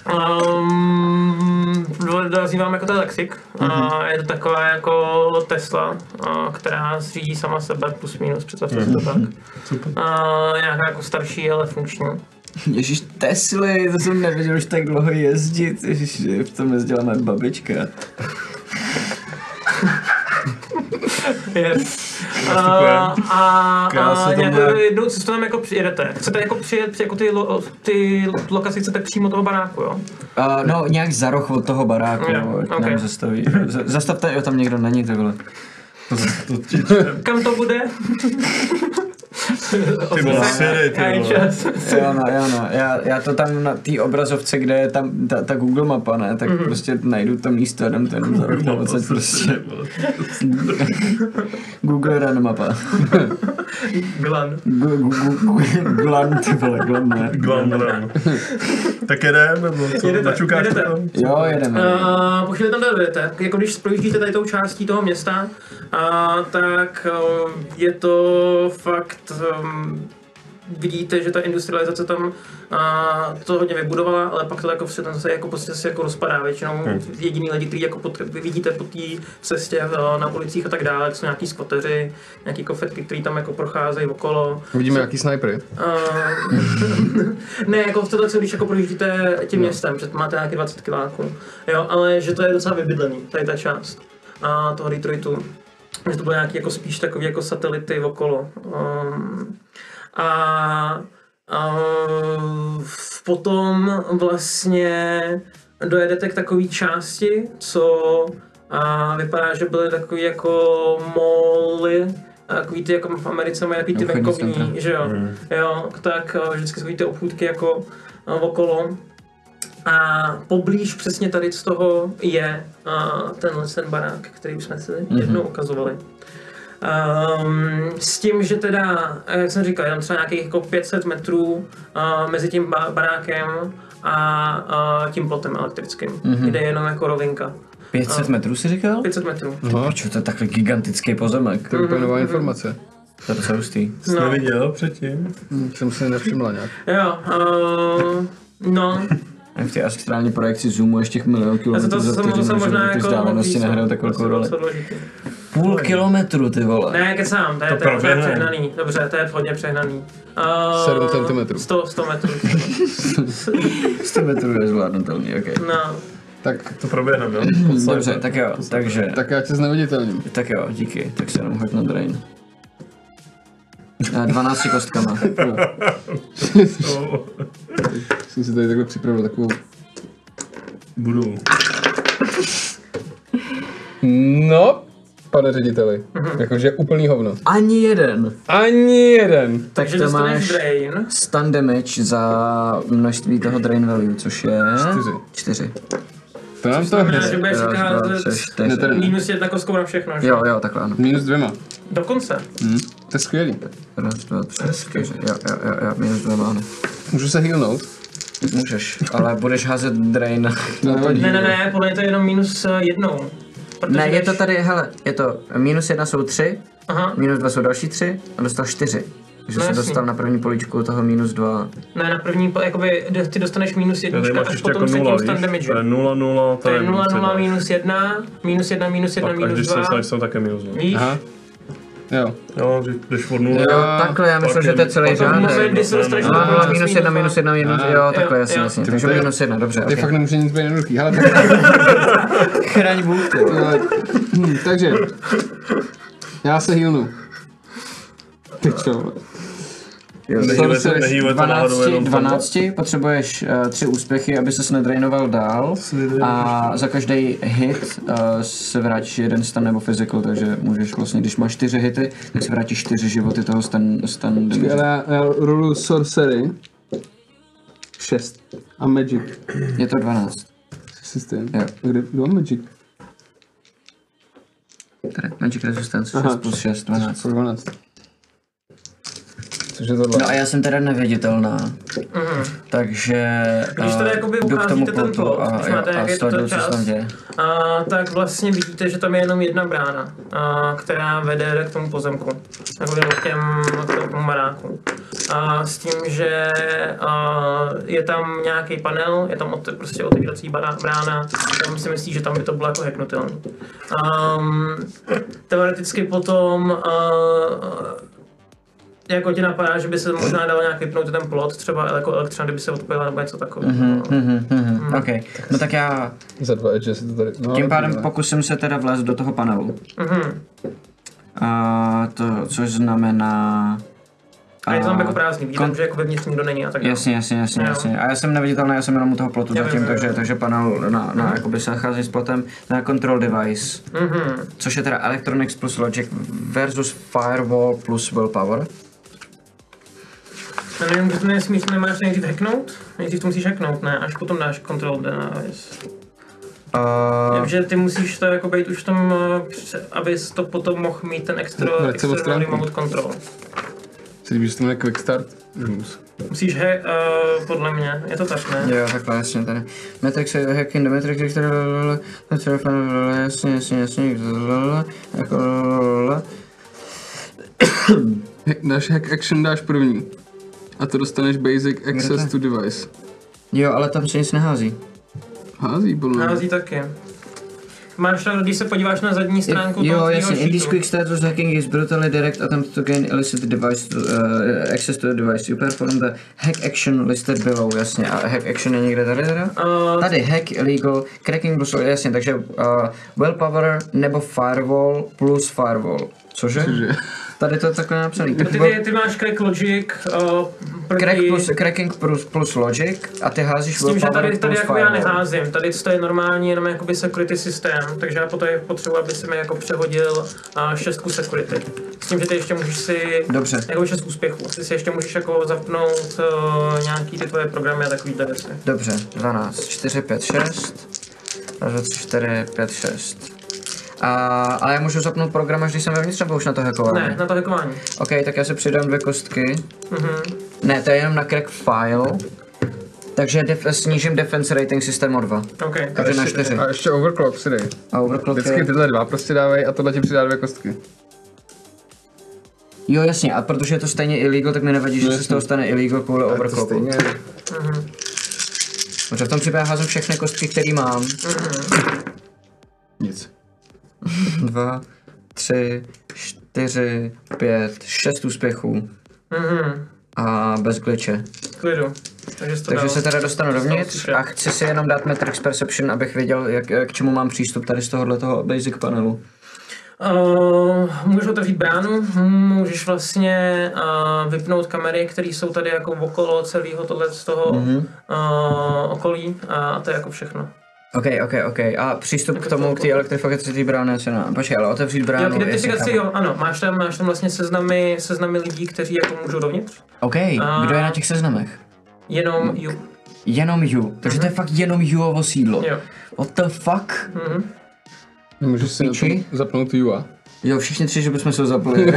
Um, dorazí vám jako taxik. Mm-hmm. Uh, je to taková jako Tesla, uh, která řídí sama sebe plus minus, představte si to tak. Uh, nějaká jako starší, ale funkční. Ježíš, Tesly, to jsem nevěděl už tak dlouho jezdit, ježíš, v tom jezdila moje babička. Yes. Uh, a a Krásně to nějakou bude. jednou cestu tam jako přijedete. Chcete jako přijet jako ty, lo, ty lokaci chcete přímo toho baráku, jo? Uh, no, nějak za roh od toho baráku, Jo, no, ať okay. nám zastaví. Z- Zastavte, jo, tam někdo není, ty vole. Kam to bude? Ty vole, Siri, ty A je vole. čas. Jo, no, jo, no. Já, já to tam na té obrazovce, kde je tam ta, ta Google mapa, ne, tak mm-hmm. prostě najdu to místo, jdem to jenom za roh, tam odsaď prostě. Google Run mapa. Glan. Gu- gu- gu- gu- Glan, ty vole, Glan, ne. Glam, tak jedem, nebo co? Jedete, Načukáš to jedete. tam? Jo, jedeme. Uh, po chvíli tam dojedete, jako když projíždíte tady tou částí toho města, uh, tak uh, je to fakt um, vidíte, že ta industrializace tam a, to hodně vybudovala, ale pak to jako se tam zase jako, prostě se jako rozpadá. Většinou hmm. jediný lidi, kteří jako pot, vidíte po té cestě na ulicích a tak dále, jsou nějaký skvoteři, nějaký kofetky, který tam jako procházejí okolo. Vidíme nějaký snajpery. Uh, ne, jako v tohle, co když jako projíždíte tím no. městem, že máte nějaký dvacet kiláků, jo, ale že to je docela vybydlený, tady ta část a toho Detroitu. Že to byly nějaký jako spíš takový jako satelity okolo. Um, a, a potom vlastně dojedete k takové části, co a vypadá, že byly takový jako moly, takový ty jako v Americe mají takový ty venkovní, že jo, mm. jo, tak vždycky jsou ty obchůdky jako okolo. A poblíž přesně tady z toho je uh, tenhle ten barák, který jsme si mm-hmm. jednou ukazovali. Um, s tím, že teda, jak jsem říkal, je tam třeba nějakých jako pět set metrů uh, mezi tím ba- barákem a uh, tím plotem elektrickým, mm-hmm. kde je jenom jako rovinka. pět set metrů si říkal? pět set metrů. Proč to je takhle gigantický pozemek? To je úplně nová informace. To je docela hustý. Jsi no. neviděl předtím? Hmm, jsem si nevšimla nějak. Jo, uh, no. V té astrální projekci zoomuješ těch milion kilometrů za vteřinu, že ty vzdálenosti nehrajou tak velkou roli. Půl kilometru, ty vole. Ne, kecám, to je, to to je přehnaný. Dobře, to je hodně přehnaný. Uh, sedm centimetrů. sto, sto metrů. sto metrů je zvládnutelný, okej. Okay. No. Tak to proběhneme, jo? Dobře, tak jo, takže... Tak já tě zneviditelním. Tak jo, díky, tak se jenom hoď na drain. dvanácti kostkama. Jsem si tady takhle připravil takovou... Budu. No, pane řediteli, jakože úplný hovno. Ani jeden. Ani jeden. Takže to máš drain. Stun damage za množství toho drain value, což je... Čtyři. Čtyři. To nám to hne. Že budeš házet minus jedna kostkou na všechno, že? Jo, jo, takhle ano. Minus dvěma. Dokonce. Hmm. To je skvělý. Raz, dva, tři, čtyři, jo, jo, jo, jo, minus dvěma ano. Můžu se healnout? Můžeš, ale budeš házet drain. No, ne, ne, ne, podle mě to je jenom minus jednou. Ne, je to tady, hele, je to minus jedna jsou tři, aha. minus dva jsou další tři a dostal čtyři. Takže no, jsi dostal na první políčku toho minus dva. Ne, na první, jakoby ty dostaneš minus jednička, až potom se tím stun damage. To je nula, nula, to je nula, nula, minus jedna, minus jedna, minus jedna, minus dva. Až když se také minus dva. Víš? Aha. Jo. Jo, jdeš od nula. Jo, takhle, já myslím, že to je celý řádek. Minus jedna, minus jedna, minus, jo, takhle, jasně, jasně. Takže minus jedna, dobře, okej. Fakt nemůže nic být jednoduchý, hele. Chraň Bůh, ty. Takže, já se healnu. Ty čo? dvanáct, potřebuješ uh, tři úspěchy, aby ses nedrainoval dál a za každý hit uh, se vrátíš jeden stun nebo physical, takže můžeš vlastně, když máš čtyři hity, tak se vrátíš čtyři životy toho stun, stun damage. Já, já rolu sorcery šest a magic. Je to dvanáct. Systém. Jo. Kde, kde mám magic? Tady, magic resistance, šest plus šest, dvanáct. dvanáct. No a já jsem teda neviditelná, mm. takže když tady jakoby ucházíte ten plot, a, když máte nějaký to čas, a, tak vlastně vidíte, že tam je jenom jedna brána, a, která vede k tomu pozemku, jakoby k, těm, k tomu baráku. A s tím, že a, je tam nějaký panel, je tam od, prostě otevírací brána, tam si myslí, že tam by to bylo jako hacknutelné. Teoreticky potom a, jako ti napadá, že by se možná dalo nějak vypnout ten plot, třeba jako elektřina, kdyby se odpojila nebo něco takového. Mm-hmm, mm-hmm, mm. Ok, no tak já za dva edge si to tady... No, tím pádem pokusím se teda vlézt do toho panelu. Mm-hmm. A to, což znamená... A je to tam jako prázdný, vidím, kon... že jako vevnitř nikdo není a tak dále. Jasně, jasně, jasně, jasně. A já jsem neviditelný, já jsem jenom u toho plotu já zatím, vím, takže, takže panel na, na jakoby se nachází s plotem na control device, mm-hmm. což je teda electronics plus logic versus firewall plus willpower. Já nevím, že to nesmíš, nemáš nejdřív hacknout? Nejdřív to musíš hacknout, ne? Až potom dáš control device. Uh, Vím, že ty musíš to jako být už v tom, abys to potom mohl mít ten extra, extra remote control. Si líbí, že to jmenuje quick start? Musíš he, uh, podle mě, je to tak, ne? Jo, takhle, jasně, tady. Matrix je hacking, Matrix, jasně, jasně, jasně, jako... Dáš hack action, dáš první. A to dostaneš Basic Access to Device. Jo, ale tam se nic nehází. Hází, podle Hází taky. Máš, když se podíváš na zadní stránku Jo, toho jasně. In this sheetu. quick status hacking is brutally direct attempt to gain illicit device to, uh, access to the device. You perform the hack action listed below, jasně. A hack action je někde tady teda? Uh, Tady hack, illegal, cracking plus, jasně, takže uh, willpower nebo firewall plus firewall. Cože? Cože? Tady to je takhle napsaný. ty, ty, ty máš crack logic uh, proti... Crack plus, cracking plus, plus logic a ty házíš S tím, že willpower tady, tady plus jako já firewall. neházím, tady to je normální jenom jakoby security systém, takže já potom potřebuji, aby si mi jako přehodil uh, šestku security. S tím, že ty ještě můžeš si, Dobře. jako šest úspěchů, ty si ještě můžeš jako zapnout uh, nějaký ty tvoje programy a takovýhle věci. Dobře, dvanáct, čtyři, pět, šest, dva, tři, čtyři, pět, šest. A, ale já můžu zapnout program, až když jsem vevnitř, nebo už na to hackování? Ne, na to hackování. OK, tak já si přidám dvě kostky. Mhm. Ne, to je jenom na crack file. Takže def, snížím defense rating systém o dva. OK. Takže na čtyři. A ještě overclock si dej. A overclock Vždycky je... tyhle dva prostě dávej a tohle ti přidá dvě kostky. Jo, jasně, a protože je to stejně illegal, tak mi nevadí, že No, se z toho stane illegal kvůli To overclocku. stejně. Dobře, v tom případě házím všechny kostky, které mám. Nic. Dva, tři, čtyři, pět, šest úspěchů. Mhm. A bez glitche. Klidu. Takže, to Takže dal. se teda dostanu dovnitř Dostal a chci si jenom dát Matrix Perception, abych věděl, jak, k čemu mám přístup tady z tohohletoho basic panelu. Uh, můžeš otevřít bránu, můžeš vlastně uh, vypnout kamery, které jsou tady jako okolo celého tohle z toho Mhm. uh, okolí a to je jako všechno. OK, OK, OK. A přístup k tomu, k té elektrifikaci té brány asi ne. Počkej, ale otevřít bránu Jo, k identifikaci jestli jo, ano, máš tam, máš tam vlastně seznamy, seznamy lidí, kteří jako můžou dovnitř. OK, A- kdo je na těch seznamech? Jenom you. Jenom you. Takže to je fakt jenom Youovo sídlo. Jo. What the fuck? Mhm. Můžeš si na Píči? to zapnout U A. Jo, všichni tři, že bychom se ho zapli.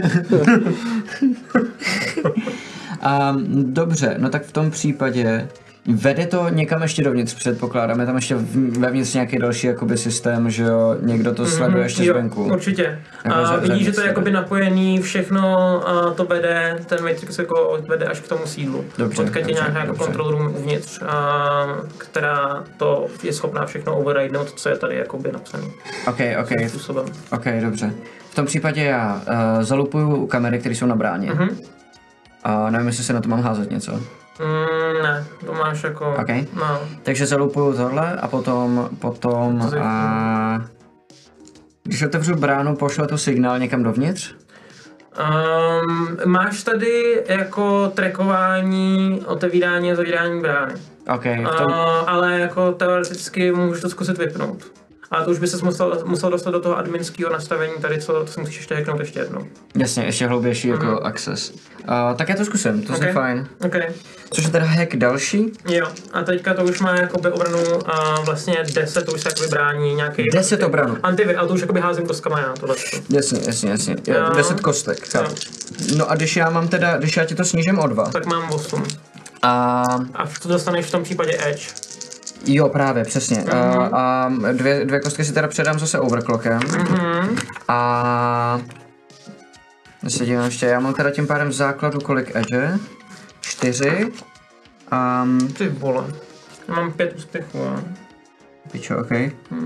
um, dobře, no tak v tom případě vede to někam ještě dovnitř, předpokládám, je tam ještě v- vevnitř nějaký další jakoby systém, že jo, někdo to sleduje ještě Jo, zvenku. určitě. Jako A za- vidíš, že to je zevnitř jakoby teda. napojený, všechno a to vede, ten Matrix jako vede až k tomu sídlu. Dobře, Odkud je dobře, nějaká jako dobře. control room uvnitř, a, která to je schopná všechno overridenout, co je tady jakoby napsaný OK, OK, způsobem. OK, dobře. V tom případě já uh, zalupuju kamery, které jsou na bráně. Mhm. A nevím, jestli se na to mám házet něco. Mm, ne, to máš jako, OK. no. Takže zalupuju tohle a potom, potom To zajímavé. a... Když otevřu bránu, pošle to signál někam dovnitř? Um, máš tady jako trackování, otevírání a zavírání brány. OK, v tom... Uh, ale jako teoreticky můžeš to zkusit vypnout. Ale to už by se musel, musel dostat do toho adminského nastavení tady, co to si musíš ještě hacknout ještě jednou. Jasně, ještě hloubější jako Mhm. access. Uh, tak já to zkusím, to je Ok. fajn. OK. Což je teda hack další? Jo, a teďka to už má jakoby obranu a vlastně deset, to už se jakoby brání nějaký... deset obranu. Antivir, ale to už jakoby házím kostkama já tohle. Jasně, jasně, jasně. Jo, Jo. deset kostek, chápu. No a když já mám teda, když já ti to snížím o dva. Tak mám osm. A A to dostaneš v tom případě edge. jo, právě, přesně. Mhm. A, a dvě, dvě kostky si teda předám zase overclockem. Mhm. A... Já se dívám ještě, já mám teda tím pádem v základu kolik edge? Čtyři. Um, Ty vole. Já mám pět úspěchů, jo. pičo, ok.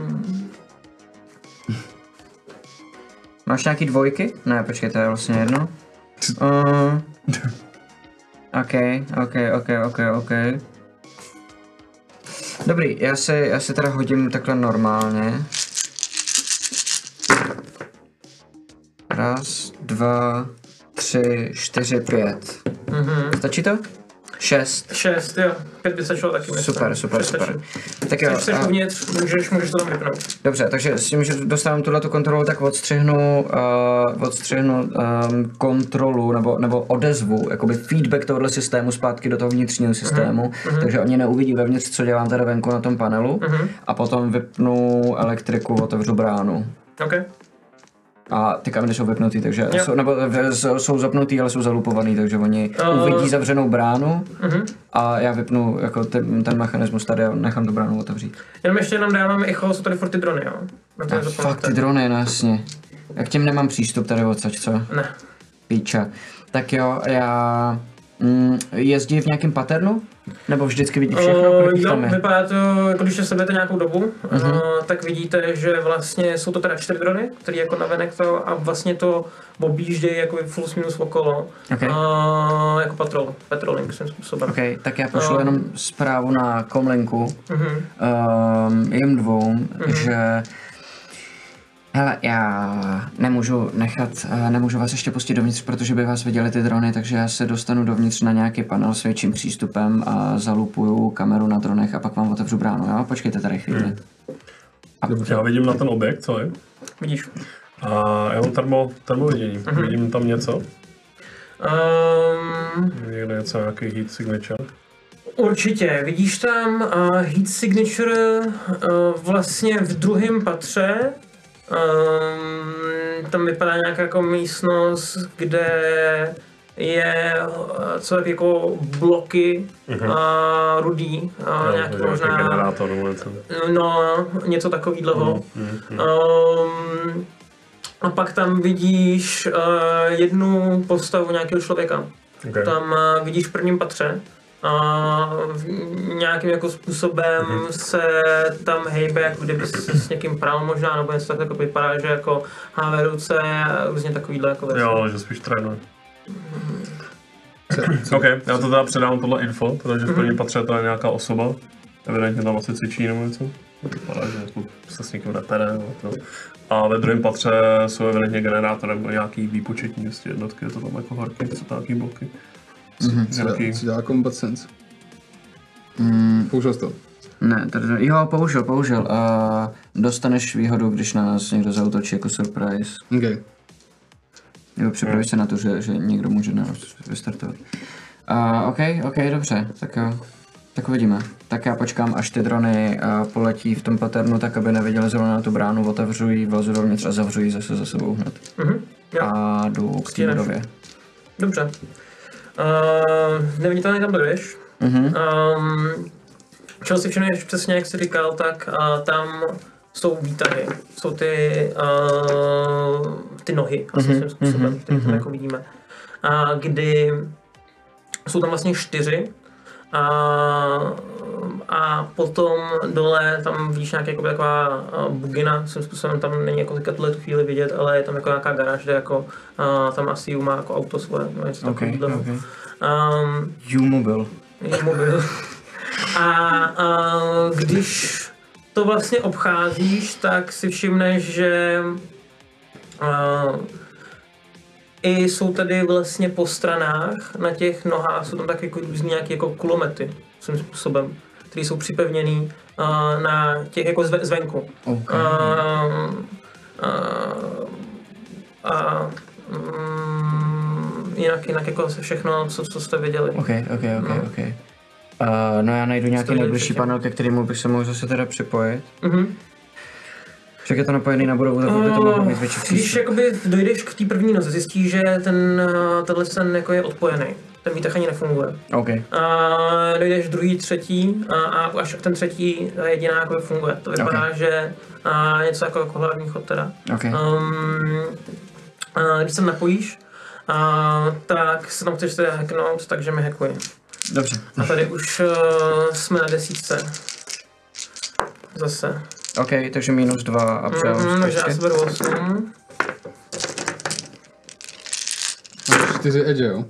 Máš nějaký dvojky? Ne, počkej, to je vlastně jedno. Uh, ok, ok, ok, ok, ok. Dobrý, já si, já si teda hodím takhle normálně. Raz, dva, tři, čtyři, pět. Mhm. Stačí to? Šest. Šest, jo. Pět by stačilo taky, myslím. Super, super, Šest super. stačí. Tak jo, Když jsi a- uvnitř, můžeš, můžeš to tam vypnout. dobře, takže s tím, že dostávám tuhletu kontrolu, tak odstřihnu, uh, odstřihnu um, kontrolu nebo, nebo odezvu, jakoby feedback tohohle systému zpátky do toho vnitřního systému, uh-huh. takže oni neuvidí vevnitř, co dělám tady venku na tom panelu Uh-huh. a potom vypnu elektriku, otevřu bránu. OK. A ty kamery jsou vypnutý, takže Jo. jsou, nebo v- jsou- jsou zapnutý, ale jsou zalupovaný, takže oni Uh. uvidí zavřenou bránu Uh-huh. a já vypnu jako ten, ten mechanismus tady a nechám tu bránu otevřít. Jenom ještě jenom dávám echo, jsou tady furt ty drony, jo. Na to A nezapomeňte. fakt ty drony, no jasně. Já k těm nemám přístup tady odsaď, co? Ne. Píča. Tak jo, já... Mm, jezdí v nějakém paternu? Nebo vždycky vidí všechno, Uh, kolik jich jo, tam je? vypadá to, jako když se sledujete nějakou dobu, Mhm. uh, tak vidíte, že vlastně jsou to teda čtyři drony, který jako navenek to a vlastně to objíždějí jako plus minus okolo, Okay. uh, jako patrol, patrolling svým způsobem. OK, tak já pošlu Um. jenom zprávu na komlinku, Mhm. um, jim dvou, že hele, já nemůžu nechat, uh, nemůžu vás ještě pustit dovnitř, protože by vás viděli ty drony, takže já se dostanu dovnitř na nějaký panel s větším přístupem a zalupuju kameru na dronech a pak vám otevřu bránu, jo? Počkejte tady chvíli. Hmm. Já vidím na ten objekt, co je? Vidíš. A já mám termo, termovidění. Mm-hmm. Vidím tam něco? Um, Někde něco, nějaký heat signature? Určitě, vidíš tam uh, heat signature uh, vlastně v druhém patře. Um, tam vypadá nějaká jako místnost, kde je uh, co tak jako bloky Mhm. a uh, rudý, a Jo, nějaký nějaký možná, generátor nebo něco. no, něco takového. Mm, mm, mm. Um, a pak tam vidíš uh, jednu postavu nějakého člověka. Okay. Tam uh, vidíš v prvním patře a nějakým jako způsobem Mhm. se tam hejbe, jako kdyby se s někým pral možná, nebo něco tak jako vypadá, že jako háve ruce a různě takovýhle jako věci. Jo, že spíš trénuje. OK, já to teda předám tohle info, protože v prvním patře to je nějaká osoba. Evidentně tam asi cvičí nebo něco. Vypadá, že jako se s někým nepere nebo to. A ve druhém patře jsou evidentně generátor nebo nějaký výpočetní prostě jednotky, je to tam jako horky, jsou tam nějaký bloky. Mhm. Co dělá, Nějaký... co dělá Combat Sense? Mm, Použil jsi to? ne, tady, jo, použil, použil. Uh, dostaneš výhodu, když na nás někdo zaútočí jako surprise. OK. Jo, připravíš se na to, že, že někdo může na nás vystartovat. Uh, OK, OK, dobře, tak jo. Tak uvidíme. Tak já počkám, až ty drony uh, poletí v tom paternu, tak aby neviděli zrovna na tu bránu, otevřu ji, vlezu dovnitř a zavřu ji zase za sebou hned. Mhm, jo, A jdu k té Stíneš. budově. dobře. Uh, neviditelný tam budeš. Mhm. Um, čeho si všimneš přesně, jak jsi říkal, tak uh, tam jsou výtahy. Jsou ty, uh, ty nohy, asi Mhm, svým způsobem, mhm, které tam mhm. jako vidíme. A kdy jsou tam vlastně čtyři. A, a potom dole tam vidíš nějaká jako taková uh, bugina, svým způsobem tam není jako teďka tuhle tu chvíli vidět, ale je tam jako nějaká garáž, kde jako uh, tam asi má jako auto svoje, no něco OK, takového. OK. Um, U-mobil. je mobil. A, a když to vlastně obcházíš, tak si všimneš, že a, i jsou tady vlastně po stranách na těch nohách jsou tam taky jako různý nějaký jako kulomety svým způsobem, které jsou připevněný a, na těch jako zve, zvenku. OK. A, a, a mm, jinak, jinak jako se všechno, co, co jste viděli. OK, OK, OK, No. OK. Uh, no já najdu nějaký Stojí nejbližší určitě. panel, ke kterému bych se mohl zase teda připojit. Mhm. Však je to napojený na budovu, tak by to mohlo mít větší Když přístup. jakoby dojdeš k té první noze, zjistíš, že ten, eh, tenhle sen jako je odpojený. Ten výtah ani nefunguje. OK. A dojdeš druhý, třetí a, a až ten třetí jediná jako funguje. To vypadá, Ok. že a, něco jako, jako hlavní chod teda. OK. Um, a, když se napojíš, a, tak se tam chceš teda hacknout, takže mi hackuji. Dobře. A tady už uh, jsme na desítce. Zase. OK, takže minus dva a přijal Mm, takže já čtyřky. si beru osm. Máš čtyři edge, jo?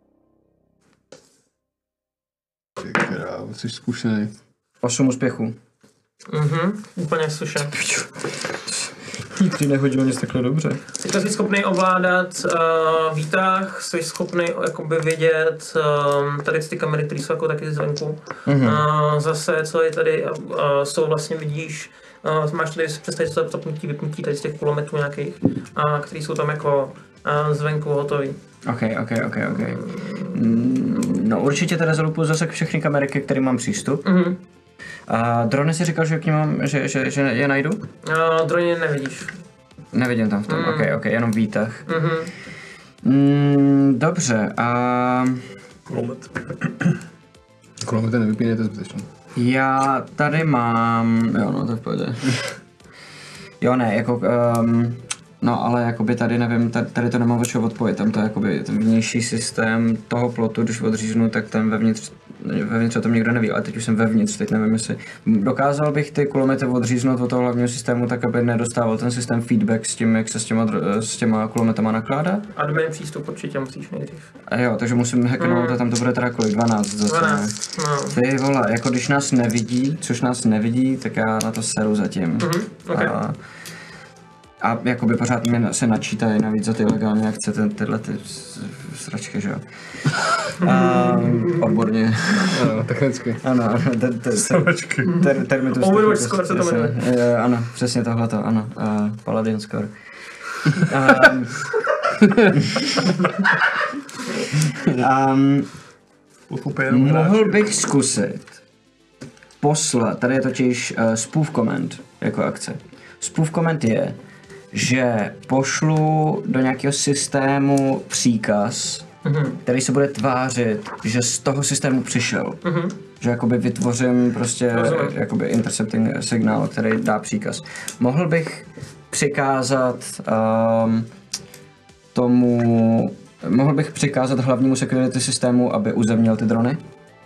Ty krávo, jsi zkušený. osm úspěchů. Mhm, úplně suše. Nikdy nehodil nic takhle dobře. Jsi to schopný ovládat uh, výtah, jsi schopný jakoby vidět um, tady ty kamery, které jsou jako taky zvenku. Mhm. Uh, zase celý tady uh, jsou vlastně vidíš, uh, máš tady představit to zapnutí, vypnutí tady z těch kulometů nějakých, uh, které jsou tam jako uh, zvenku hotový. OK, OK, OK, OK. Mm, no určitě teda zalupuju zase všechny kamery, ke kterým mám přístup. Mhm. A drony si říkal, že k ním mám, že, že, že je najdu? Uh, drony nevidíš. Nevidím tam v tom, Mm. OK, OK, jenom výtah. Mhm. Mm, dobře, a Kulomet. Kulometr nevypínej, to je zbytečné. já tady mám, jo no, to je v pohodě. Jo ne, jako, um, No ale jakoby tady nevím, tady, tady to nemám od čeho odpovědět, tam to je jakoby ten vnější systém toho plotu, když odříznu, tak ten vevnitř, vevnitř o tom nikdo neví, ale teď už jsem vevnitř, teď nevím jestli. Dokázal bych ty kulomety odříznout od toho hlavního systému tak, aby nedostával ten systém feedback s tím, jak se s těma, s těma kulometama nakládá? Admin přístup určitě musíš nejdřív. A jo, takže musím hacknout Mm. a tam to bude teda kolik, dvanáct zase. dvanáct, no. Ty vole, jako když nás nevidí, což nás nevidí, tak já na to seru zatím. Mhm, okay. A, a jakoby pořád mi se načítají navíc za ty legální akce, ty, tyhle ty s- sračky, že jo. Um, odborně. Ano, technicky. Ano, ano, te, te, te, Sračky. ter, termitus Overwatch technicus, score se to jasně. jmenuje. Eh, Ano, přesně tohleto, ano. Uh, Paladin score. Um, um, mohl bych zkusit poslat, tady je totiž uh, spoof command jako akce. Spoof command je, že pošlu do nějakého systému příkaz, Mhm. který se bude tvářit, že z toho systému přišel. Mhm. Že jakoby vytvořím prostě Rozumím. jakoby intercepting signál, který dá příkaz. Mohl bych přikázat um, tomu, mohl bych přikázat hlavnímu security systému, aby uzemnil ty drony?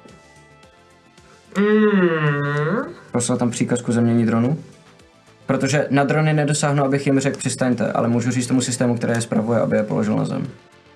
Mm. Poslat tam příkaz k uzemnění dronů? Protože na drony nedosáhnu, abych jim řekl přistaňte, ale můžu říct tomu systému, který je spravuje, aby je položil na zem.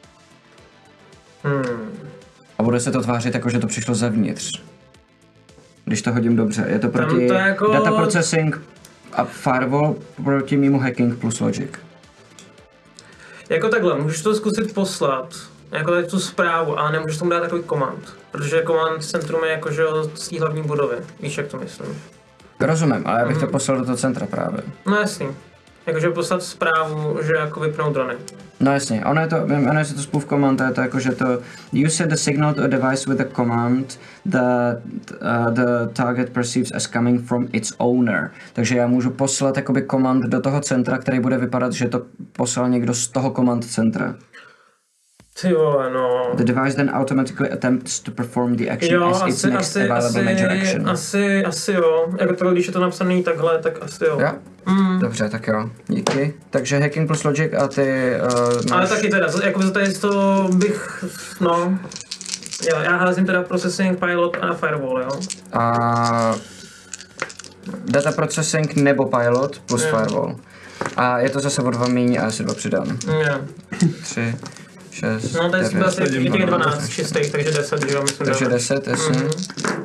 Hmm. A bude se to tvářit jako, že to přišlo zevnitř. Když to hodím dobře. Je to proti to jako- data processing a firewall proti mimo hacking plus logic. Jako takhle, můžeš to zkusit poslat, jako tady tu zprávu, ale nemůžeš tomu dát takový komand. Protože komand centrum je jako, že jo, z té hlavní budovy. Víš, jak to myslím? Rozumím, ale já bych to poslal do toho centra právě. No jasný. Jakože poslat zprávu, že jako vypnou drony. No jasně, ono je to, jmenuje se to spoof command, a je to jako, že to you set the signal to a device with a command that uh, the target perceives as coming from its owner. Takže já můžu poslat jakoby command do toho centra, který bude vypadat, že to poslal někdo z toho command centra. Ty vole, no. The device then automatically attempts to perform the action Jo, as its asi, next asi, available major asi, action. asi, asi jo. Jako to, když je to napsané takhle, tak asi jo. Jo? Mm. Dobře, tak jo, díky. Takže hacking plus logic a ty uh, Ale máš... taky teda, jako za tady to bych, no. Jo, já házím teda processing, pilot a firewall, jo. A data processing nebo pilot plus Jo. firewall. A je to zase o dva míň a já si dva přidám. Jo. Tři, šest, No tady jsme devět. asi těch dvanáct čistých, takže deset, že jo, myslím. Takže dáme. deset, jasně. Mhm.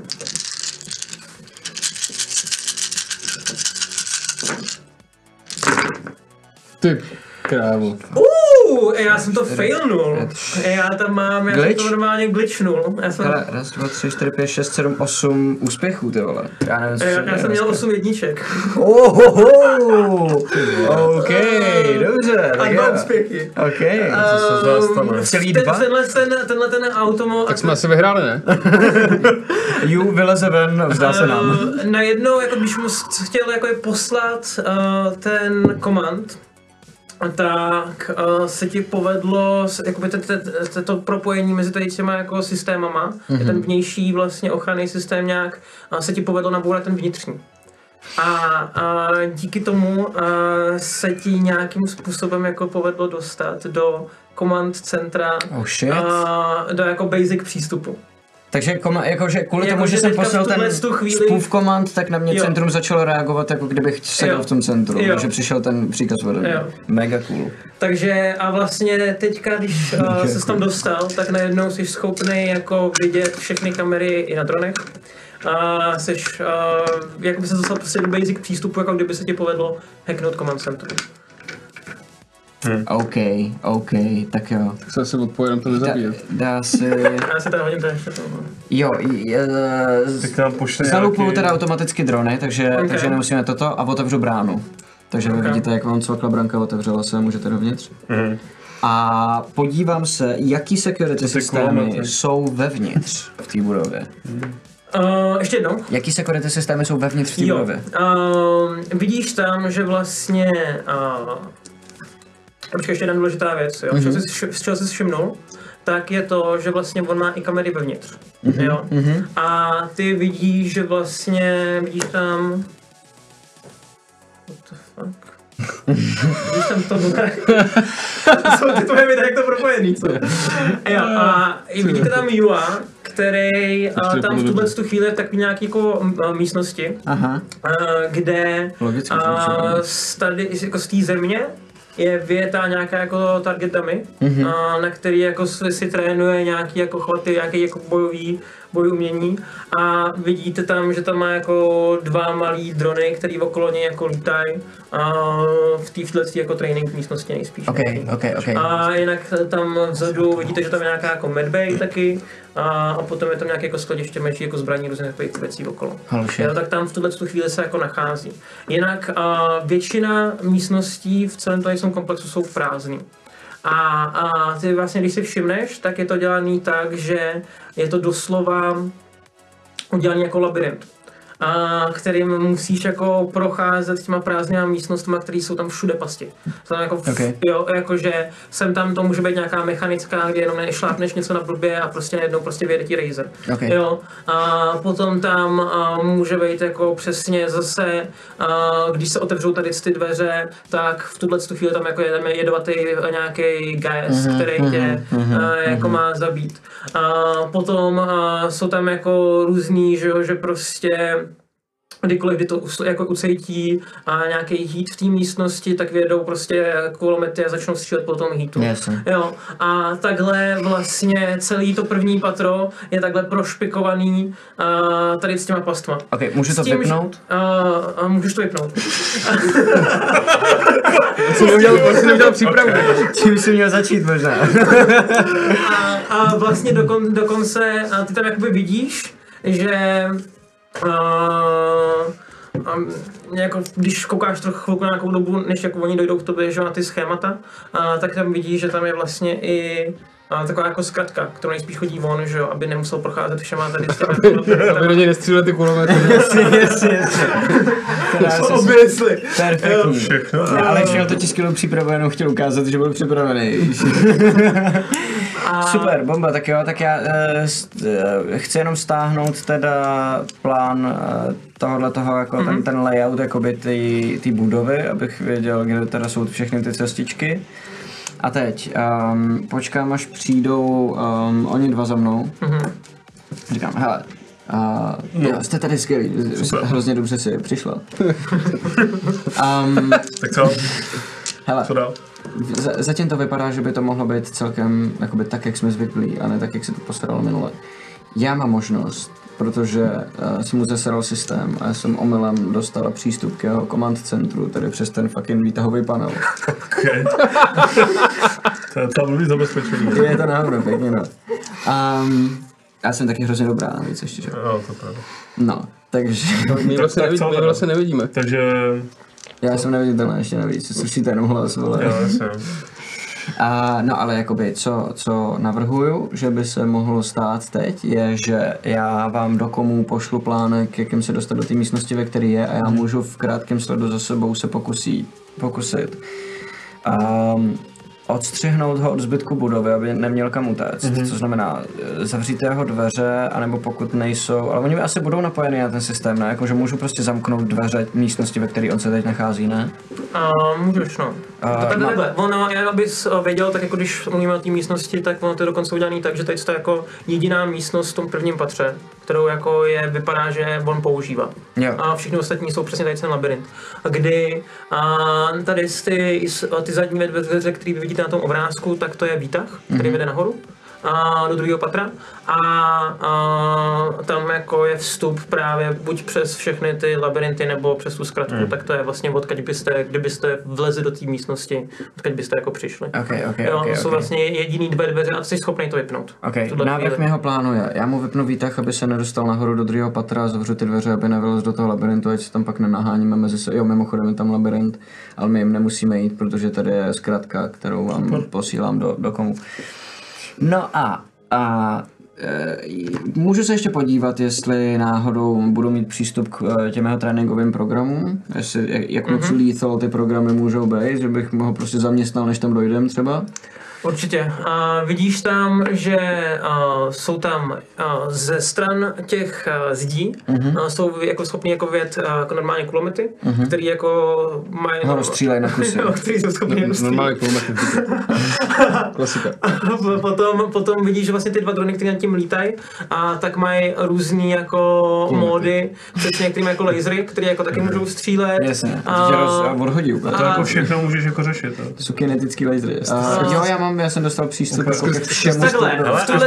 Ty krávo. Uh, já jsem to failnul. Já tam mám, já jsem Glitch? to normálně glitchnul. Já jsem, Hele, raz, dva, tři, čtyři, pět, šest, sedm, osm úspěchů, ty vole. Já nevím, co já, se já děje jsem měl dneska. osm jedniček. Ohoho! OK, dobře, A tak dva jo. úspěchy. OK. se zastane? Celý Ten, dva? tenhle ten, tenhle ten automo... Tak jsme asi vyhráli, ne? Ju vyleze ven, vzdá se nám. Uh, najednou, jako když mu chtěl jako je poslat uh, ten komand, tak uh, se ti povedlo, s- jakoby te- te- te- to propojení mezi tady těma jako systémama, mm-hmm. ten vnější vlastně ochranný systém nějak, uh, se ti povedlo nabourat ten vnitřní. A, a díky tomu uh, se ti nějakým způsobem jako povedlo dostat do command centra, Oh shit. uh, do jako basic přístupu. Takže koma, jakože kvůli Jako, tomu, že že jsem teďka v poslal ten tuhletu chvíli- spoof command, tak na mě Jo. centrum začalo reagovat, jako kdybych seděl Jo. v tom centru, Jo. že přišel ten příkaz ode mě. Jo. Mega cool. Takže a vlastně teďka, když uh, ses tam dostal, tak najednou jsi schopný jako vidět všechny kamery i na dronech. A jsi, uh, jako by se dostal prostě do basic přístupu, jako kdyby se ti povedlo hacknout command centrum. OK, OK, tak jo. Tak se asi odpojedem to Dá, nezabíjet. dá si... Já si teda hodím to ještě to. Jo, je, Tak nám pošle zalupuju nějaký... teda automaticky drony, takže, Ok. takže nemusíme toto a otevřu bránu. Takže vy Ok. vidíte, jak vám cvakla branka, otevřela se, můžete dovnitř. Mhm. A podívám se, jaký security ty systémy kulomety. jsou vevnitř v té budově. Uh, ještě jednou. Jaký security systémy jsou vevnitř v té Jo. budově? Uh, vidíš tam, že vlastně... Uh, počkej, ještě jedna důležitá věc, jo. Mm-hmm. Z, čeho jsi, z čeho jsi všimnul, tak je to, že vlastně on má i kamery vevnitř. Mm-hmm. Jo. Mhm. A ty vidíš, že vlastně vidíš tam... What the fuck? Když tam to bude. Jsou ty tvoje videa, jak to propojený, co? Jo, a vidíte tam Jua, který a, tam v tuhle tu chvíli je v takový nějaký jako a, místnosti, Aha. a, kde Logicky, a, z, tady, jako z té země je vyjetá nějaká jako target dummy, Mhm. a, na který jako si, si trénuje nějaký jako chvaty, nějaký jako bojový boj umění a vidíte tam, že tam má jako dva malý drony, který okolo něj jako lítají a v téhle jako training místnosti nejspíš. OK, OK, OK. A jinak tam vzadu vidíte, že tam je nějaká jako medbay taky a, a potom je tam nějaké jako skladiště mečí, jako zbraní, různých takových věcí okolo. Halše. Jo, tak tam v tuhle tu chvíli se jako nachází. Jinak a, většina místností v celém tom komplexu jsou prázdný. A, a ty vlastně, když si všimneš, tak je to dělaný tak, že je to doslova udělaný jako labyrint, a kterým musíš jako procházet těma prázdnýma místnostma, které jsou tam všude pasti. To jako, Okay. jo, jakože sem tam to může být nějaká mechanická, kde jenom nešlápneš něco na blbě a prostě najednou prostě vyjede ti Razer. Okay. Jo, a potom tam a, může být jako přesně zase, a, když se otevřou tady ty dveře, tak v tuhle tu chvíli tam jako jedeme jedovatý nějaký gas, Mhm, který tě mhm, a, jako mhm. má zabít. A potom a, jsou tam jako různý, že, jo, že prostě kdykoliv, kdy to us- jako ucejtí a nějaký heat v té místnosti, tak vyjedou prostě kulomety a začnou střílet po tom heatu. Jasně. Jo, a takhle vlastně celý to první patro je takhle prošpikovaný a tady s těma pastma. OK, můžu to S tím, vypnout? že- A, a můžeš to vypnout. Jsi neudělal, jsi neudělal přípravu. Čím jsi měl začít možná? A, a vlastně dokon, dokonce a ty tam jakoby vidíš, že uh, um, jako, když koukáš trochu chvilku na nějakou dobu, než jako oni dojdou k tobě, že na ty schémata, uh, tak tam vidíš, že tam je vlastně i uh, taková jako zkratka, kterou nejspíš chodí von, že jo, aby nemusel procházet všema tady s těmi Aby do něj nestříleli ty kulomety. Jasně, jasně, jasně. Obvěsli. Perfektní. Všechno. Ne, Aleš měl totiž skvělou přípravu, jenom chtěl ukázat, že byl připravený. Super, bomba, tak jo, tak já uh, chci jenom stáhnout teda plán uh, tohohle toho, jako mm-hmm. ten, ten layout, jakoby ty, ty budovy, abych věděl, kde teda jsou všechny ty cestičky. A teď, um, počkám, až přijdou um, oni dva za mnou. Mm-hmm. Říkám, hele, uh, no. jo, jste tady skvělí, hrozně dobře si přišla. um, Tak co? hele, Co dál? Z- zatím to vypadá, že by to mohlo být celkem jakoby tak, jak jsme zvyklí, a ne tak, jak se to postaralo minule. Já mám možnost, protože uh, jsem mu zeseral systém a já jsem omylem dostala přístup k jeho command centru, tedy přes ten fucking výtahový panel. Okay. To je tam blbý zabezpečení. Je to náhodou, pěkně no. Um, já jsem taky hrozně dobrá navíc ještě, že? Jo, to je pravda. No, takže My vlastně, tak nevidí, co my teda? vlastně nevidíme. Takže, já jsem neviditelný ještě navíc, slyšíte jenom hlas, vole. jo, jasně. A, no ale jakoby, co, co navrhuju, že by se mohlo stát teď, je, že já vám do komu pošlu plánek, jakým se dostat do té místnosti, ve které je, a já můžu v krátkém sledu za sebou se pokusí, pokusit um, odstřihnout ho od zbytku budovy, aby neměl kam utéct, mm-hmm. co znamená zavřít jeho dveře, anebo pokud nejsou, ale oni asi budou napojeni na ten systém, ne? Jakože můžu prostě zamknout dveře místnosti, ve které on se teď nachází, ne? Uh, můžeš, no. Uh, Uh, takhle, má- takhle. Ono, já abys věděl, tak jako když mluvíme o té místnosti, tak ono to je dokonce udělané tak, že teď to je jako jediná místnost v tom prvním patře, kterou jako je, vypadá, že on používá. Jo. A všichni ostatní jsou přesně tady ten labirint. A kdy a tady ty, ty zadní dveře, které vy vidíte na tom obrázku, tak to je výtah, který Mhm. vede nahoru a do druhého patra a, a tam jako je vstup právě buď přes všechny ty labirinty nebo přes tu zkratku, Mm. tak to je vlastně odkud byste, kdybyste vlezli do té místnosti, odkud byste jako přišli. Ok, ok, Jo, ok, to jsou ok. vlastně jediný dvě dveře a jsi schopný to vypnout. Ok, v tuhle návrh chvíli. mého plánu je, já mu vypnu výtah, aby se nedostal nahoru do druhého patra a zavřu ty dveře, aby nevylez do toho labirintu, ať se tam pak nenaháníme mezi se. Jo, mimochodem je tam labirint, ale my jim nemusíme jít, protože tady je zkratka, kterou vám posílám do, do komu. No a, a e, můžu se ještě podívat, jestli náhodou budu mít přístup k e, těm jeho tréninkovým programům, jestli, jak, jak moc Mhm. lethal ty programy můžou být, že bych ho prostě zaměstnal, než tam dojdem třeba. Určitě. Uh, vidíš tam, že uh, jsou tam uh, ze stran těch uh, zdí, uh-huh. uh, jsou jako schopni jako vědět uh, jako normálně kulomety, uh-huh. který jako mají... Ho rozstřílejí na kusy. který jsou schopni No, normálně kulomety. Klasika. potom, potom vidíš, že vlastně ty dva drony, které nad tím lítají, a tak mají různý jako módy, přesně některým jako lasery, které jako taky můžou střílet. Jasně, a, tě roz, a odhodí úplně. A to jako všechno můžeš jako řešit. Jo. To jsou kinetický lasery. Uh, jo, já mám, já jsem dostal přístup jako ke všemu. Takhle, v tohle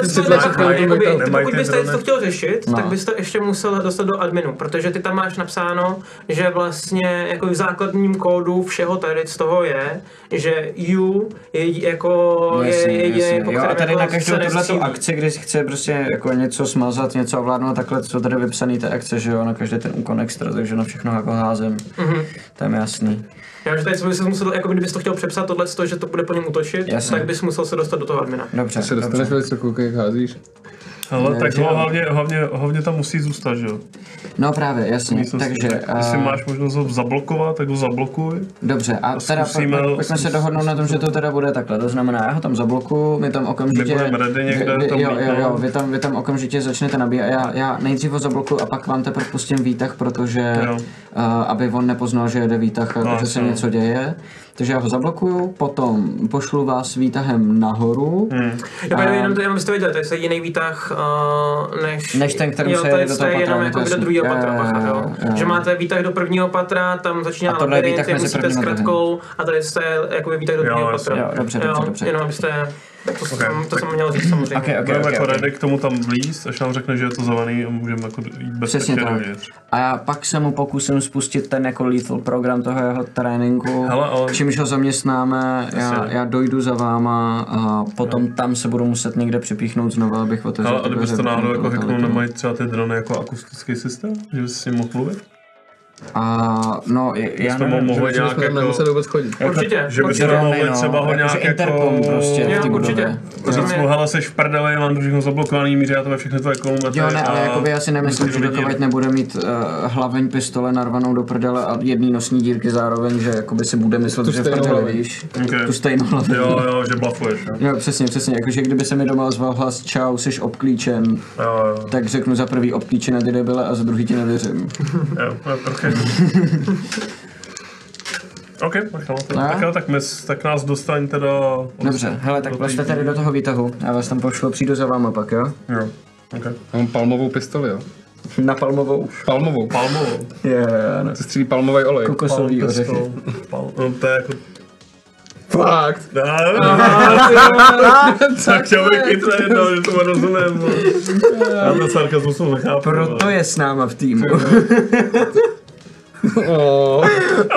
pokud byste drony. to chtěl řešit, No. tak byste ještě musel dostat do adminu, protože ty tam máš napsáno, že vlastně jako v základním kódu všeho tady z toho je, že U je jako No, jasně, je jediný, jasně. po Jo, a kterém tady jako na každou se tuhle nestřílí. akci, kdy si chce prostě jako něco smazat, něco ovládnout, takhle jsou tady vypsaný ty akce, že jo, na každý ten úkon extra, takže na všechno jako házím. Mhm. To je mi jasný. Já, že tady bys musel, jako kdybys to chtěl přepsat tohle, že to bude po něm útočit, Jasně. tak bys musel se dostat do toho admina. Dobře, Se dostaneš dobře. velice, kolik jak házíš. Ale Ne, tak že jo. hlavně, hlavně, hlavně tam musí zůstat, že jo? No právě, jasně, Místnosti. takže... Tak, Jestli a- máš možnost ho zablokovat, tak ho zablokuj. Dobře, a teda zkusíme- pojď- pojďme se dohodnout na tom, že to teda bude takhle, to znamená, já ho tam zablokuju, my tam okamžitě... My budeme ready někde vy, tam jo, jo, jo, lítnout. vy tam, vy tam okamžitě začnete nabíjet, já, já nejdřív ho zablokuju a pak vám teprve pustím výtah, protože, Jo. uh, aby on nepoznal, že jede výtah a No, že se jasně. něco děje. Takže já ho zablokuju, potom pošlu vás výtahem nahoru. Hmm. Já A- a... jenom to jenom byste věděli, to je jiný výtah uh, než... Než ten, kterým jo, se to jede je- do to toho je patra, jenom je jako to do jasný. druhého Jo, patra, jo, bacha, jo, jo. jo. Že máte výtah do prvního patra, tam začíná A tohle je labirint, výtah ty mezi musíte prvním s a druhým. kratkou a tady jste jako výtah do Jo, druhého jasně. patra. Jo, dobře, dobře, Jo, dobře. Jenom abyste... To, Okay. jsem, to jsem měl říct samozřejmě. Okay, okay, Budeme okay, jako okay. ready k tomu tam vlízt, až nám řekne, že je to zelený a můžeme jako jít Přesně bezpečně tak. dovnitř. A já pak se mu pokusím spustit ten jako lethal program toho jeho tréninku, Hele, ale- čímž ho zaměstnáme, já, Jasně. já dojdu za váma a potom tam se budu muset někde připíchnout znova, abych otevřel Ale a ty kdybyste dveře, náhodou aby jako to hacknul, letělo. nemají třeba ty drony jako akustický systém? Že bys s ním mohl mluvit? A no, je- já Jste mu nevím, mohli Že nějak bychom jako... nemuseli vůbec chodit. Určitě, Že by určitě. se mohli no, třeba ho jakože nějak interkom jako... prostě v Jo, té budově. určitě. Říct mu, hele, seš v prdeli, mám to všechno zablokovaný, míří, já tebe všechny tvoje kulomety. Jo, ne, ale a jakoby já si nemyslím, musíš že lidi- dokud nebude mít uh, hlaveň pistole narvanou do prdele a jedný nosní dírky zároveň, že jakoby si bude myslet, Tu že v stejnou prdele, hlaveň. víš, Okay. tu stejnou hlaveň. Jo, jo, že blafuješ, jo. Jo, přesně, přesně, jakože kdyby se mi doma ozval hlas čau, jsi obklíčen, Jo, jo, tak řeknu za prvý obklíčené ty debile a za druhý ti nevěřím. jo, jo, ok. OK, tak, no, No. tak, jo, tak, my, tak nás dostaň teda... Dobře, hele, tak do vlezte té- tady do toho výtahu, já vás tam pošlu, přijdu za váma pak, jo? Jo, ok. Já mám palmovou pistoli, jo. Na palmovou. Palmovou. Palmovou. Je, yeah, no. To střílí palmový olej. Kokosový Palm ořechy. pistol. Pal, no, to je jako... Fakt. Tak chtěl bych i to jedno, že tomu rozumím. no. Já ten sarkazmus mu nechápu. Proto je s náma v týmu. Oh.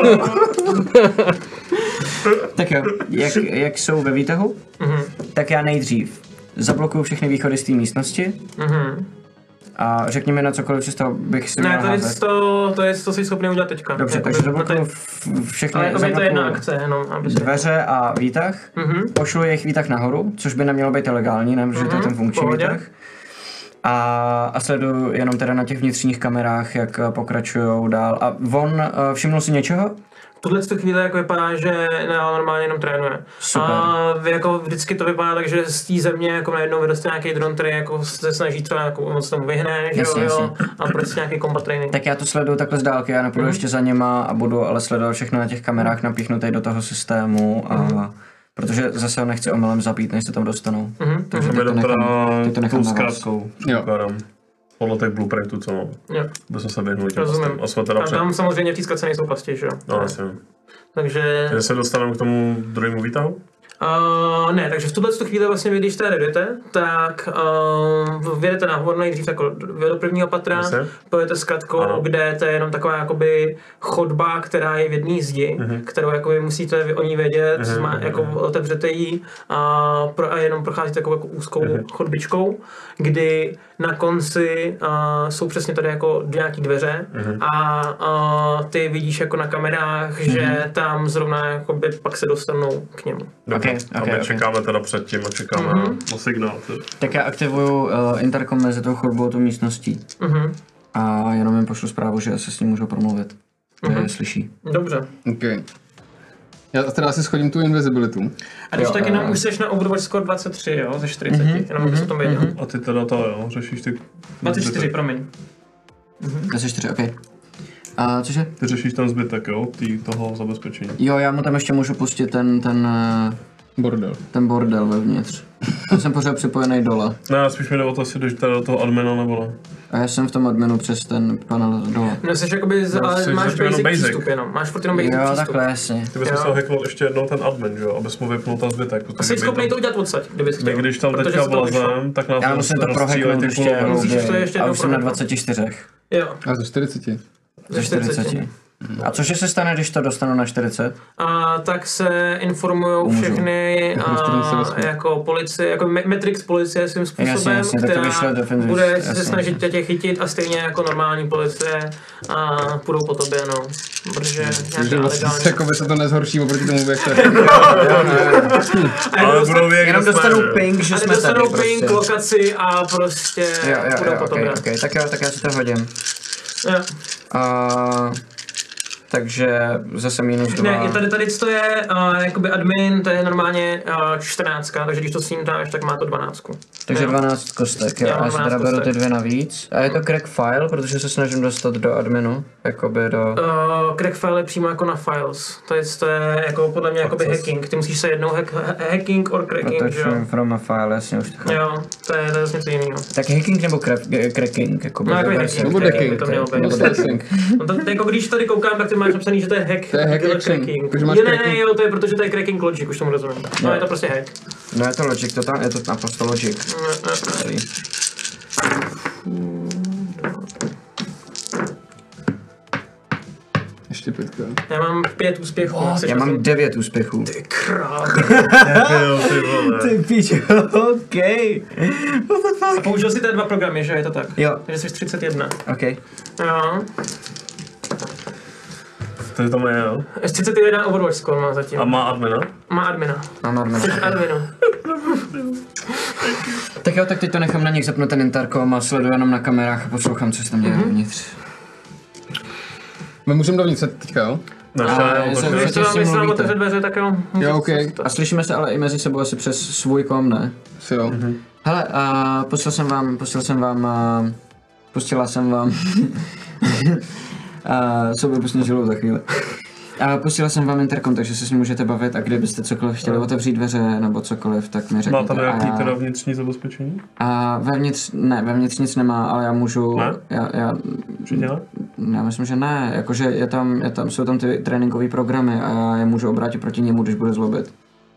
Tak jo, jak, jak jsou ve výtahu, Mhm, tak já nejdřív zablokuju všechny východy z té místnosti mhm. a řekni mi na cokoliv, z toho bych si Ne, měl to je házet. to, to je to jsi schopný udělat teďka. Dobře, Jakoby, takže no to zablokuju je- f- všechny, Ale jakoby to je jedna zablokuju akce, jenom aby se... dveře a výtah, Mhm. pošlu jejich výtah nahoru, což by nemělo být ilegální, ne, protože to je Mhm, ten funkční pohodě. výtah. A, a sleduju jenom teda na těch vnitřních kamerách, jak pokračují dál. A on, uh, všimnul si něčeho? V tuhle tu chvíli jako vypadá, že ne, ale normálně jenom trénuje. Super. A vy jako vždycky to vypadá tak, že z té země jako najednou vyroste nějaký dron, který jako se snaží třeba jako moc tomu vyhne, že Jasně, jo, jo, jasně. a prostě nějaký combat training. Tak já to sleduju takhle z dálky, já nepůjdu Mhm. ještě za něma a budu ale sledovat všechno na těch kamerách napíchnutý do toho systému a Mhm. protože zase ho nechci omylem zabít, než se tam dostanou. Mhm, Takže mhm. teď to Jdem teda nechám, teď to nechám tou na vás. zkrátkou. Jo. Předpokládám. Podle těch blueprintů, co mám. Jo, By jsme se vyhnuli těm rozumím. pastem. A jsme teda A před... tam samozřejmě v té zkratce nejsou pasti, že jo. No, jasně. Takže... Takže se dostaneme k tomu druhému výtahu? Uh, ne, takže v tuhle tu chvíli vlastně vy, když tady jdete, tak uh, vyjedete nahoru nejdřív jako do do prvního patra, Jasně. pojete s kratkou, Ano. kde to je jenom taková jakoby chodba, která je v jedné zdi, Mhm. kterou jakoby musíte vy o ní vědět, Mhm, má, mhm, jako mhm. otevřete ji a, pro, a jenom procházíte takovou jako úzkou Mhm. chodbičkou, kdy na konci uh, jsou přesně tady jako nějaký dveře Mhm. a uh, ty vidíš jako na kamerách, že tam zrovna jakoby pak se dostanou k němu. Dobře. Ok, A ok, my ok. čekáme teda před tím a čekáme Mhm. na signál. Tak já aktivuju uh, interkom mezi tou chodbou a tou místností Mhm. a jenom jim pošlu zprávu, že se s ním můžu promluvit. To je Mhm. slyší. Dobře. Okay. Já teda si schodím tu invisibilitu. A když Jo, tak jo, jenom jo. už seš na Overwatch score dvacet tři, jo, ze čtyřicet, mm-hmm, jenom abys o tom věděl. A ty teda to, jo, řešíš ty... dvacet čtyři, promiň. dvacet čtyři, OK. A cože? Ty řešíš ten zbytek, jo, tý, toho zabezpečení. Jo, já mu tam ještě můžu pustit ten, ten, eh, Bordel. ten bordel vevnitř. Já jsem pořád připojený dole. Ne, spíš mi jde o to, jestli jdeš teda do toho admina nebo ne. A já jsem v tom adminu přes ten panel dole. No jsi jakoby, z, No, ale jsi máš zatím jenom basic, basic. přístup jenom, máš furt jenom basic Jo, přístup. takhle, jasně. Ty bys Jo. musel hacknout ještě jednou ten admin, že jo, abys mu vypnul ten zbytek. Jsi protože schopný my to tam- udělat odsaď, kdybys chtěl. My když tam protože teďka se to vyšlo. vlezem, tak nás Já musím to prohacknout ještě Musíš to hlouběji. ještě A jednou už jsem na prohacknout. dvacet čtyři. Jo, A ze čtyřiceti. Ze čtyřiceti. A cože se stane, když to dostanu na čtyřicet? a tak se informujou Pomůžu. všechny Jako ve čtyřicet osm. a, jako policie, jako me- Matrix policie svým způsobem, Jasně, jasně, tak to která vyšle defensive, bude jasně. se snažit tě chytit a stejně jako normální policie a půjdou po tobě, no. Protože Takže nějaká vlastně legální. jako by se to nezhorší oproti tomu věku. A Ale dostan- budou vědět, Jenom kde jsme, dostanu že jo. ping, že a jsme tady dostanou prostě. ping, lokaci a prostě Jo, jo, půjdou jo, po okay, tobě. okay. Tak jo, tak já si to hodím. Jo. A... Takže zase minus dva. Ne, je tady, tady to je uh, jakoby admin, to je normálně uh, čtrnáct, takže když to s ním dáš, tak má to dvanáct. Takže Jo. dvanáct kostek, jo. Já A mám já si dvanáct teda beru ty kostek. dvě navíc. A je to crack file, protože se snažím dostat do adminu. Jakoby do... Uh, crack file je přímo jako na files, to je, to je jako podle mě jakoby hacking, ty musíš se jednou hack, ha- hacking or cracking, že jo? Attachment from a file, jasně už to chápu. Jo, to je, to je něco jiného. Tak hacking nebo crack, cracking? Jakoby, No, jako ve hacking, verzi. Nebo hacking by decking. to mělo být. Nebo slashing. No to, jako když tady koukám, tak ty máš napsaný, že to je hack, To je hack tyhle action, cracking. takže máš Jo, ne, ne, cracking. jo, to je protože to je cracking logic, už tomu rozumím. No, Jo. je to prostě hack. No je to logic, to tam, je to naprosto logic. No, no, no. Celý. Ještě pětka. Já mám pět úspěchů. chceš Já mám asi- devět úspěchů. Ty král. Jo, ty vole. Ty pičo, okej. What the A fuck? použil si ty dva programy, že je to tak? Jo, Takže jsi třicet jedna. okej. Jo. To tam je, jo. třicet jedna Overwatch score má zatím. A má admina? Má admina. Mám admin. Jsi adminu. Tak jo, tak teď to nechám na nich zapnout ten interkom a sleduju jenom na kamerách a poslouchám, co se tam děje Mhm. uvnitř. My můžeme dovnitř teďka, jo? Ne, A ne, jestli- to Když jestli to s tím myslím mluvíte. otevřet dveře, tak jo. Jo, okej. A slyšíme se ale i mezi sebou asi přes svůj kom, ne? Si jo. Hele, a posílal jsem vám, posílal jsem vám, a pustila jsem vám, a sobě pustím žilou za chvíli. A posílal jsem vám interkom, takže se s ním můžete bavit a kdybyste cokoliv chtěli otevřít dveře nebo cokoliv, tak mi má řekněte. tam nějaký a, já, teda vnitřní zabezpečení? a vevnitř, ne, vevnitř nic nemá, ale já můžu, Ne? já, já, Určitě ne? já myslím, že ne, jakože je tam, je tam, jsou tam ty tréninkové programy a já je můžu obrátit proti němu, když bude zlobit.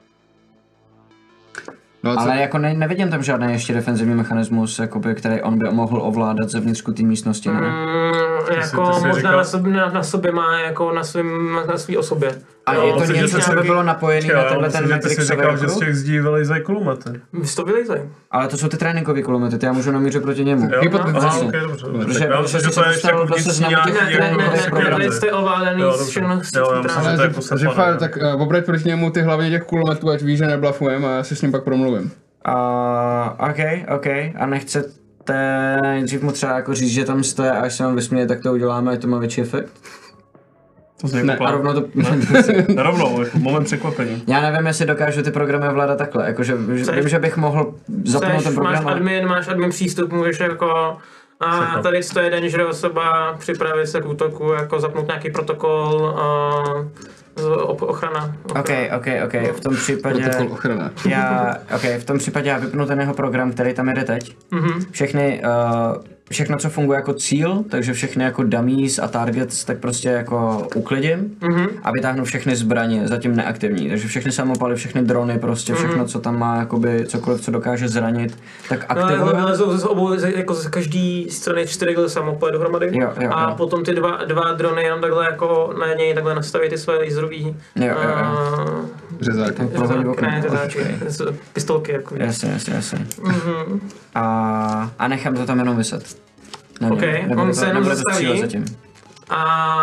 No a co? Ale jako ne, nevidím tam žádný ještě defenzivní mechanismus, jakoby, který on by mohl ovládat zevnitřku té místnosti, ne? Mm, jako ty jsi možná říkal- na, sobě, na, na sobě má jako na svým, na svý osobě. A Jo, je to myslím, že něco, to co by nějaký- bylo napojené Počkej, na já tenhle myslím, ten že ty jsi Matrixový říkal, že z okruh? těch zdí vylejzají kulomety. Vy jsi to vylejzej. Ale to jsou ty tréninkové kulomety, ty já můžu namířit proti němu. Jo? Hypoteticky. Aha, ok, dobře. Protože- Tak já protože myslím, že jsi to je ještě dostal jako do vnitřní seznamu těch nějaký Ne, ne, ne, jako ne, programy. ne, jste ovládaný Jo, z dobře. všechno Jo, já myslím, Ale že to je že, jako že sepané, fajn, ne? tak uh, obrať proti němu ty hlavně těch kulometů, ať ví, že neblafujeme a já se s ním pak promluvím. A ok, ok. A nechcete nejdřív mu třeba jako říct, že tam jste a až se vám vysměje, tak to uděláme, ať to má větší efekt? To zní Ne, jako A plán. rovnou to... Ne, rovnou, jako moment překvapení. Já nevím, jestli dokážu ty programy ovládat takhle, jakože že- vím, že bych mohl zapnout ten Seš, máš program. ale- admin, máš admin přístup, můžeš jako a Všechno. tady to je danger osoba, připravit se k útoku, jako zapnout nějaký protokol, a z- op- ochrana. ochrana. Ok, ok, ok, v tom případě... Protokol ochrana. Já, ok, v tom případě já vypnu ten jeho program, který tam jede teď. Mhm. Všechny, uh, všechno, co funguje jako cíl, takže všechny jako dummies a targets, tak prostě jako uklidím Mhm. a vytáhnu všechny zbraně, zatím neaktivní. Takže všechny samopaly, všechny drony, prostě všechno, co tam má, jakoby cokoliv, co dokáže zranit, tak No, aktivuju. vylezou z obou, z- jako z každý strany čtyři samopaly dohromady. Jo, jo, a jo. potom ty dva, dva drony jenom takhle jako na něj takhle nastaví ty své laserový Jo, jo, jo. a- Řezák. Prohodí řezák- okno. ne, řezáčky, Ok. z- pistolky jako. Jasně, jasně, jasně. Mhm. A, a nechám to tam jenom vyset. Nevím, Ok, nebude on to, se jenom nebude to zastaví. cíl zatím. A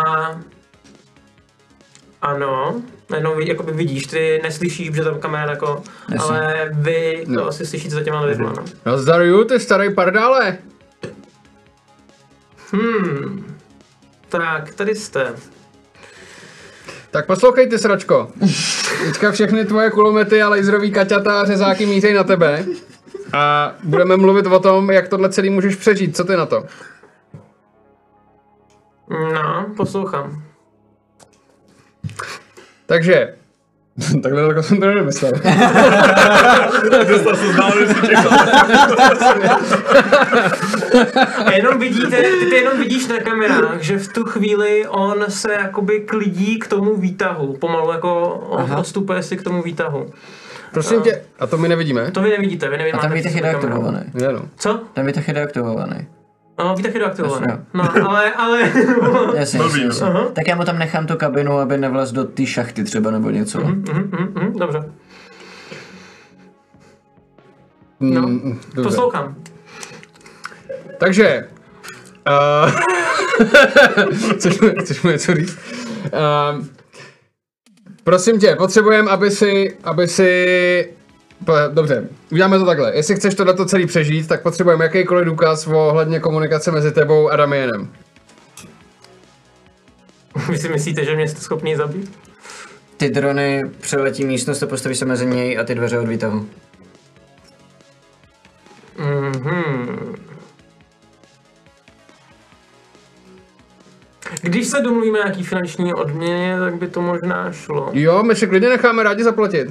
ano, najednou vid- jakoby vidíš, ty neslyšíš, že tam kamera jako, Jasně. ale vy to No. asi slyšíte zatím ale vidno, no. Nazdaruju, ty starý pardále. Hmm. Tak, tady jste. Tak poslouchejte, sračko. Teďka všechny tvoje kulomety a laserový kaťata a řezáky míří na tebe. A budeme mluvit o tom, jak tohle celý můžeš přežít. Co ty na to? No, poslouchám. Takže, takhle daleko jsem to nemyslel. Dostal se znám, že si čekal. A jenom vidíte, ty, ty jenom vidíš na kamerách, že v tu chvíli on se jakoby klidí k tomu výtahu. Pomalu jako on odstupuje si k tomu výtahu. Prosím tě, a to my nevidíme. To vy nevidíte, vy A nevidíte. tam výtah je deaktivovaný. Je, no. Co? Tam výtah je deaktivovaný. No, výtah je deaktivovaný. Jasně. No, ale, ale... Jasně, jasně, jasně. Aha. Tak já mu tam nechám tu kabinu, aby nevlez do té šachty třeba nebo něco. Mhm, mhm, mhm, dobře. No, Mm, dobře. poslouchám. Takže, uh, chceš, mi, chceš mi něco říct? Uh, prosím tě, potřebujeme, aby si, aby si, dobře, uděláme to takhle. Jestli chceš tohleto celý přežít, tak potřebujeme jakýkoliv důkaz ohledně komunikace mezi tebou a Damienem. Vy si myslíte, že mě jste schopný zabít? Ty drony přeletí místnost a postaví se mezi něj a ty dveře od výtahu. Mhm. Když se domluvíme nějaký finanční odměně, tak by to možná šlo. Jo, my se klidně necháme rádi zaplatit.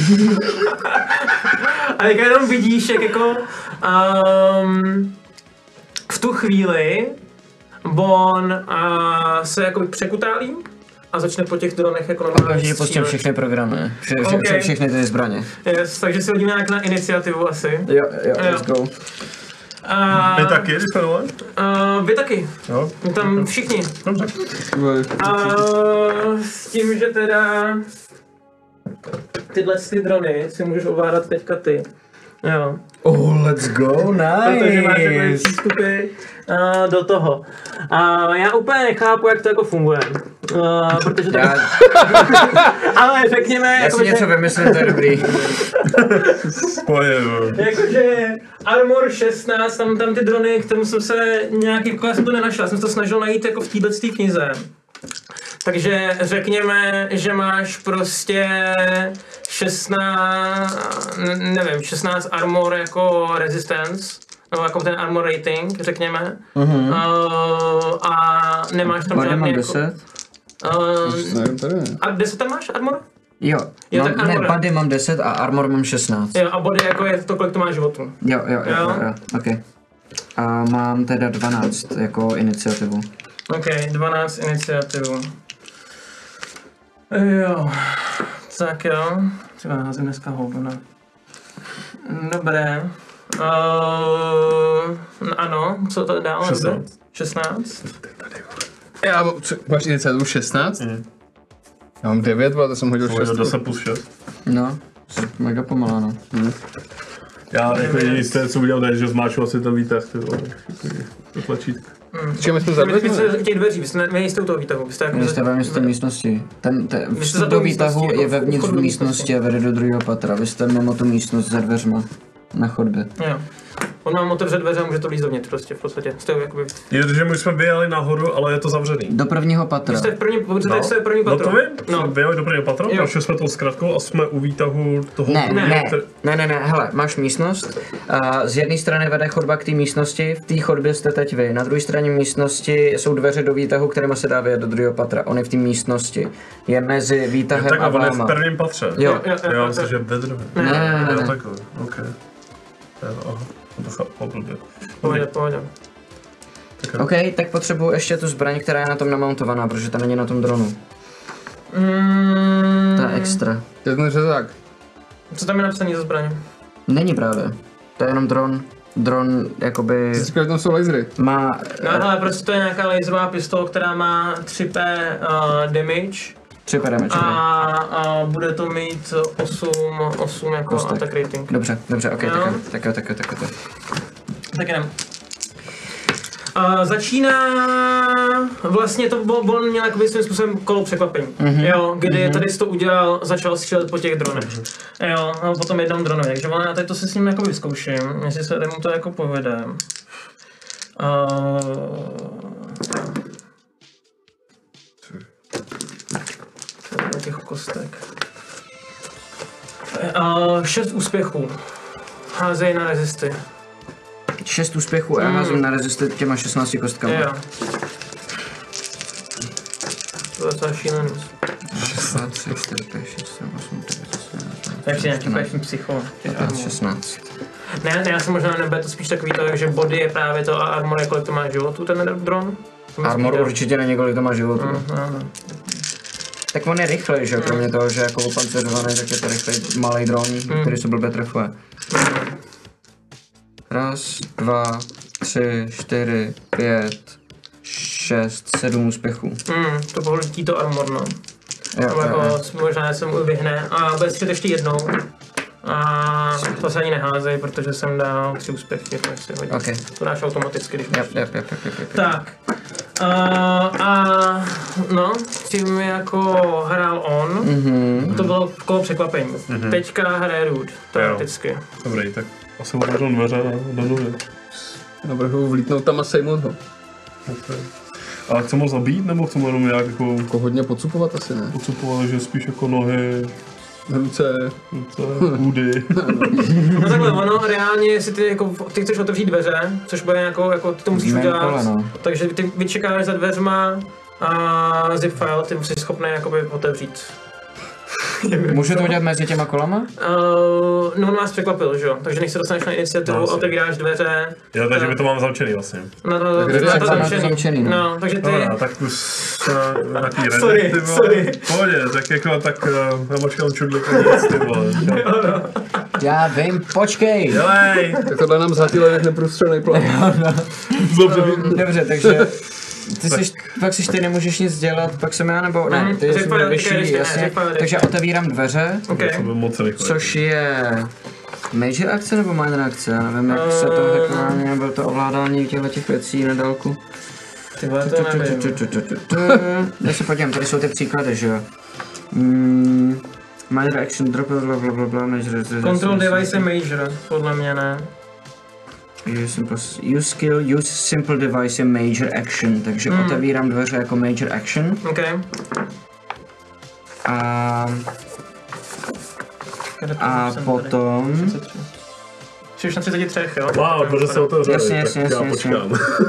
A teďka jenom vidíš, jak jako um, v tu chvíli Bon uh, se jako překutálí a začne po těch dronech jako normálně Okamžitě pustím střílet. všechny programy, vše, vše, Okay. vše, všechny ty zbraně. Yes, takže si hodíme nějak na iniciativu asi. Jo, jo, let's go. A, My taky, když jsme dole? uh, vy taky. Jo. My tam všichni. Dobře. A s tím, že teda tyhle ty drony si můžeš ovládat teďka ty. Jo. Oh, let's go, Protože máš takové nice. přístupy uh, do toho. A já úplně nechápu, jak to jako funguje. Uh, protože to... Já, Ale řekněme, já jako, si něco že, vymyslím, to je dobrý. Poje, jo. jakože Armor šestnáct, tam, tam ty drony, k tomu jsem se nějak, jako já jsem to nenašel, já jsem to snažil najít jako v této knize. Takže řekněme, že máš prostě šestnáct, ne- nevím, šestnáct armor jako resistance, nebo jako ten armor rating, řekněme. Uh-huh. Uh, a nemáš tam Body žádný mám jako... deset. Uh, Ne, tady ne. a deset tam máš armor? Jo, Jo, mám, tak ne, armor. body mám deset a armor mám šestnáct. Jo, a body jako je to, kolik to má životu. Jo, jo, jo, Jo. jo, jo, ok. A mám teda dvanáct jako iniciativu. OK, dvanáct iniciativu. Jo, tak jo. Třeba házím dneska hovna. Dobré. Uh, ano, co to dál? šestnáct. šestnáct. Já mám, co, máš iniciativu šestnáct? Mm. Já mám devět, ale to jsem hodil Poje, šest. deset plus šest. No, jsi mega pomalá, no. Já jako jediný jste, co udělal, je, že zmáčil asi ten výtah, ty vole. To tlačítko. Čím jsme Vy zabili? jste těch dveří, vy jste, ne, vy nejste u toho výtahu, vy jste jako... Vy jste ve městě místnosti. Ten, ten Vy jste vstup za do tou výtahu místností, je jako vevnitř vchod v do místnosti místnosti. a vede do druhého patra. Vy jste mimo tu místnost za dveřma. Na chodbě. Jo. On vám otevře dveře a může to líst dovnitř prostě v podstatě. Jste jakoby... Je, že my jsme vyjeli nahoru, ale je to zavřený. Do prvního patra. Vy jste v první, protože no. jste v první No patro. to vím, No. jsme vyjeli do prvního patra, Jo. prošli jsme tou zkratkou a jsme u výtahu toho... Ne, Ne. ne, ne, ne, ne, hele, máš místnost, a z jedné strany vede chodba k té místnosti, v té chodbě jste teď vy, na druhé straně místnosti jsou dveře do výtahu, kterými se dá vyjet do druhého patra, on je v té místnosti, je mezi výtahem Tak a a on je v váma. prvním patře. Jo. Jo, jo, Já jo, myslím, jo. že ve druhém. Ne, ne, ne, Jo, ne. takhle, ok. Jo, aha, to chápu blbě. Pohodě, pohodě. OK, tak potřebuji ještě tu zbraň, která je na tom namontovaná, protože ta není na tom dronu. Mm, Ta extra. To je ten řezák. co tam je napsané za zbraně? Není právě. To je jenom dron. Dron, jakoby, Ty říkal, že tam jsou lasery. má... No ale prostě to je nějaká laserová pistol, která má tři P uh, damage Tři parametry. a, a bude to mít osm, osm jako Kostek. attack rating. Dobře, dobře, OK, Jo. tak jo, tak jo, tak jo, tak jo, tak jo. Tak jenom. Uh, začíná, vlastně to byl, byl měl jakoby svým způsobem kolo překvapení, mm-hmm. jo, kdy mm-hmm. tady jsi to udělal, začal střílet po těch dronech, mm-hmm. jo, a potom jednom dronovi, takže já tady to se s ním jako vyzkouším, jestli se mu to jako povede. Uh, kostek. Uh, šest úspěchů. Házej na rezisty. Šest úspěchů a já házím na rezisty těma šestnácti kostkama. Jo. To je docela šílený. dva, tři, čtyři, pět, šest, sedm, osm, devět, deset, jedenáct, To je nějaký pěšný psycho. patnáct, šestnáct. Ne, ne, já jsem možná nebude to spíš takový to, že body je právě to a armor je kolik to má životů ten dron. Armor určitě není, kolik to má životu. Mm, no, no. Tak on je rychlej, že jo, kromě toho, že jako opanceřovaný, tak je to rychlej malý dron, Mm. který se blbě trefuje. Raz, dva, tři, čtyři, pět, šest, sedm úspěchů. Mm, to pohlítí to armor, no. Jo, To jo, jako jo. možná se mu vyhne a bude střet ještě jednou. A to se ani neházej, protože jsem dal tři úspěchy, to si hodí. Okay. To dáš automaticky, když Yep, yep, yep, yep, yep, yep. Tak. Uh, a no, tím jako hrál on, Mhm. to bylo kolo překvapení. Mm-hmm. Teďka hraje Rude, teoreticky. Dobrý, tak asi otevřu dveře na Danuvi. Navrhuji vlítnout tam a sejmout ho. Okay. A chci ho zabít, nebo chci mu jenom nějak jako Jako hodně pocupovat asi, ne? pocupovat, že spíš jako nohy, Ruce. ruce, údy. No takhle, ono reálně, jestli ty, jako, ty chceš otevřít dveře, což bude jako, jako ty to musíš Mém udělat, kole, no. takže ty vyčekáš za dveřma a zip file, ty jsi schopný jakoby otevřít. Můžu to udělat mezi těma kolama? Uh, no on vás překvapil, že jo, takže než se dostaneš na iniciativu, No, asi. otevíráš dveře. Jo, takže tak- my to máme zavčený vlastně. Na to, Takže na tak to máme to zamčený. zamčený, no. No, takže ty... Dobrá, tak tu s uh, nějaký Reddit, Sorry, ty vole. sorry. Pohodě, tak jako tak uh, já počkám čudlíka nic, ty vole. Já vím, počkej! Dělej! Tak tohle nám zhatilo jak neprůstřelný plán. Dobře, Dobře, takže ty jsi, pak si ty nemůžeš nic dělat, pak jsem já nebo ne, Mhm, ty jsi Zipfile, vyšší, teďka ještě ne, jasně, Zipfile, takže otevírám dveře, OK. to bylo moc rychle. což je major akce nebo minor akce, já nevím jak se to Eh. řekne, bylo to ovládání těchto těch věcí na dálku. Ty vole, to nevím. Já se podívám, tady jsou ty příklady, že jo. Mm, minor action drop, bla bla bla bla, major... Control device je major, podle mě ne. Use, simple, use skill, use simple device je major action, takže Hmm. otevírám dveře jako major action. OK. A, Kde to a jsem potom... tady? třicet tři. Jsi už na třicet tři, jo? Wow, protože se otevřeli, Jasně, tak jasně, já jasně, počkám.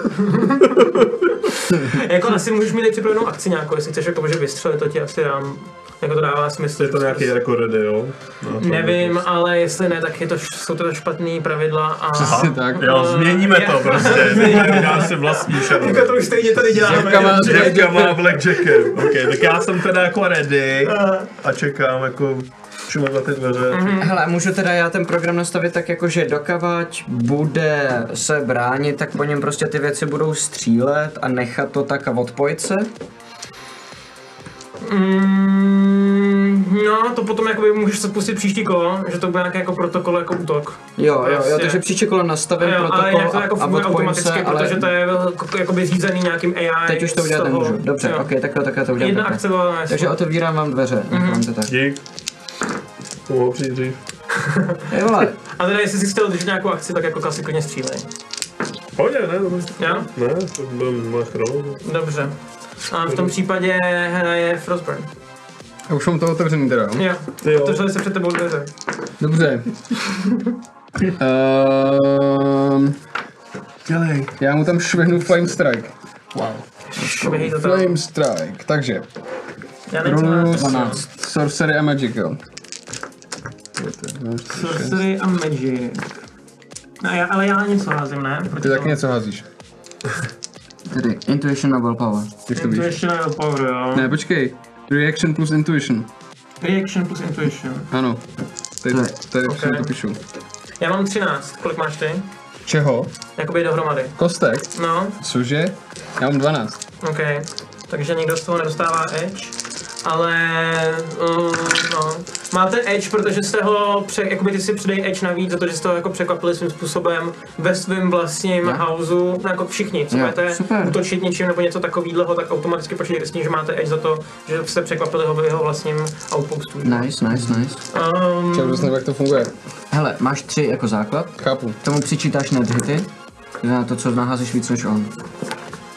Jako asi můžeš mít připravenou akci nějakou, jestli chceš jako, že vystřelit, to ti asi dám. Jako to dává smysl. Je to nějaký jako ready, jo? No, to Nevím, ale jestli ne, tak je to, jsou to špatný pravidla a... Přesně tak. Jo, změníme to prostě, já si vlastní šedou. Jako to už stejně tady děláme. Děvka má Děvka má blackjackem. Ok, tak já jsem teda jako ready a čekám jako všude na ty dveře. Hele, můžu teda já ten program nastavit tak jako, že dokavať bude se bránit, tak po něm prostě ty věci budou střílet a nechat to tak a odpojit se? Mm, no, to potom jakoby můžeš se pustit příští kolo, že to bude nějaký jako protokol jako útok. Jo, jo, jo, Prostě. takže příště kolo nastavím Jo, ale protokol jinak to jako a, a funguje odpojím automaticky, se, ale protože to je jako- jakoby řízený nějakým A I. teď už to z udělat toho. nemůžu. Dobře, Jo. ok, tak to, tak já to udělám Jedna takhle. akce byla Takže otevírám vám dveře, mm-hmm. to tak. Dík. Mohu přijít dřív. Hej vole, A teda jestli jsi chtěl držet nějakou akci, tak jako klasicky klidně střílej. Pohodě, ne? Dobře. Jo? Ne, to bylo moje chrono. Dobře. A v tom případě hraje Frostburn. A už mám to otevřený teda, jo? Jo. Ty jo. Otevřeli se před tebou dveře. Dobře. um, Dělej. já mu tam švihnu Flame Strike. Běhej to tam. Flame Strike, takže. Já nevím, co Rolu máš. dvanáct. Sorcery a Magic, jo. Sorcery a Magic. No, já, ale já něco házím, ne? Proti Ty taky tomu. něco házíš. Tedy Intuition a Willpower. Jak to víš? Intuition a Willpower, jo. Ne, počkej. Reaction plus Intuition. Reaction plus Intuition. Ano. Tady, To je- tady ok. okay. to píšu. Já mám třináct. Kolik máš ty? Čeho? Jakoby dohromady. Kostek? No, Cože? Já mám dvanáct. OK. Takže nikdo z toho nedostává edge. Ale, um, no. Máte edge, protože jste ho, pře, jakoby ty si přidej edge navíc, za to, že jste ho jako překvapili svým způsobem ve svém vlastním Jo. houseu, no jako všichni, co Jo, budete super. útočit něčím nebo něco takového, tak automaticky počítejte s tím, že máte edge za to, že jste překvapili ho v jeho vlastním outpostu. Nice, nice, nice. Um, Čau, vůbec nevím, jak to funguje. Hele, máš tři jako základ, Chápu. k tomu přičítáš net hity, to znamená to, co naházíš víc než on.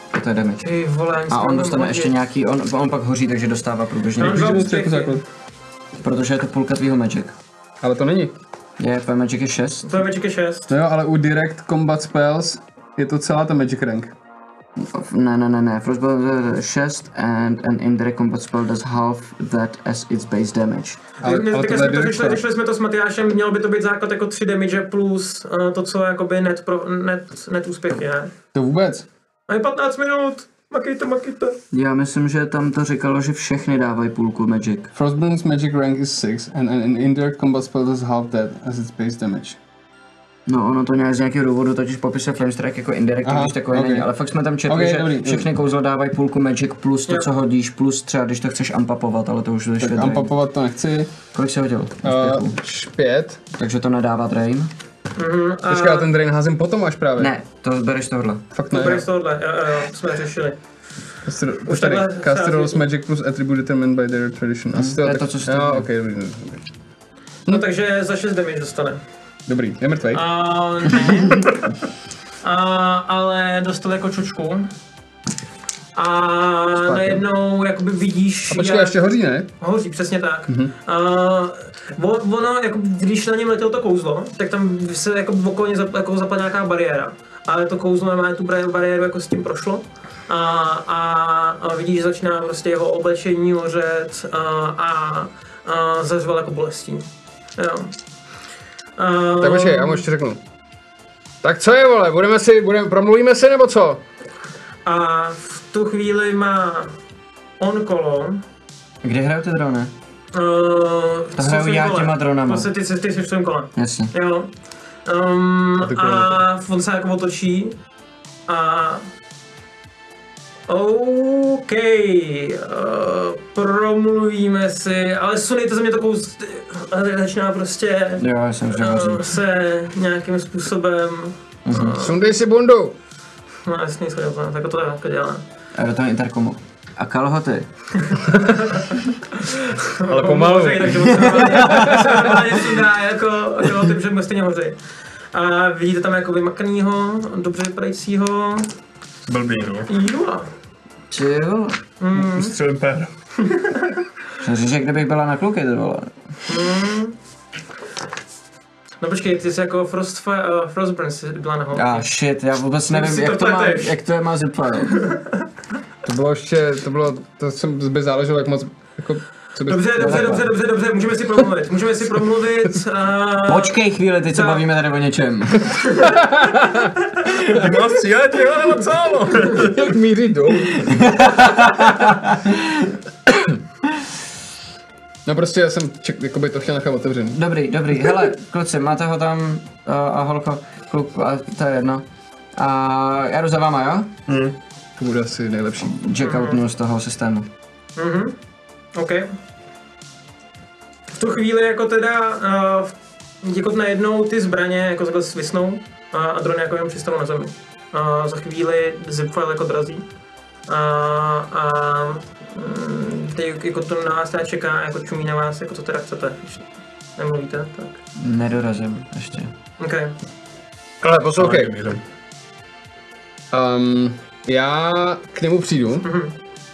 A to je damage. Ty vole, ani A si on nemůžu dostane hodit. ještě nějaký, on, on pak hoří, takže dostává průběžně. No, Může dva být úspěchy. jako základ. Protože je to půlka tvýho magic. Ale to není. Je, tvůj magic je šest. Tvoje magic je šest. No jo, ale u direct combat spells je to celá ta magic rank. Ne, ne, ne, ne. Frostbolt je šest and an indirect combat spell does half that as its base damage. Ale, My ale teďka tohle jsme je to direct řešili, spell. řešili jsme to s Matyášem, mělo by to být základ jako tři damage plus uh, to, co jakoby net, pro, net, net úspěchy, ne? To vůbec. A je patnáct minut, makejte, makejte. Já myslím, že tam to říkalo, že všechny dávají půlku magic. Frostburns magic rank is six and an indirect combat spell does half that as its base damage. No ono to nějak z nějakého důvodu totiž popisuje flame strike jako indirect, Aha, když takový okay. není, ale fakt jsme tam četli, Okay, že dobrý, všechny dobrý. kouzla dávají půlku magic plus to, Jo. co hodíš, plus třeba když to chceš ampapovat, ale to už je Tak drain. ampapovat to nechci. Kolik se hodil? Uh, Úspěchů? pět. Takže to nedává drain? Mhm, a Počkej, já ten drain házím potom až právě. Ne, to bereš tohle. Fakt ne. to bude z tohohle, jo, jo, jo, to jsme řešili. Caster, Už už tady. takhle Caster se rolls hází. magic plus attribute determined by their tradition. Asi to je tak- to, co jste Jo, říkali. ok, dobrý, dobrý, dobrý. No takže za šest damage dostane. Dobrý, je mrtvej. A ne. A, ale dostal jako čučku. A najednou jakoby vidíš, A počkej, ještě hoří, ne? Hoří, přesně tak. Mm-hmm. Uh, ono, jako, když na něm letělo to kouzlo, tak tam se jako okolně zap, jako zapadla nějaká bariéra. Ale to kouzlo má tu bari- bariéru jako s tím prošlo. A, a, a vidíš, že začíná prostě jeho oblečení hořet a, a, a zařval jako bolestí. Jo. Uh, Tak počkej, já mu ještě řeknu. Tak co je, vole, budeme si, budeme, promluvíme si, nebo co? A v tu chvíli má on kolo. Kde hrajou ty drony? Uh, To hraju já těma dronama. Prostě ty, ty jsi v tom kole. Jasně. Jo. Um, A ty a on se jako otočí a OK, uh, promluvíme si, ale sunej to ze mě to kouz... a teď začíná prostě Jo, já jsem že hoří. uh, se nějakým způsobem... Uh, Sundej si bundu. no jasný, schodil to, tak to jako dělá. A do toho interkomu. A kalhoty. Ale pomalu. Hoří, takže on se normálně- se normálně sundá jako, jako ty, že mu stejně hoří. A vidíte tam jako vymakanýho, dobře vypadajícího Blbý, no. Jula. Ty vole. Ustřelím pér. Jsem říct, že kdybych byla na kluky, ty vole. No počkej, ty jsi jako Frost, uh, Frostburn jsi byla na holky. Ah shit, já vůbec nevím, si jak to to, má, pleteš. jak to je má zipfile. To bylo ještě, to bylo, to jsem by záleželo, jak moc, jako, co bych... Dobře, dobře, dobře, dobře, dobře, můžeme si promluvit, můžeme si promluvit. Uh, Počkej chvíli, teď se Co? bavíme tady o něčem. Ty máš střílet, jo, nebo co? no? Jak míří dolů. No prostě já jsem ček, jakoby to chtěl nechat otevřený. Dobrý, dobrý, hele, kluci, máte ho tam, uh, a holko, kluk, a to je jedno. A já jdu za váma, jo? Hm. To bude asi nejlepší. Jackoutnu z toho systému. Mhm, OK. V tu chvíli jako teda, uh, jako najednou ty zbraně jako takhle svisnou a, a drony jako jenom přistanou na zemi. Uh, za chvíli zipfile jako drazí. A, a mm, teď jako to na vás teda čeká, jako čumí na vás, jako co teda chcete, když nemluvíte, tak. Nedorazím ještě. OK. Ale poslouchej, Mířím. um, já k němu přijdu. Mhm.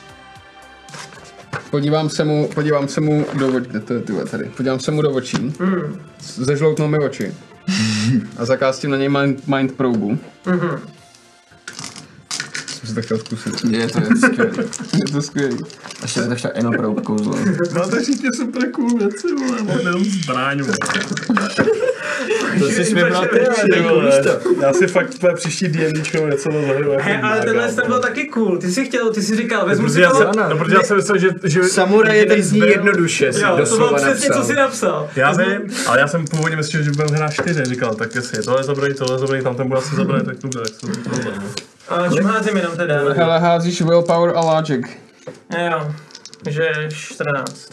Podívám se mu, podívám se mu do očí, to je tyhle tady, podívám se mu do očí, Mm. zežloutnou mi oči a zakástím na něj mind, mind probu. Mhm. Jsem si to chtěl zkusit. Je to skvělý. Je to skvělý. Ještě bych to chtěl jenom proub kouzlo. Máte všichni super cool věci, vole, mám jenom zbraň, vole. To jsi vybral ty Ty vole, já si fakt tvoje příští DMDčko něco zahraju jako Hej, ale tenhle ten byl taky cool, ty jsi chtěl, ty jsi říkal, vezmu si Protože já to. jsem, no, protože já jsem myslel, že... že Samuraj je že teď zní zbyl- jednoduše, si Jo, to bylo doslova přesně, co napsal. jsi napsal. Já vím, ale já jsem původně myslel, že budeme hrát čtyři, říkal, tak jestli je tohle zabraný, tohle zabraný, tam ten bude asi zabraný, tak to bude, tak se to problém. A čím házím jenom teda? Hele, házíš willpower a logic. Jo, že čtrnáct.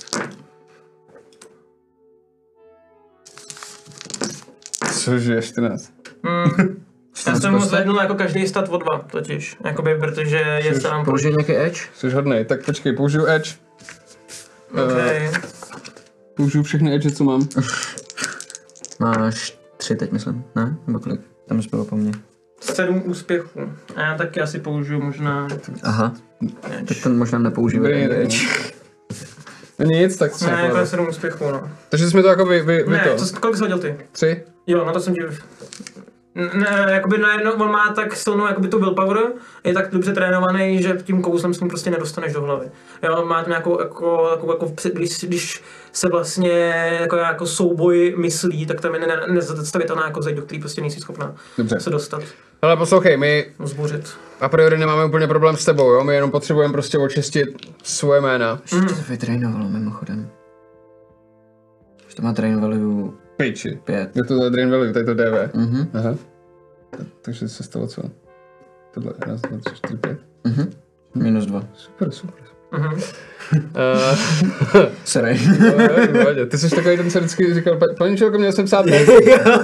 Cože, čtrnáct. Hmm. Já jsem mu zvednul jako každý stat o dva, totiž, jakoby, protože je sám Použij nějaký edge? Jsi hodnej, tak počkej, použiju edge. Okay. Uh, použiju všechny edge, co mám. Máš tři teď, myslím, ne? Nebo kolik? Tam zbylo po mně. sedm úspěchů. A já taky asi použiju možná... Aha, tak ten možná nepoužívej. No nic, tak tři. Ne, jako sedm úspěchů, no. Takže jsme to jako vy, vy, vy Ne, to. to, kolik jsi hodil ty? Tři? Jo, na to jsem ti... Ne, jakoby najednou on má tak silnou jakoby tu willpower, je tak dobře trénovaný, že tím kouzlem s ním prostě nedostaneš do hlavy. Jo, má tam nějakou, jako, jako, jako když, když se vlastně jako, jako souboj myslí, tak tam je ne, nezastavitelná jako zeď, do který prostě nejsi schopná Dobře. se dostat, Ale poslouchej, my zbořit. a priori nemáme úplně problém s tebou, jo? My jenom potřebujeme prostě očistit svoje jména. Ještě to vytrainovalo mimochodem. Už to má train value Pejči. pět. Je to Drain Value, tady to D V. Mhm. Aha. Takže se stalo co? Tohle, raz, dva, tři, čtyři, pět. Mhm. Minus dva. Super, super. Mhm. Uh, Sorry. no, ty jsi takový ten, co vždycky říkal, pa, paní Čelko, měl jsem psát ne?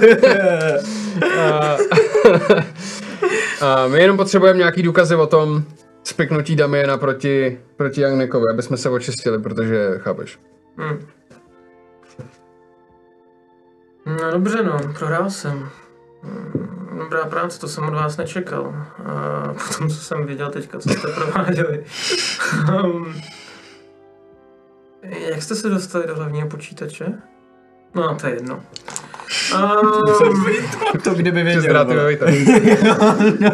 A my jenom potřebujeme nějaký důkazy o tom spiknutí Damiena proti, proti Young Nickovi, aby jsme se očistili, protože chápeš. Hmm. No dobře no, prohrál jsem. Hmm, Dobrá práce, to jsem od vás nečekal. A potom, co jsem viděl teďka, co jste prováděli. um, jak jste se dostali do hlavního počítače? No, to je jedno. Um, To kdyby Přes věděl. dráty ve vole. vejtah.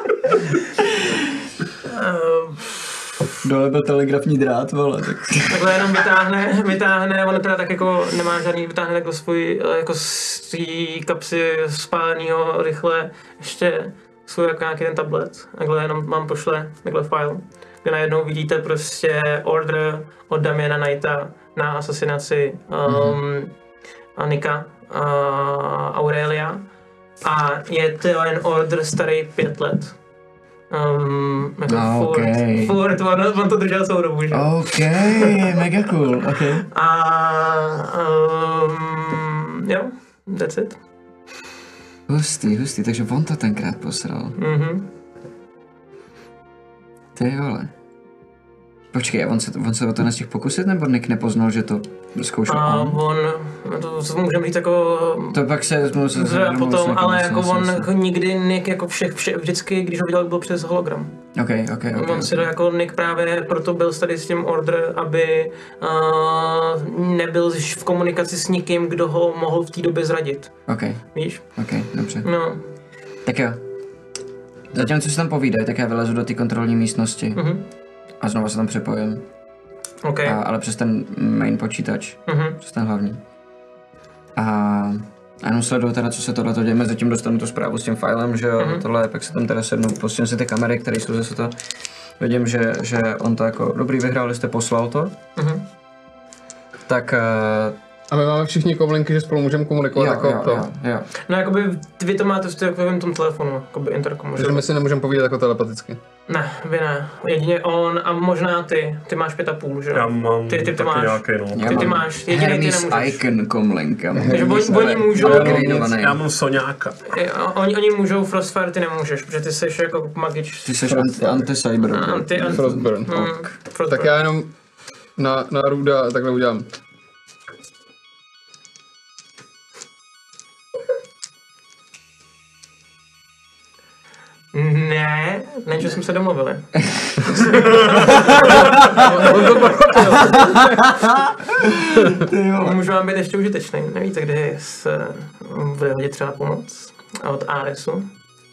um, Dole byl telegrafní drát, vole, tak... Takhle jenom vytáhne, vytáhne, on teda tak jako nemá žádný, vytáhne takhle svůj, jako z té kapsy spálenýho rychle, ještě svůj jako nějaký ten tablet, takhle jenom mám pošle, takhle file, kde najednou vidíte prostě order od Damiena Knighta na asasinaci um, mm-hmm. Anika a Aurelia a je to jen order starý pět let. Um, jako Ah, furt, okay. furt, on, on to držel celou dobu, že? OK, mega cool, OK. A um, jo, that's it. Hustý, hustý, takže on to tenkrát posral. Mhm. Ty vole. Počkej, a on se, on se o to nestihl pokusit, nebo Nick nepoznal, že to zkoušel A on? on, to co můžeme říct jako To pak se mu se zře potom, ale jako on vlastně. jako nikdy Nick jako všech, všech, vždycky, když ho viděl, byl přes hologram. OK, OK, OK. On si to jako Nick právě proto byl tady s tím order, aby uh, nebyl v komunikaci s nikým, kdo ho mohl v té době zradit. OK, Víš? OK, dobře. No. Tak jo. Zatím, co si tam povídají, tak já vylezu do té kontrolní místnosti. Mhm. A znovu se tam připojím. OK. A, ale přes ten main počítač. Mhm. Přes ten hlavní. A, a jenom sleduju teda, co se tohle děje. Mezitím dostanu tu zprávu s tím filem, že jo, Mhm. tohle, pak se tam teda sednu, pustím si ty kamery, které jsou zase to. Vidím, že, že on to jako, dobrý, vyhráli jste, poslal to. Mhm. Tak uh, A my máme všichni kovlinky, že spolu můžeme komunikovat jo, jako jo, to. jo, jo. No jakoby vy to máte v takovém tom telefonu, jakoby interkomu. Takže my si nemůžeme povídat jako telepaticky. Ne, vy ne. Jedině on a možná ty. Ty máš pět a půl, že jo? Já mám Ty- ty to taky máš. nějaký, no. Já Ty- ty mám máš, jedinej ty Hermes nemůžeš. Icon komlinka. Takže oni- oni můžou- upgradeovaný. Já mám Soňáka. Je, oni, oni můžou Frostfire, ty nemůžeš, protože ty jsi jako magič. Ty jsi anti, anti-cyber. Anti, anti, Frostburn. mm, Frostburn. Tak já jenom na, na Ruda takhle udělám. Ne, ne, že jsme se domluvili. On to pochopil. Můžu vám být ještě užitečný. Nevíte, kdy se bude hodit třeba pomoc od Aresu?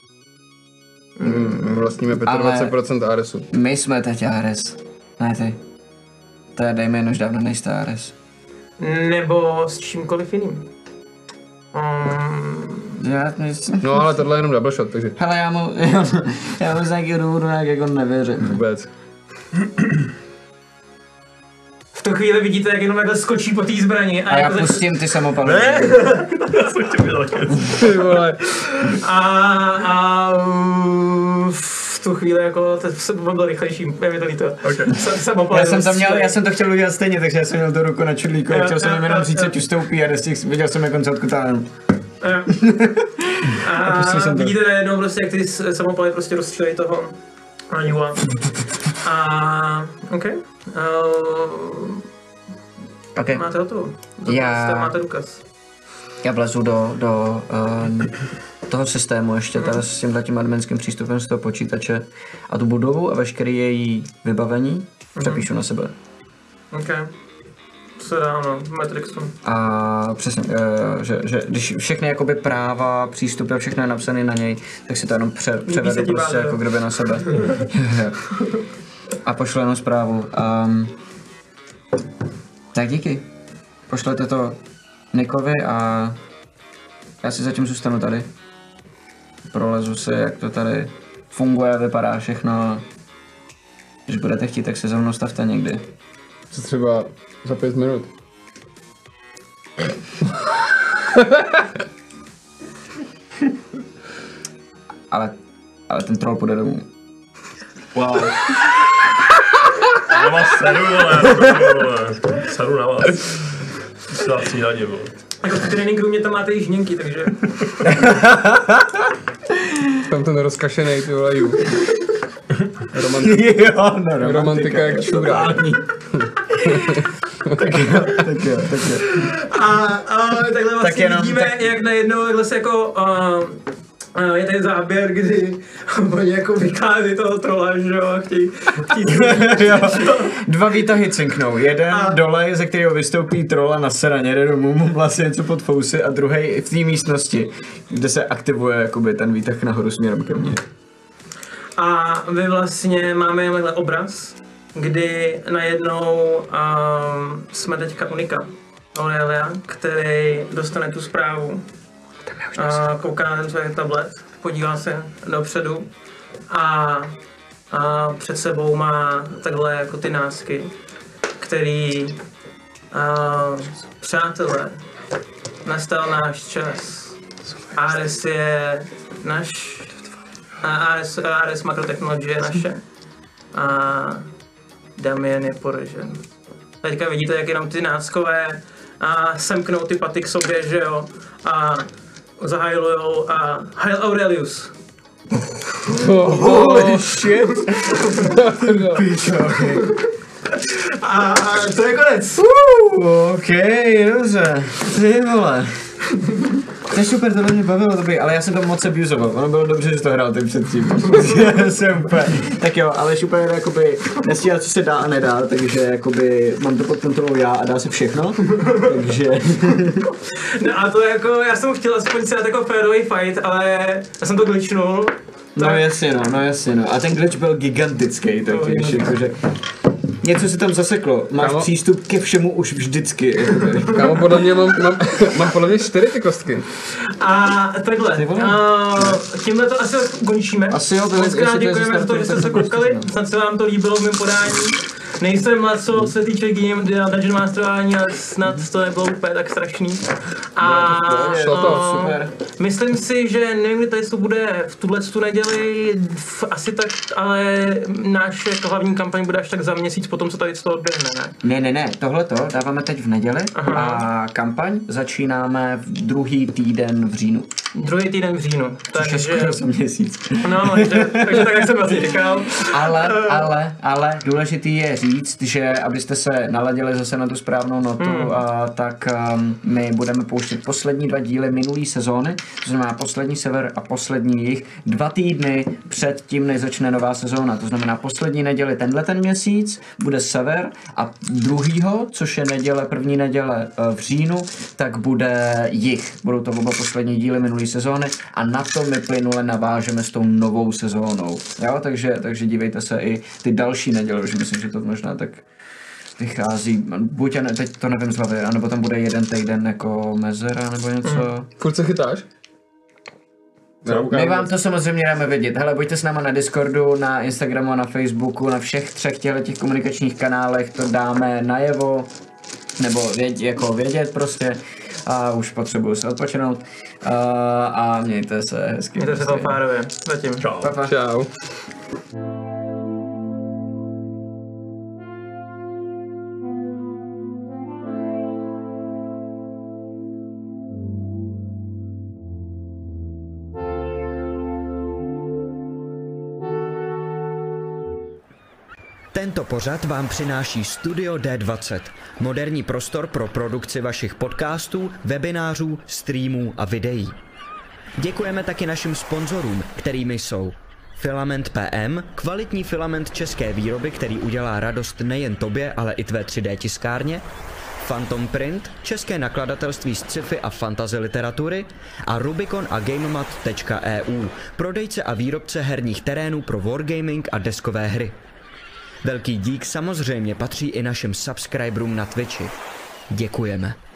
Mm, vlastníme dvacet pět procent Aresu. My jsme teď Ares. Ne ty. To je dejme už dávno nejste Ares. Nebo s čímkoliv jiným. Um, Já myslím. No ale tohle je jenom double shot, takže Hele, já mu, já, já mu z nějakého důvodu nějak jako nevěřím. vůbec. v tu chvíli vidíte, jak jenom takhle skočí po té zbrani. A, A já jako pustím ty samopaly. Ne, já jsem chtěl udělat něco. Ty vole. a, a v tu chvíli jako to se byl rychlejší, je mi to líto. Okay. Samopal Já jsem, tam měl, já jsem to chtěl udělat stejně, takže já jsem měl tu ruku na čudlíku a chtěl jsem jim jenom říct, že ustoupí a destěk, viděl jsem jako koncátku tam. A, A pustil jsem to. vidíte najednou prostě, jak ty samopaly prostě rozstřílejí toho Anila. A OK. Uh, Okay. máte hotovo. Já- Já... Máte důkaz. Já vlezu do, do, uh, toho systému ještě, mm. teda s tímhletím adminským přístupem z toho počítače a tu budovu a veškerý její vybavení mm. přepíšu na sebe. OK. Se dá, no, Matrixu. A přesně, že, že když všechny jakoby práva, přístupy a všechno je napsané na něj, tak si to jenom pře, převedu prostě jako kdyby na sebe. A pošlu jenom zprávu. Um, tak díky. Pošlete to Nikovi a já si zatím zůstanu tady. Prolezu si, jak to tady funguje, vypadá všechno. Když budete chtít, tak se za mnou stavte někdy. Co třeba za pět minut? ale, ale ten troll půjde domů. Wow. Já vás seru, vole, vole. Seru na vás. Jsi dát snídaně, vole. Jako v tréninku mě tam máte i žněnky, takže... Tam ten rozkašenej, ty vole, ju. Romantika, jo, no, romantika, romantika jak čurá. tak jo, tak jo, tak jo. A, a takhle vlastně tak jenom, vidíme, tak... jak najednou takhle se jako... Uh, uh, je tady záběr, kdy oni jako vykází toho trola, že jo, a chtějí... chtějí Dva výtahy cinknou, jeden a... dole, ze kterého vystoupí trola na seraně, jeden domů, mu vlastně něco pod fousy a druhý v té místnosti, kde se aktivuje jakoby ten výtah nahoru směrem ke mně. A vy vlastně máme tenhle obraz, kdy najednou um, jsme teďka Unika, Aurelia, který dostane tu zprávu. A kouká na ten svůj tablet, podívá se dopředu a, a před sebou má takhle jako ty násky, který a, přátelé, nastal náš čas. Ares je náš, Ares, Ares Makrotechnology je naše a Damien je poražen. Teďka vidíte, jak jenom ty náckové a semknou ty paty k sobě, že jo, a zahajlujou a Hail Aurelius. Oh, holy shit. Píčo, okay. A to je konec. Uh, ok, dobře. Ty vole. To je super, tohle mě bavilo dobrý, ale já jsem to moc abuzoval. Ono bylo dobře, že to hrál ty předtím. jsem úplně. Tak jo, ale super, jakoby nestíhá, co se dá a nedá, takže jakoby mám to pod kontrolou já a dá se všechno, takže... No a to jako, já jsem chtěl aspoň si dát jako fairový fight, ale já jsem to glitchnul. No tak... jasně no, no jasně no. A ten glitch byl gigantický, takže jakože... Něco se tam zaseklo, máš Kámo. přístup ke všemu už vždycky. Kámo, podle mě mám, mám, mám podle mě čtyři ty kostky. A takhle, uh, tímhle to asi končíme. Asi jo, moc krát děkujeme za to, že jste se koukali, snad se vám to líbilo v mém podání. Nejsem co se týče game Dungeon Masterování, ale snad to nebylo úplně tak strašný. A no, to, super. Myslím si, že nevím, kdy tady to bude v tuhle tu neděli, asi tak, ale náš jako hlavní kampaň bude až tak za měsíc potom, co tady to odběhne, ne? Ne, ne, ne, tohleto dáváme teď v neděli. Aha. A kampaň začínáme v druhý týden v říjnu. Druhý týden v říjnu. Což je skoro za měsíc. No, takže, takže tak, jak jsem vlastně říkal. Ale, ale, ale důležitý je říct, že abyste se naladili zase na tu správnou notu, hmm. a, tak um, my budeme pouštět poslední dva díly minulý sezóny, to znamená poslední sever a poslední jich, dva týdny před tím, než začne nová sezóna. To znamená poslední neděli tenhle ten měsíc bude sever a druhýho, což je neděle, první neděle v říjnu, tak bude jich. Budou to oba poslední díly minulý sezóny a na to my plynule navážeme s tou novou sezónou. Jo, takže, takže dívejte se i ty další neděle, už myslím, že to možná tak vychází, buď, ne, teď to nevím z hlavy, anebo tam bude jeden týden jako mezera, nebo něco. Mm. Furt se chytáš? My vám to samozřejmě dáme vědět. Hele, buďte s náma na Discordu, na Instagramu, na Facebooku, na všech třech těch komunikačních kanálech, to dáme najevo, nebo vědět, jako vědět prostě. A už potřebuju se odpočinout. Uh, a mějte se hezky. Mějte se fanfárově. Zatím. Čau. Pa, pa. Čau. Tento pořad vám přináší Studio D dvacet, moderní prostor pro produkci vašich podcastů, webinářů, streamů a videí. Děkujeme taky našim sponzorům, kterými jsou Filament P M, kvalitní filament české výroby, který udělá radost nejen tobě, ale i tvé tři dé tiskárně, Phantom Print, české nakladatelství z sci-fi a fantasy literatury a Rubicon a Gamemat tečka e u, prodejce a výrobce herních terénů pro wargaming a deskové hry. Velký dík samozřejmě patří i našim subscriberům na Twitchi. Děkujeme.